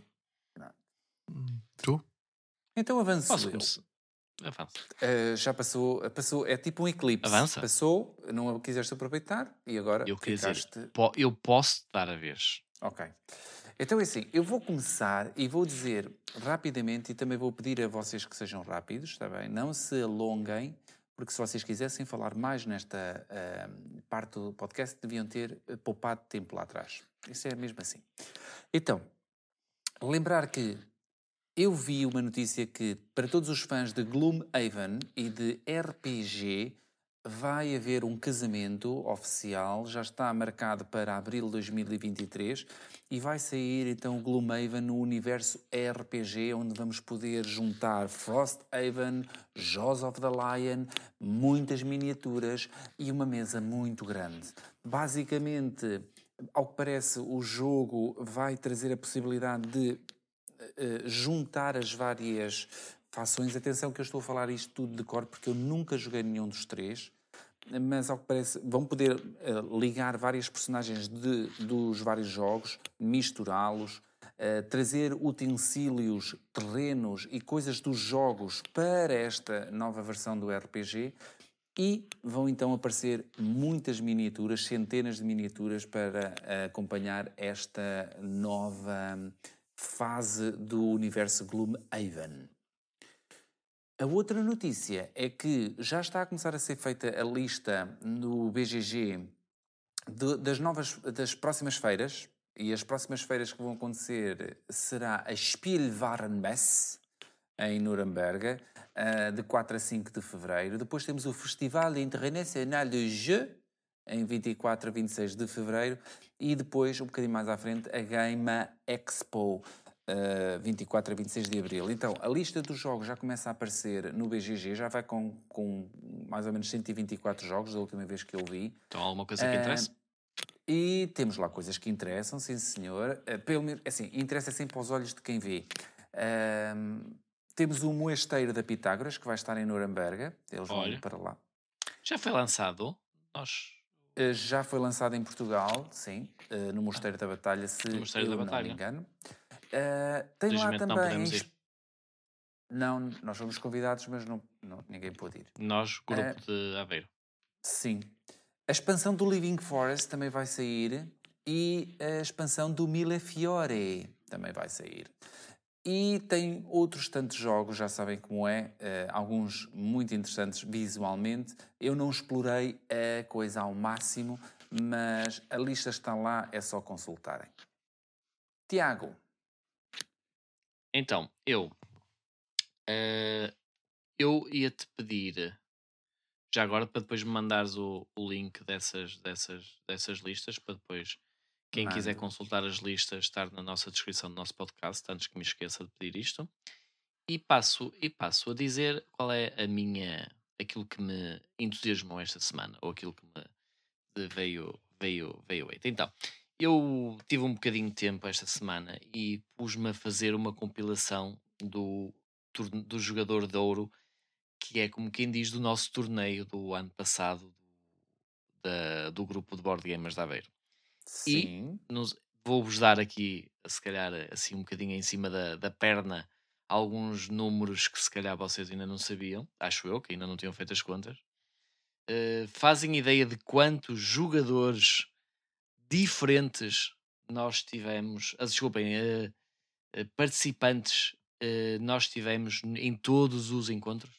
Tu? Então avanço Posso eu. começar? Avança. Já passou, é tipo um eclipse. Avança. Passou, não a quiseste aproveitar e agora Eu queria dizer, ficaste... eu posso dar a vez. Ok. Então é assim, eu vou começar e vou dizer rapidamente e também vou pedir a vocês que sejam rápidos, está bem? Não se alonguem, porque se vocês quisessem falar mais nesta parte do podcast, deviam ter poupado tempo lá atrás. Isso é mesmo assim. Então, lembrar que eu vi uma notícia que, para todos os fãs de Gloomhaven e de RPG, vai haver um casamento oficial, já está marcado para abril de 2023 e vai sair então Gloomhaven no universo RPG, onde vamos poder juntar Frosthaven, Jaws of the Lion, muitas miniaturas e uma mesa muito grande. Basicamente, ao que parece, o jogo vai trazer a possibilidade de juntar as várias fações. Atenção que eu estou a falar isto tudo de cor porque eu nunca joguei nenhum dos três, mas ao que parece vão poder ligar várias personagens dos vários jogos, misturá-los, trazer utensílios, terrenos e coisas dos jogos para esta nova versão do RPG. E vão então aparecer muitas miniaturas, centenas de miniaturas para acompanhar esta nova fase do universo Gloomhaven. A outra notícia é que já está a começar a ser feita a lista no BGG das próximas feiras, e as próximas feiras que vão acontecer será a Spielwarenmesse em Nuremberg, de 4 a 5 de fevereiro. Depois temos o Festival Internacional de Jeux, em 24 a 26 de fevereiro. E depois, um bocadinho mais à frente, a Game Expo, 24 a 26 de abril. Então, a lista dos jogos já começa a aparecer no BGG, já vai com mais ou menos 124 jogos, da última vez que eu vi. Então, alguma coisa que interessa? E temos lá coisas que interessam, sim senhor. Pelo menos, assim, interessa sempre aos olhos de quem vê. Temos o Mosteiro da Pitágoras, que vai estar em Nuremberg. Eles vão ir para lá. Já foi lançado? Já foi lançado em Portugal, sim, no Mosteiro da Batalha, se eu não me engano. Tem lá também... Não podemos ir. Não, nós fomos convidados, mas ninguém pôde ir. Nós, grupo de Aveiro. Sim. A expansão do Living Forest também vai sair e a expansão do Millefiore também vai sair. E tem outros tantos jogos, já sabem como é, alguns muito interessantes visualmente. Eu não explorei a coisa ao máximo, mas a lista está lá, é só consultarem. Tiago. Então, eu ia-te pedir, já agora, para depois me mandares o link dessas listas, para depois, quem quiser consultar as listas, estar na nossa descrição do nosso podcast, antes que me esqueça de pedir isto. E passo a dizer qual é aquilo que me entusiasmou esta semana, ou aquilo que me veio. Então, eu tive um bocadinho de tempo esta semana e pus-me a fazer uma compilação do jogador de ouro, que é como quem diz do nosso torneio do ano passado do grupo de board gamers de Aveiro. Sim. E vou-vos dar aqui, se calhar, assim um bocadinho em cima da perna, alguns números que se calhar vocês ainda não sabiam, acho eu, que ainda não tinham feito as contas. Fazem ideia de quantos jogadores diferentes nós tivemos, desculpem, participantes nós tivemos em todos os encontros?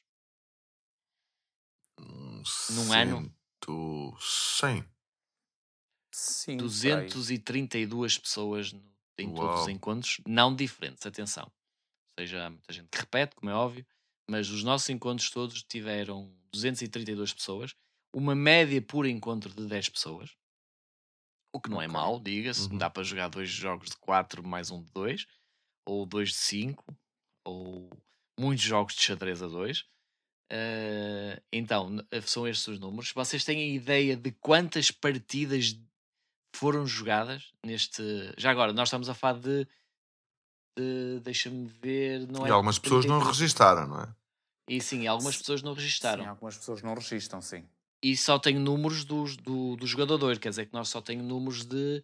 Num ano? 100. Sim, por aí. 232 pessoas em todos os Uau. encontros, não diferentes, atenção. Ou seja, há muita gente que repete, como é óbvio, mas os nossos encontros todos tiveram 232 pessoas, uma média por encontro de 10 pessoas, o que não é Ok. mau, diga-se. Uhum. Dá para jogar 2 jogos de 4 mais um de 2, ou 2 de 5, ou muitos jogos de xadrez a 2. Então, são estes os números. Vocês têm a ideia de quantas partidas foram jogadas neste. Já agora, nós estamos a falar de. Deixa-me ver. Não E é algumas pessoas não 33. registaram, não é? E sim, algumas pessoas não Sim, registaram. algumas pessoas não registram, sim. E só tenho números do jogador 2, quer dizer que nós só tenho números de.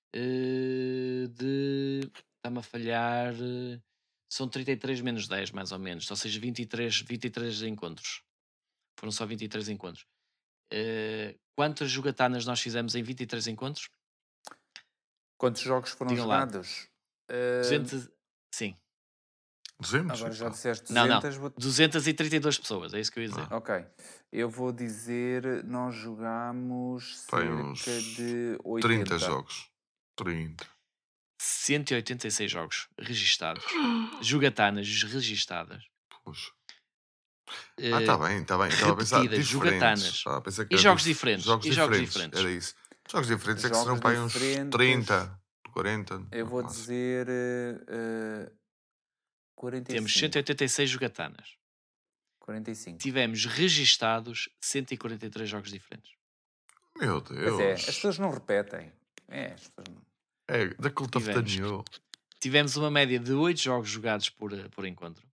Está-me a falhar. São 33 menos 10, mais ou menos. Ou seja, 23 encontros. Foram só 23 encontros. Quantas jogatanas nós fizemos em 23 encontros? Quantos jogos foram Digam lá. jogados? 200. Sim. Dizemos? Agora já Então. disseste Não, 200. 232 pessoas, é isso que eu ia dizer. Ok. Eu vou dizer, nós jogámos Tem cerca uns de 80. 30 jogos. 30. 186 jogos registados. Jogatanas registadas. Poxa. Está bem, está bem. Estava a pensar repetidas, jogatanas. Estava a pensar que E era jogos diferentes. Jogos E jogos diferentes. diferentes. Era isso. Jogos diferentes é que Jogos serão para aí uns diferentes. 30, 40. Eu vou no máximo. dizer 45. Temos 186 jogatanas. 45. Tivemos registados 143 jogos diferentes. Meu Pois é, as Deus. pessoas não repetem. As pessoas não... É da Cult of the Tivemos. New. Tivemos uma média de 8 jogos jogados por encontro.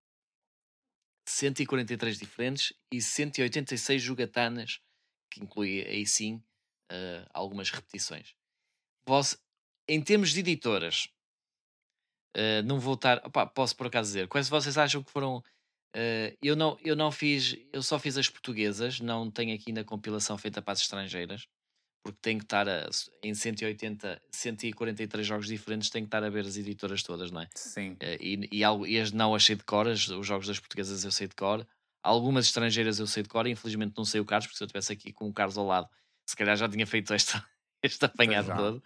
143 diferentes e 186 jogatanas, que inclui aí sim algumas repetições. Em termos de editoras, não vou estar. Opá, posso por acaso dizer, quais vocês acham que foram. Eu não fiz, eu só fiz as portuguesas, não tenho aqui na compilação feita para as estrangeiras, porque tenho que estar em 143 jogos diferentes, tenho que estar a ver as editoras todas, não é? Sim. E as não as sei de cor, os jogos das portuguesas eu sei de cor, algumas estrangeiras eu sei de cor, infelizmente não sei o Carlos, porque se eu estivesse aqui com o Carlos ao lado, se calhar já tinha feito este apanhado já. todo.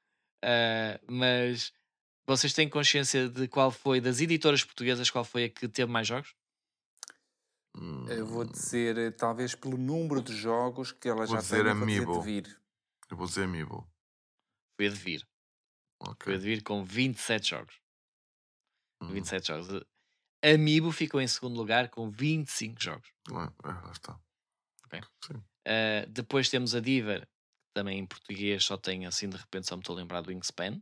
Mas vocês têm consciência de qual foi, das editoras portuguesas, qual foi a que teve mais jogos? Eu vou dizer, talvez pelo número de jogos que ela Vou já dizer tem, vou dizer Amiibo. Devir. Eu vou dizer Amiibo. Foi a Devir. Foi a Ok. Devir com 27 jogos. Uhum. 27 jogos. Amiibo ficou em segundo lugar com 25 jogos. Lá está. Ok. Sim. Depois temos a Diver, que também em português só tem assim, de repente só me estou a lembrar do Wingspan.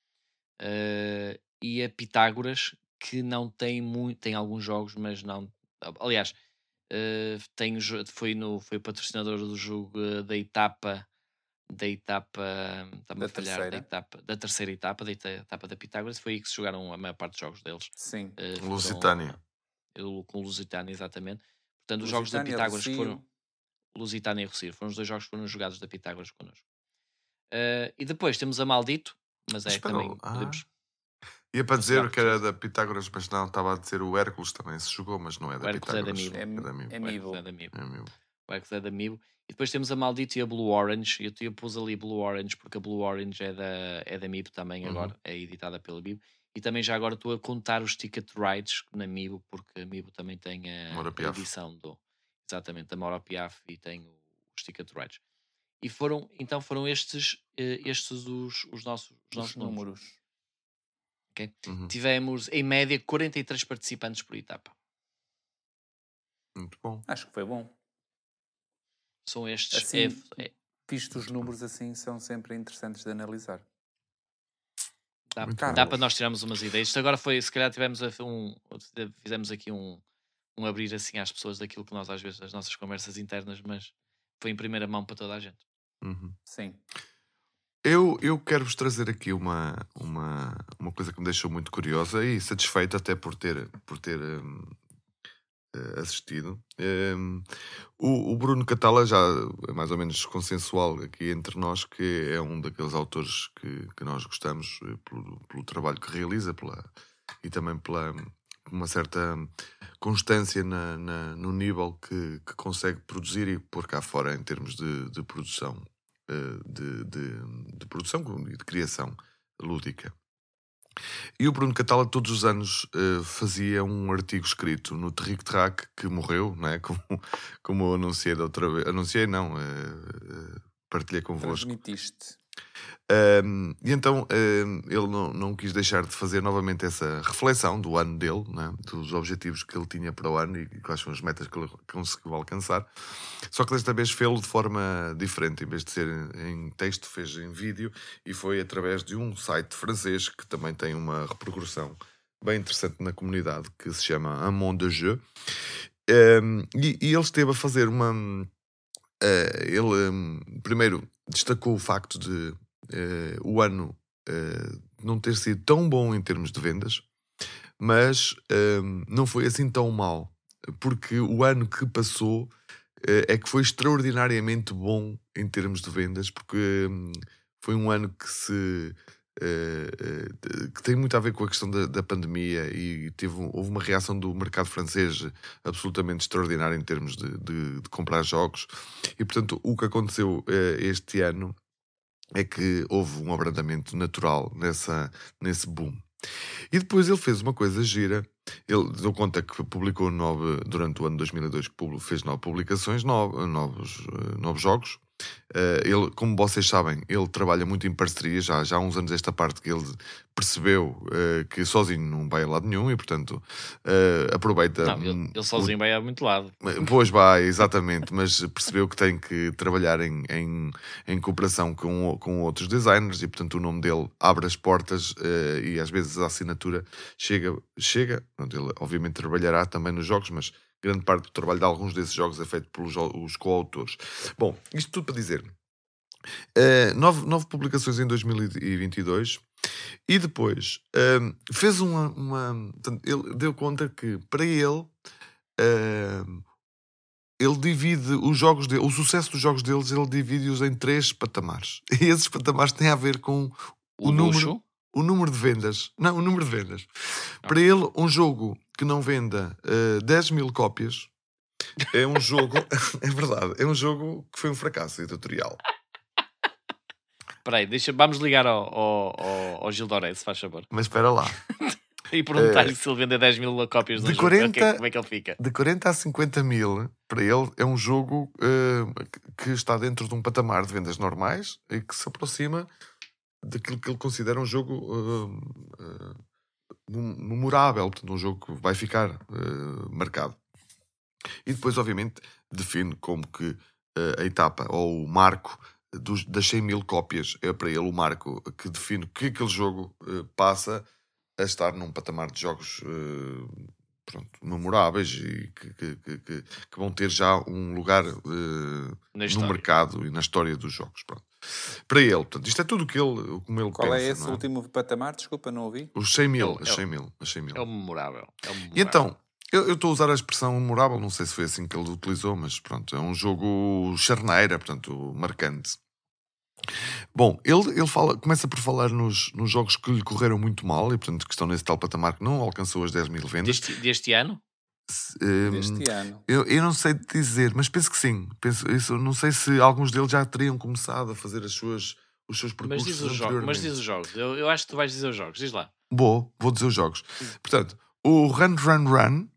E a Pitágoras, que não tem muito, tem alguns jogos, mas não. Aliás, foi o patrocinador do jogo da etapa. Está-me a falhar, da terceira etapa, da etapa da Pitágoras. Foi aí que se jogaram a maior parte dos jogos deles. Sim. Lusitânia. Com Lusitânia, exatamente. Portanto, os jogos da Pitágoras foram. Lusitânia e Rossir foram os 2 jogos que foram jogados da Pitágoras connosco. E depois temos a Maldito, mas também podemos. Ia para dizer que era da Pitágoras, mas não, estava a dizer o Hércules também se jogou, mas não é da Hércules é da Pitágoras. Amiibo. É Amiibo. O Hércules é da Amiibo. E depois temos a Maldito e a Blue Orange. Eu pus ali Blue Orange porque a Blue Orange é da Amiibo também agora, é editada pela Amiibo. E também já agora estou a contar os Ticket Rides na Amiibo, porque a Amiibo também tem a edição exatamente, da Mauro Piaf e tem os Ticket Rides. E foram estes os nossos números. Okay? Tivemos em média 43 participantes por etapa. Muito bom. Acho que foi bom. São estes. Assim, visto os números assim, são sempre interessantes de analisar. Dá para nós tirarmos umas ideias. Isto agora foi, se calhar fizemos aqui um abrir assim às pessoas daquilo que nós às vezes, as nossas conversas internas, mas foi em primeira mão para toda a gente. Sim. Eu quero-vos trazer aqui uma coisa que me deixou muito curiosa e satisfeito até por ter assistido. O Bruno Catala já é mais ou menos consensual aqui entre nós, que é um daqueles autores que nós gostamos pelo trabalho que realiza e também pela uma certa constância no nível que consegue produzir e pôr cá fora em termos de produção, de produção e de criação lúdica. E o Bruno Catala todos os anos fazia um artigo escrito no Terric Track, que morreu, não é? Como eu anunciei da outra vez. Anunciei não, partilhei convosco. Transmitiste. E então ele não quis deixar de fazer novamente essa reflexão do ano dele, né? Dos objetivos que ele tinha para o ano e quais são as metas que ele conseguiu alcançar. Só que desta vez fez-lo de forma diferente. Em vez de ser em texto, fez em vídeo, e foi através de um site francês que também tem uma repercussão bem interessante na comunidade, que se chama Un Monde de Jeu. E ele esteve a fazer uma... ele primeiro destacou o facto de o ano não ter sido tão bom em termos de vendas, mas não foi assim tão mau, porque o ano que passou é que foi extraordinariamente bom em termos de vendas, porque foi um ano que que tem muito a ver com a questão da pandemia, e houve uma reação do mercado francês absolutamente extraordinária em termos de comprar jogos, e portanto o que aconteceu este ano é que houve um abrandamento natural nesse boom. E depois ele fez uma coisa gira. Ele deu conta que publicou durante o ano 2002, que fez 9 publicações, novos jogos. Ele, como vocês sabem, ele trabalha muito em parceria, já há uns anos esta parte que ele percebeu que sozinho não vai a lado nenhum, e portanto aproveita... Não, ele sozinho vai a muito lado. Pois vai, exatamente, mas percebeu que tem que trabalhar em cooperação com outros designers, e portanto o nome dele abre as portas, e às vezes a assinatura chega. Ele obviamente trabalhará também nos jogos, mas grande parte do trabalho de alguns desses jogos é feito pelos coautores. Bom, isto tudo para dizer, 9 publicações em 2022, e depois fez portanto, ele deu conta que para ele divide os jogos dele, o sucesso dos jogos deles, ele divide-os em 3 patamares, e esses patamares têm a ver com o número de vendas. Não, o número de vendas. Para ele, um jogo que não venda 10 mil cópias é um jogo... é verdade, é um jogo que foi um fracasso editorial. Espera aí, vamos ligar ao Gil Doré, se faz favor. Mas espera lá. E perguntar-lhe se ele vende 10 mil cópias do jogo, como é que ele fica? De 40 a 50 mil, para ele, é um jogo que está dentro de um patamar de vendas normais e que se aproxima daquilo que ele considera um jogo memorável, portanto, um jogo que vai ficar marcado. E depois, obviamente, define como que a etapa ou o marco das 100 mil cópias é para ele o marco que define que aquele jogo passa a estar num patamar de jogos memoráveis e que vão ter já um lugar no mercado e na história dos jogos. Pronto. Para ele, portanto, isto é tudo como ele Qual pensa. é esse não é? último patamar? Desculpa, não ouvi. Os 100 mil. É o memorável. E então, eu estou a usar a expressão memorável, não sei se foi assim que ele utilizou, mas pronto, é um jogo charneira, portanto, marcante. Bom, ele começa por falar nos jogos que lhe correram muito mal e, portanto, que estão nesse tal patamar que não alcançou as 10 mil vendas. Deste ano? Deste ano. Eu não sei dizer, mas penso que sim. Não sei se alguns deles já teriam começado a fazer os seus percursos. Mas diz os jogos. Eu acho que tu vais dizer os jogos. Diz lá. Vou dizer os jogos. Portanto, o Run,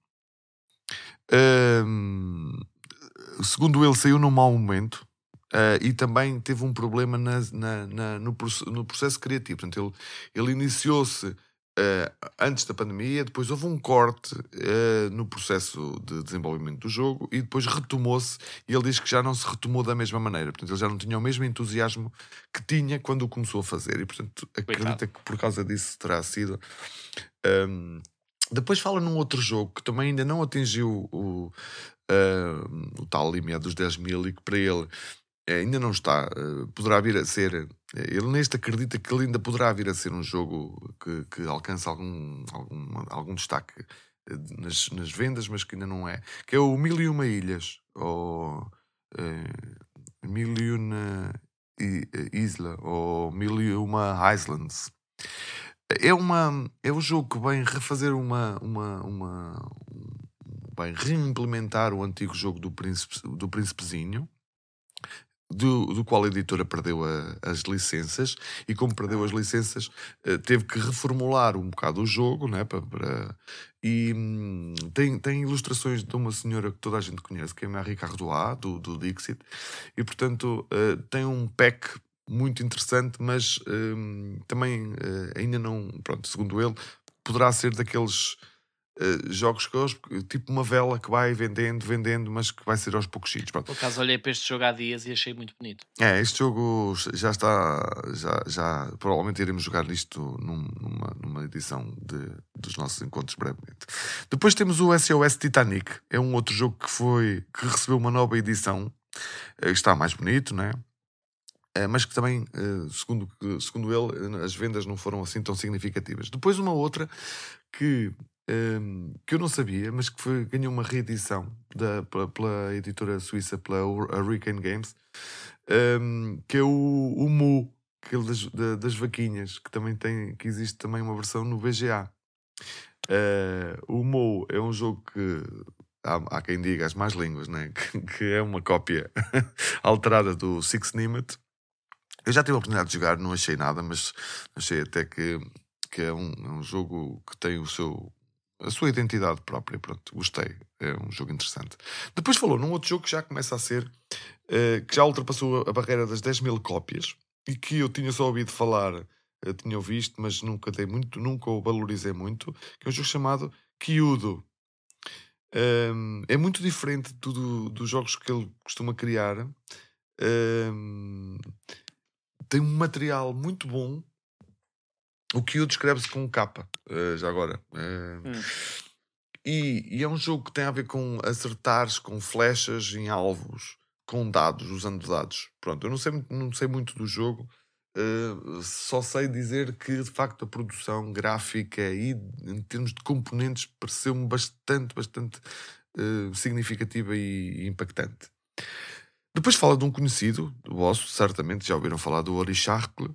segundo ele, saiu num mau momento. E também teve um problema no processo criativo. Portanto, ele iniciou-se antes da pandemia, depois houve um corte no processo de desenvolvimento do jogo e depois retomou-se, e ele diz que já não se retomou da mesma maneira. Portanto, ele já não tinha o mesmo entusiasmo que tinha quando o começou a fazer, e portanto acredita que por causa disso terá sido. Depois fala num outro jogo que também ainda não atingiu o tal limiar dos 10 mil e que para ele ainda não está, poderá vir a ser. Ele neste acredita que ele ainda poderá vir a ser um jogo que alcança algum destaque nas vendas, mas que ainda não é. Que é o 1001 Ilhas, ou 1001 Isla, ou 1001 Islands. É um jogo que vem refazer bem reimplementar o antigo jogo do Príncipezinho, do qual a editora perdeu as licenças, e como perdeu as licenças, teve que reformular um bocado o jogo, né, e tem ilustrações de uma senhora que toda a gente conhece, que é a Marie Cardois, do Dixit, e portanto tem um pack muito interessante, mas também ainda não, pronto, segundo ele, poderá ser daqueles jogos que tipo uma vela que vai vendendo, mas que vai ser aos poucos. Por acaso olhei para este jogo há dias e achei muito bonito. Este jogo já está, já provavelmente iremos jogar isto numa edição dos nossos encontros brevemente. Depois temos o SOS Titanic, é um outro jogo que recebeu uma nova edição, está mais bonito, né? Mas que também, segundo ele, as vendas não foram assim tão significativas. Depois uma outra que eu não sabia, mas que ganhou uma reedição pela editora suíça, pela Hurricane Games, que é o Mu, aquele das vaquinhas, que existe também uma versão no VGA. O Mu é um jogo que há quem diga as más línguas, né? que é uma cópia alterada do Six Nimmt. Eu já tive a oportunidade de jogar, não achei nada, mas achei até que é um jogo que tem a sua identidade própria. Pronto, gostei, é um jogo interessante. Depois falou num outro jogo que já começa a ser, que já ultrapassou a barreira das 10.000 cópias, e que eu tinha só ouvido falar, tinha visto, mas nunca o valorizei muito, que é um jogo chamado Kyudo. É muito diferente dos jogos que ele costuma criar. Tem um material muito bom. O Kyudo escreve-se com K, já agora. E é um jogo que tem a ver com acertares com flechas em alvos, com dados, usando dados. Pronto, eu não sei muito do jogo, só sei dizer que de facto a produção gráfica e em termos de componentes pareceu-me bastante significativa e impactante. Depois fala de um conhecido vosso, certamente já ouviram falar do Orichalque,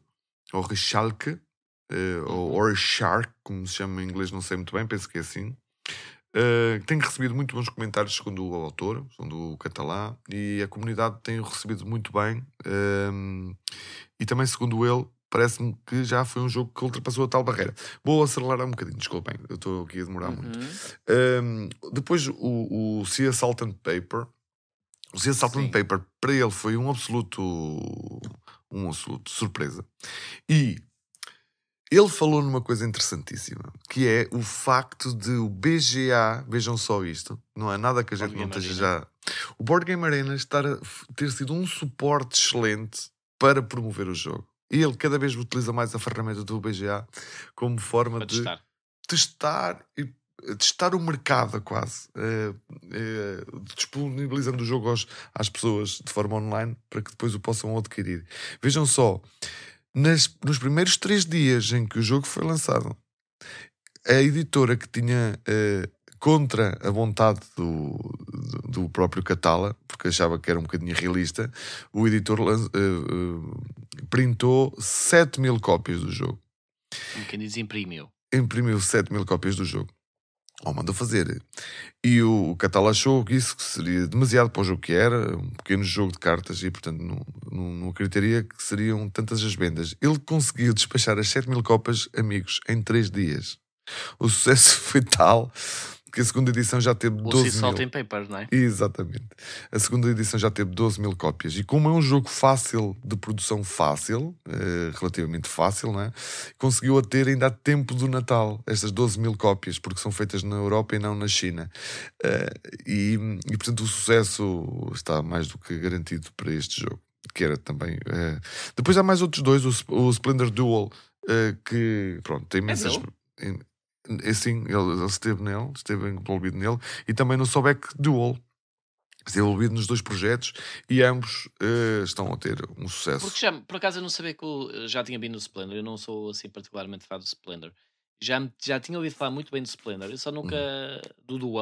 ou Orichalque, como se chama em inglês, não sei muito bem, penso que é assim. Tem recebido muito bons comentários, segundo o autor, segundo o catalã, e a comunidade tem recebido muito bem. E também, segundo ele, parece-me que já foi um jogo que ultrapassou a tal barreira. Vou acelerar um bocadinho, desculpem, eu estou aqui a demorar muito. Depois o Sea Salt and Paper. O Sea Salt and Paper, para ele, foi um absoluto surpresa. E ele falou numa coisa interessantíssima, que é o facto de o BGA, vejam só isto, não é nada que a gente não esteja já... O Board Game Arena ter sido um suporte excelente para promover o jogo. E ele cada vez utiliza mais a ferramenta do BGA como forma de testar o mercado, quase, disponibilizando o jogo às pessoas de forma online para que depois o possam adquirir. Vejam só, nos primeiros 3 dias em que o jogo foi lançado, a editora que tinha contra a vontade do próprio Catala, porque achava que era um bocadinho realista, o editor printou 7.000 cópias do jogo. Quem diz imprimiu 7.000 cópias do jogo. Mandou fazer. E o Catala achou que isso seria demasiado para o jogo que era, um pequeno jogo de cartas, e portanto não acreditaria que seriam tantas as vendas. Ele conseguiu despachar as 7.000 cópias, amigos, em 3 dias. O sucesso foi tal que a segunda edição já teve 12.000. O Salt and Paper, não é? Exatamente. A segunda edição já teve 12.000 cópias. E como é um jogo fácil, de produção fácil, relativamente fácil, não é? Conseguiu a ter ainda a tempo do Natal, estas 12.000 cópias, porque são feitas na Europa e não na China. E portanto o sucesso está mais do que garantido para este jogo, que era também... Depois há mais outros dois, o Splendor Duel, que, pronto, tem imensas... Sim, ele esteve envolvido nele, e também no Sobek Duel, esteve envolvido nos 2 projetos, e ambos estão a ter um sucesso. Porque por acaso eu não sabia que eu já tinha vindo no Splendor, eu não sou assim particularmente fã do Splendor. Já tinha ouvido falar muito bem do Splendor, eu só nunca do Duel,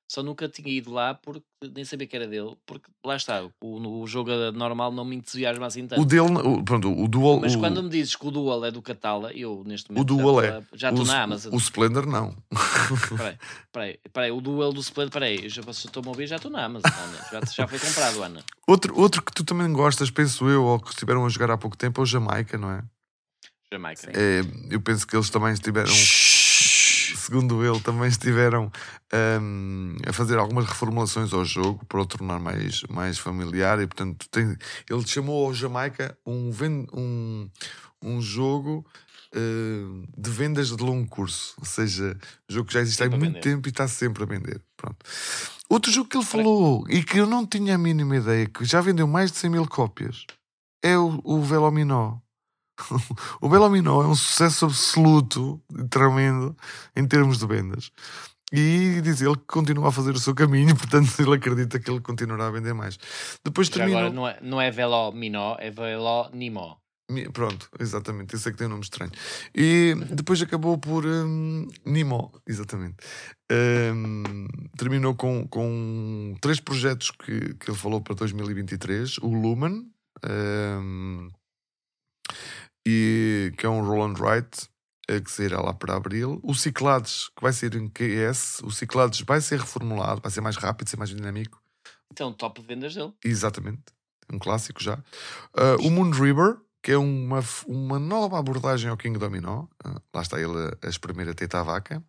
Só nunca tinha ido lá porque nem sabia que era dele. Porque lá está, o jogo normal não me entusiasma assim tanto. O dele, pronto, o Dual. Mas quando me dizes que o Dual é do Catala, eu neste O momento Dual já estou na Amazon. O Splendor não. Peraí, o Dual do Splendor, peraí, eu já estou-me a ouvir, já estou na Amazon, Ana. Já foi comprado, Ana. Outro que tu também gostas, penso eu, ou que estiveram a jogar há pouco tempo, é o Jamaica, não é? Jamaica. Eu penso que eles também estiveram, segundo ele, também estiveram a fazer algumas reformulações ao jogo para o tornar mais familiar e, portanto, ele chamou ao Jamaica um jogo de vendas de longo curso, ou seja, um jogo que já existe há muito tempo e está sempre a vender. Pronto. Outro jogo que ele falou e que eu não tinha a mínima ideia, que já vendeu mais de 100 mil cópias, é o Velominó. O Velominó é um sucesso absoluto, tremendo, em termos de vendas. E diz ele que continua a fazer o seu caminho, portanto ele acredita que ele continuará a vender mais. Depois termina. Agora não é Velominó, é Velonimó. Pronto, exatamente, esse é que tem um nome estranho. E depois acabou por Nimó, exatamente. Terminou com 3 projetos que ele falou para 2023. O Lumen, e que é um roll and write, que sairá lá para abril. O Cyclades, que vai ser em QS. O Cyclades vai ser reformulado, vai ser mais rápido, ser mais dinâmico. Então, top de vendas dele. Exatamente, um clássico já. O Moon River, que é uma nova abordagem ao King Dominó. Lá está ele a espremer a teta à vaca.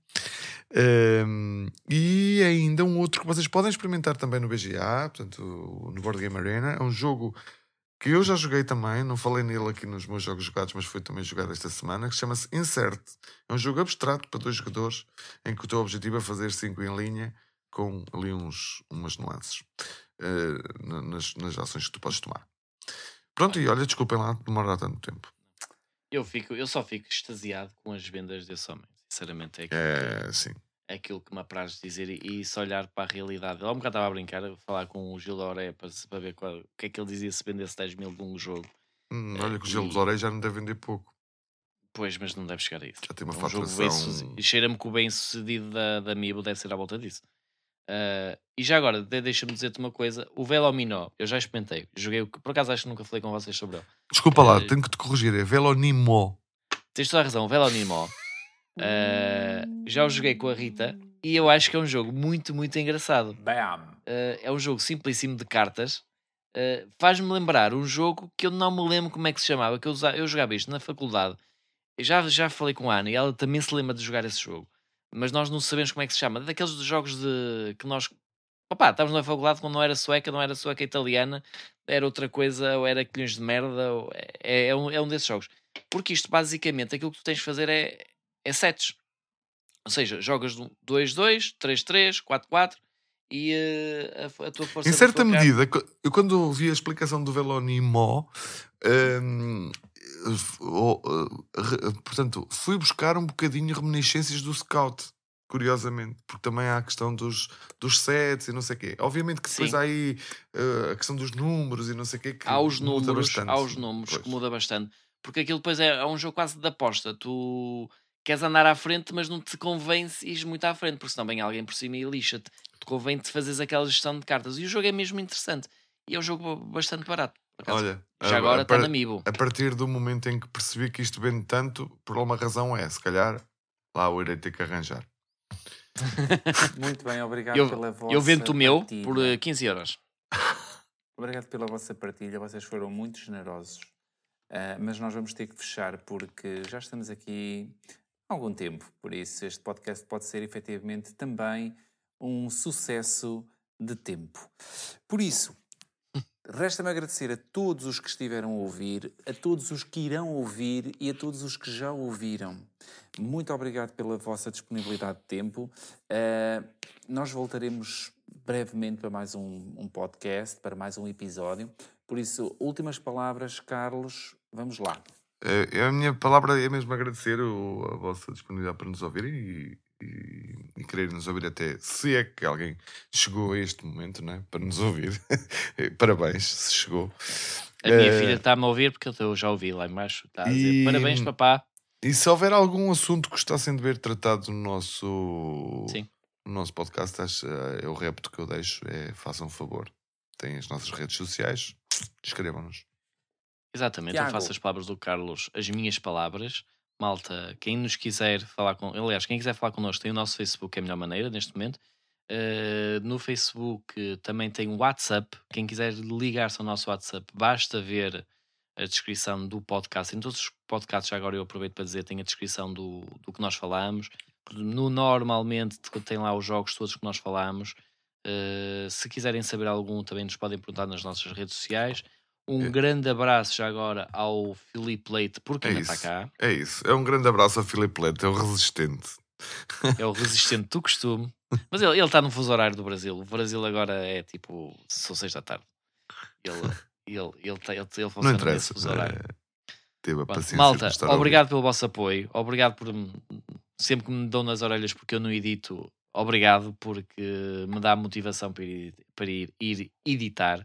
E ainda um outro que vocês podem experimentar também no BGA, portanto, no Board Game Arena. É um jogo que eu já joguei também, não falei nele aqui nos meus jogos jogados, mas foi também jogado esta semana, que chama-se Insert. É um jogo abstrato para 2 jogadores, em que o teu objetivo é fazer 5 em linha, com ali umas nuances nas ações que tu podes tomar. Pronto, e olha, desculpem lá demorar tanto tempo. Eu só fico extasiado com as vendas desse homem. Sinceramente, sim. É aquilo que me apraz dizer e se olhar para a realidade. Ele há um bocado estava a brincar, a falar com o Gil da Oré para ver o que é que ele dizia se vendesse 10 mil de um jogo. Olha que o Gil da Oré já não deve vender pouco. Pois, mas não deve chegar a isso. Já tem uma faturação. E cheira-me que o bem-sucedido da Amiibo deve ser à volta disso. E já agora, deixa-me dizer-te uma coisa. O Velominó, eu já experimentei. Joguei, por acaso acho que nunca falei com vocês sobre ele. Desculpa lá, tenho que te corrigir. É Velonimó. Tens toda a razão, o Velonimó. Já o joguei com a Rita e eu acho que é um jogo muito, muito engraçado. É um jogo simplíssimo de cartas. Faz-me lembrar um jogo que eu não me lembro como é que se chamava, que eu jogava isto na faculdade. Eu já falei com a Ana e ela também se lembra de jogar esse jogo, mas nós não sabemos como é que se chama. Daqueles jogos que nós estávamos na faculdade quando não era sueca italiana, era outra coisa, ou era colhões de merda, é um desses jogos. Porque isto basicamente aquilo que tu tens de fazer é sets. Ou seja, jogas 2-2, 3-3, 4-4 e a tua força... Em certa medida, eu quando ouvi a explicação do Velonimó, portanto, fui buscar um bocadinho reminiscências do Scout, curiosamente, porque também há a questão dos sets e não sei o quê. Obviamente que depois há aí a questão dos números e não sei o quê, que há os números pois. Que muda bastante. Porque aquilo depois é um jogo quase de aposta. Tu queres andar à frente, mas não te convém ir muito à frente, porque senão vem alguém por cima e lixa-te. Te convém-te fazeres aquela gestão de cartas. E o jogo é mesmo interessante. E é um jogo bastante barato. Olha, já agora está na Amiibo. A partir do momento em que percebi que isto vende tanto, por alguma razão se calhar, lá eu irei ter que arranjar. Muito bem, obrigado pela vossa Eu vendo o meu partilha. por 15 euros. Obrigado pela vossa partilha, vocês foram muito generosos. Mas nós vamos ter que fechar porque já estamos aqui há algum tempo. Por isso, este podcast pode ser efetivamente também um sucesso de tempo. Por isso, resta-me agradecer a todos os que estiveram a ouvir, a todos os que irão ouvir e a todos os que já ouviram. Muito obrigado pela vossa disponibilidade de tempo. Nós voltaremos brevemente para mais um podcast, para mais um episódio. Por isso, últimas palavras, Carlos, vamos lá. A minha palavra é mesmo agradecer a vossa disponibilidade para nos ouvir e querer nos ouvir até, se é que alguém chegou a este momento, não é? Para nos ouvir. Parabéns, se chegou. A minha filha está-me a ouvir porque eu já ouvi lá embaixo. Está a dizer, parabéns, papá. E se houver algum assunto que gostassem de ver tratado no nosso no nosso podcast, é o repto que eu deixo, façam um favor. Têm as nossas redes sociais, escrevam-nos. Exatamente, Tiago. eu faço as palavras do Carlos, as minhas palavras. Malta, quem nos quiser falar aliás, quem quiser falar connosco tem o nosso Facebook, é a melhor maneira neste momento. No Facebook também tem o WhatsApp. Quem quiser ligar-se ao nosso WhatsApp, basta ver a descrição do podcast. Em todos os podcasts, já agora eu aproveito para dizer, tem a descrição do que nós falamos. Normalmente tem lá os jogos todos que nós falamos. Se quiserem saber algum, também nos podem perguntar nas nossas redes sociais. Grande abraço já agora ao Filipe Leite, porque ainda está cá. É isso. É um grande abraço ao Filipe Leite, é o resistente. É o resistente do costume. Mas ele está no fuso horário do Brasil. O Brasil agora é tipo, são 6 da tarde. Ele funciona Não interessa. nesse fuso horário. Teve a paciência Malta, de estar obrigado pelo vosso apoio. Obrigado por sempre que me dão nas orelhas porque eu não edito. Obrigado porque me dá motivação para ir editar.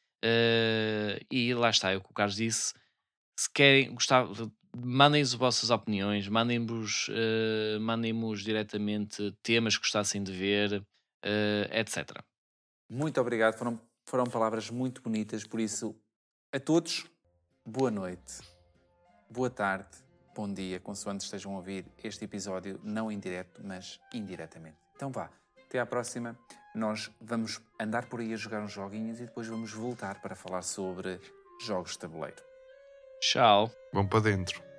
E lá está, é o que o Carlos disse. Se querem gostar, mandem-nos as vossas opiniões, mandem-nos diretamente temas que gostassem de ver, etc. Muito obrigado, foram palavras muito bonitas, por isso, a todos, boa noite, boa tarde, bom dia, consoante estejam a ouvir este episódio, não em direto, mas indiretamente. Então vá, até à próxima. Nós vamos andar por aí a jogar uns joguinhos e depois vamos voltar para falar sobre jogos de tabuleiro. Tchau. Vão para dentro.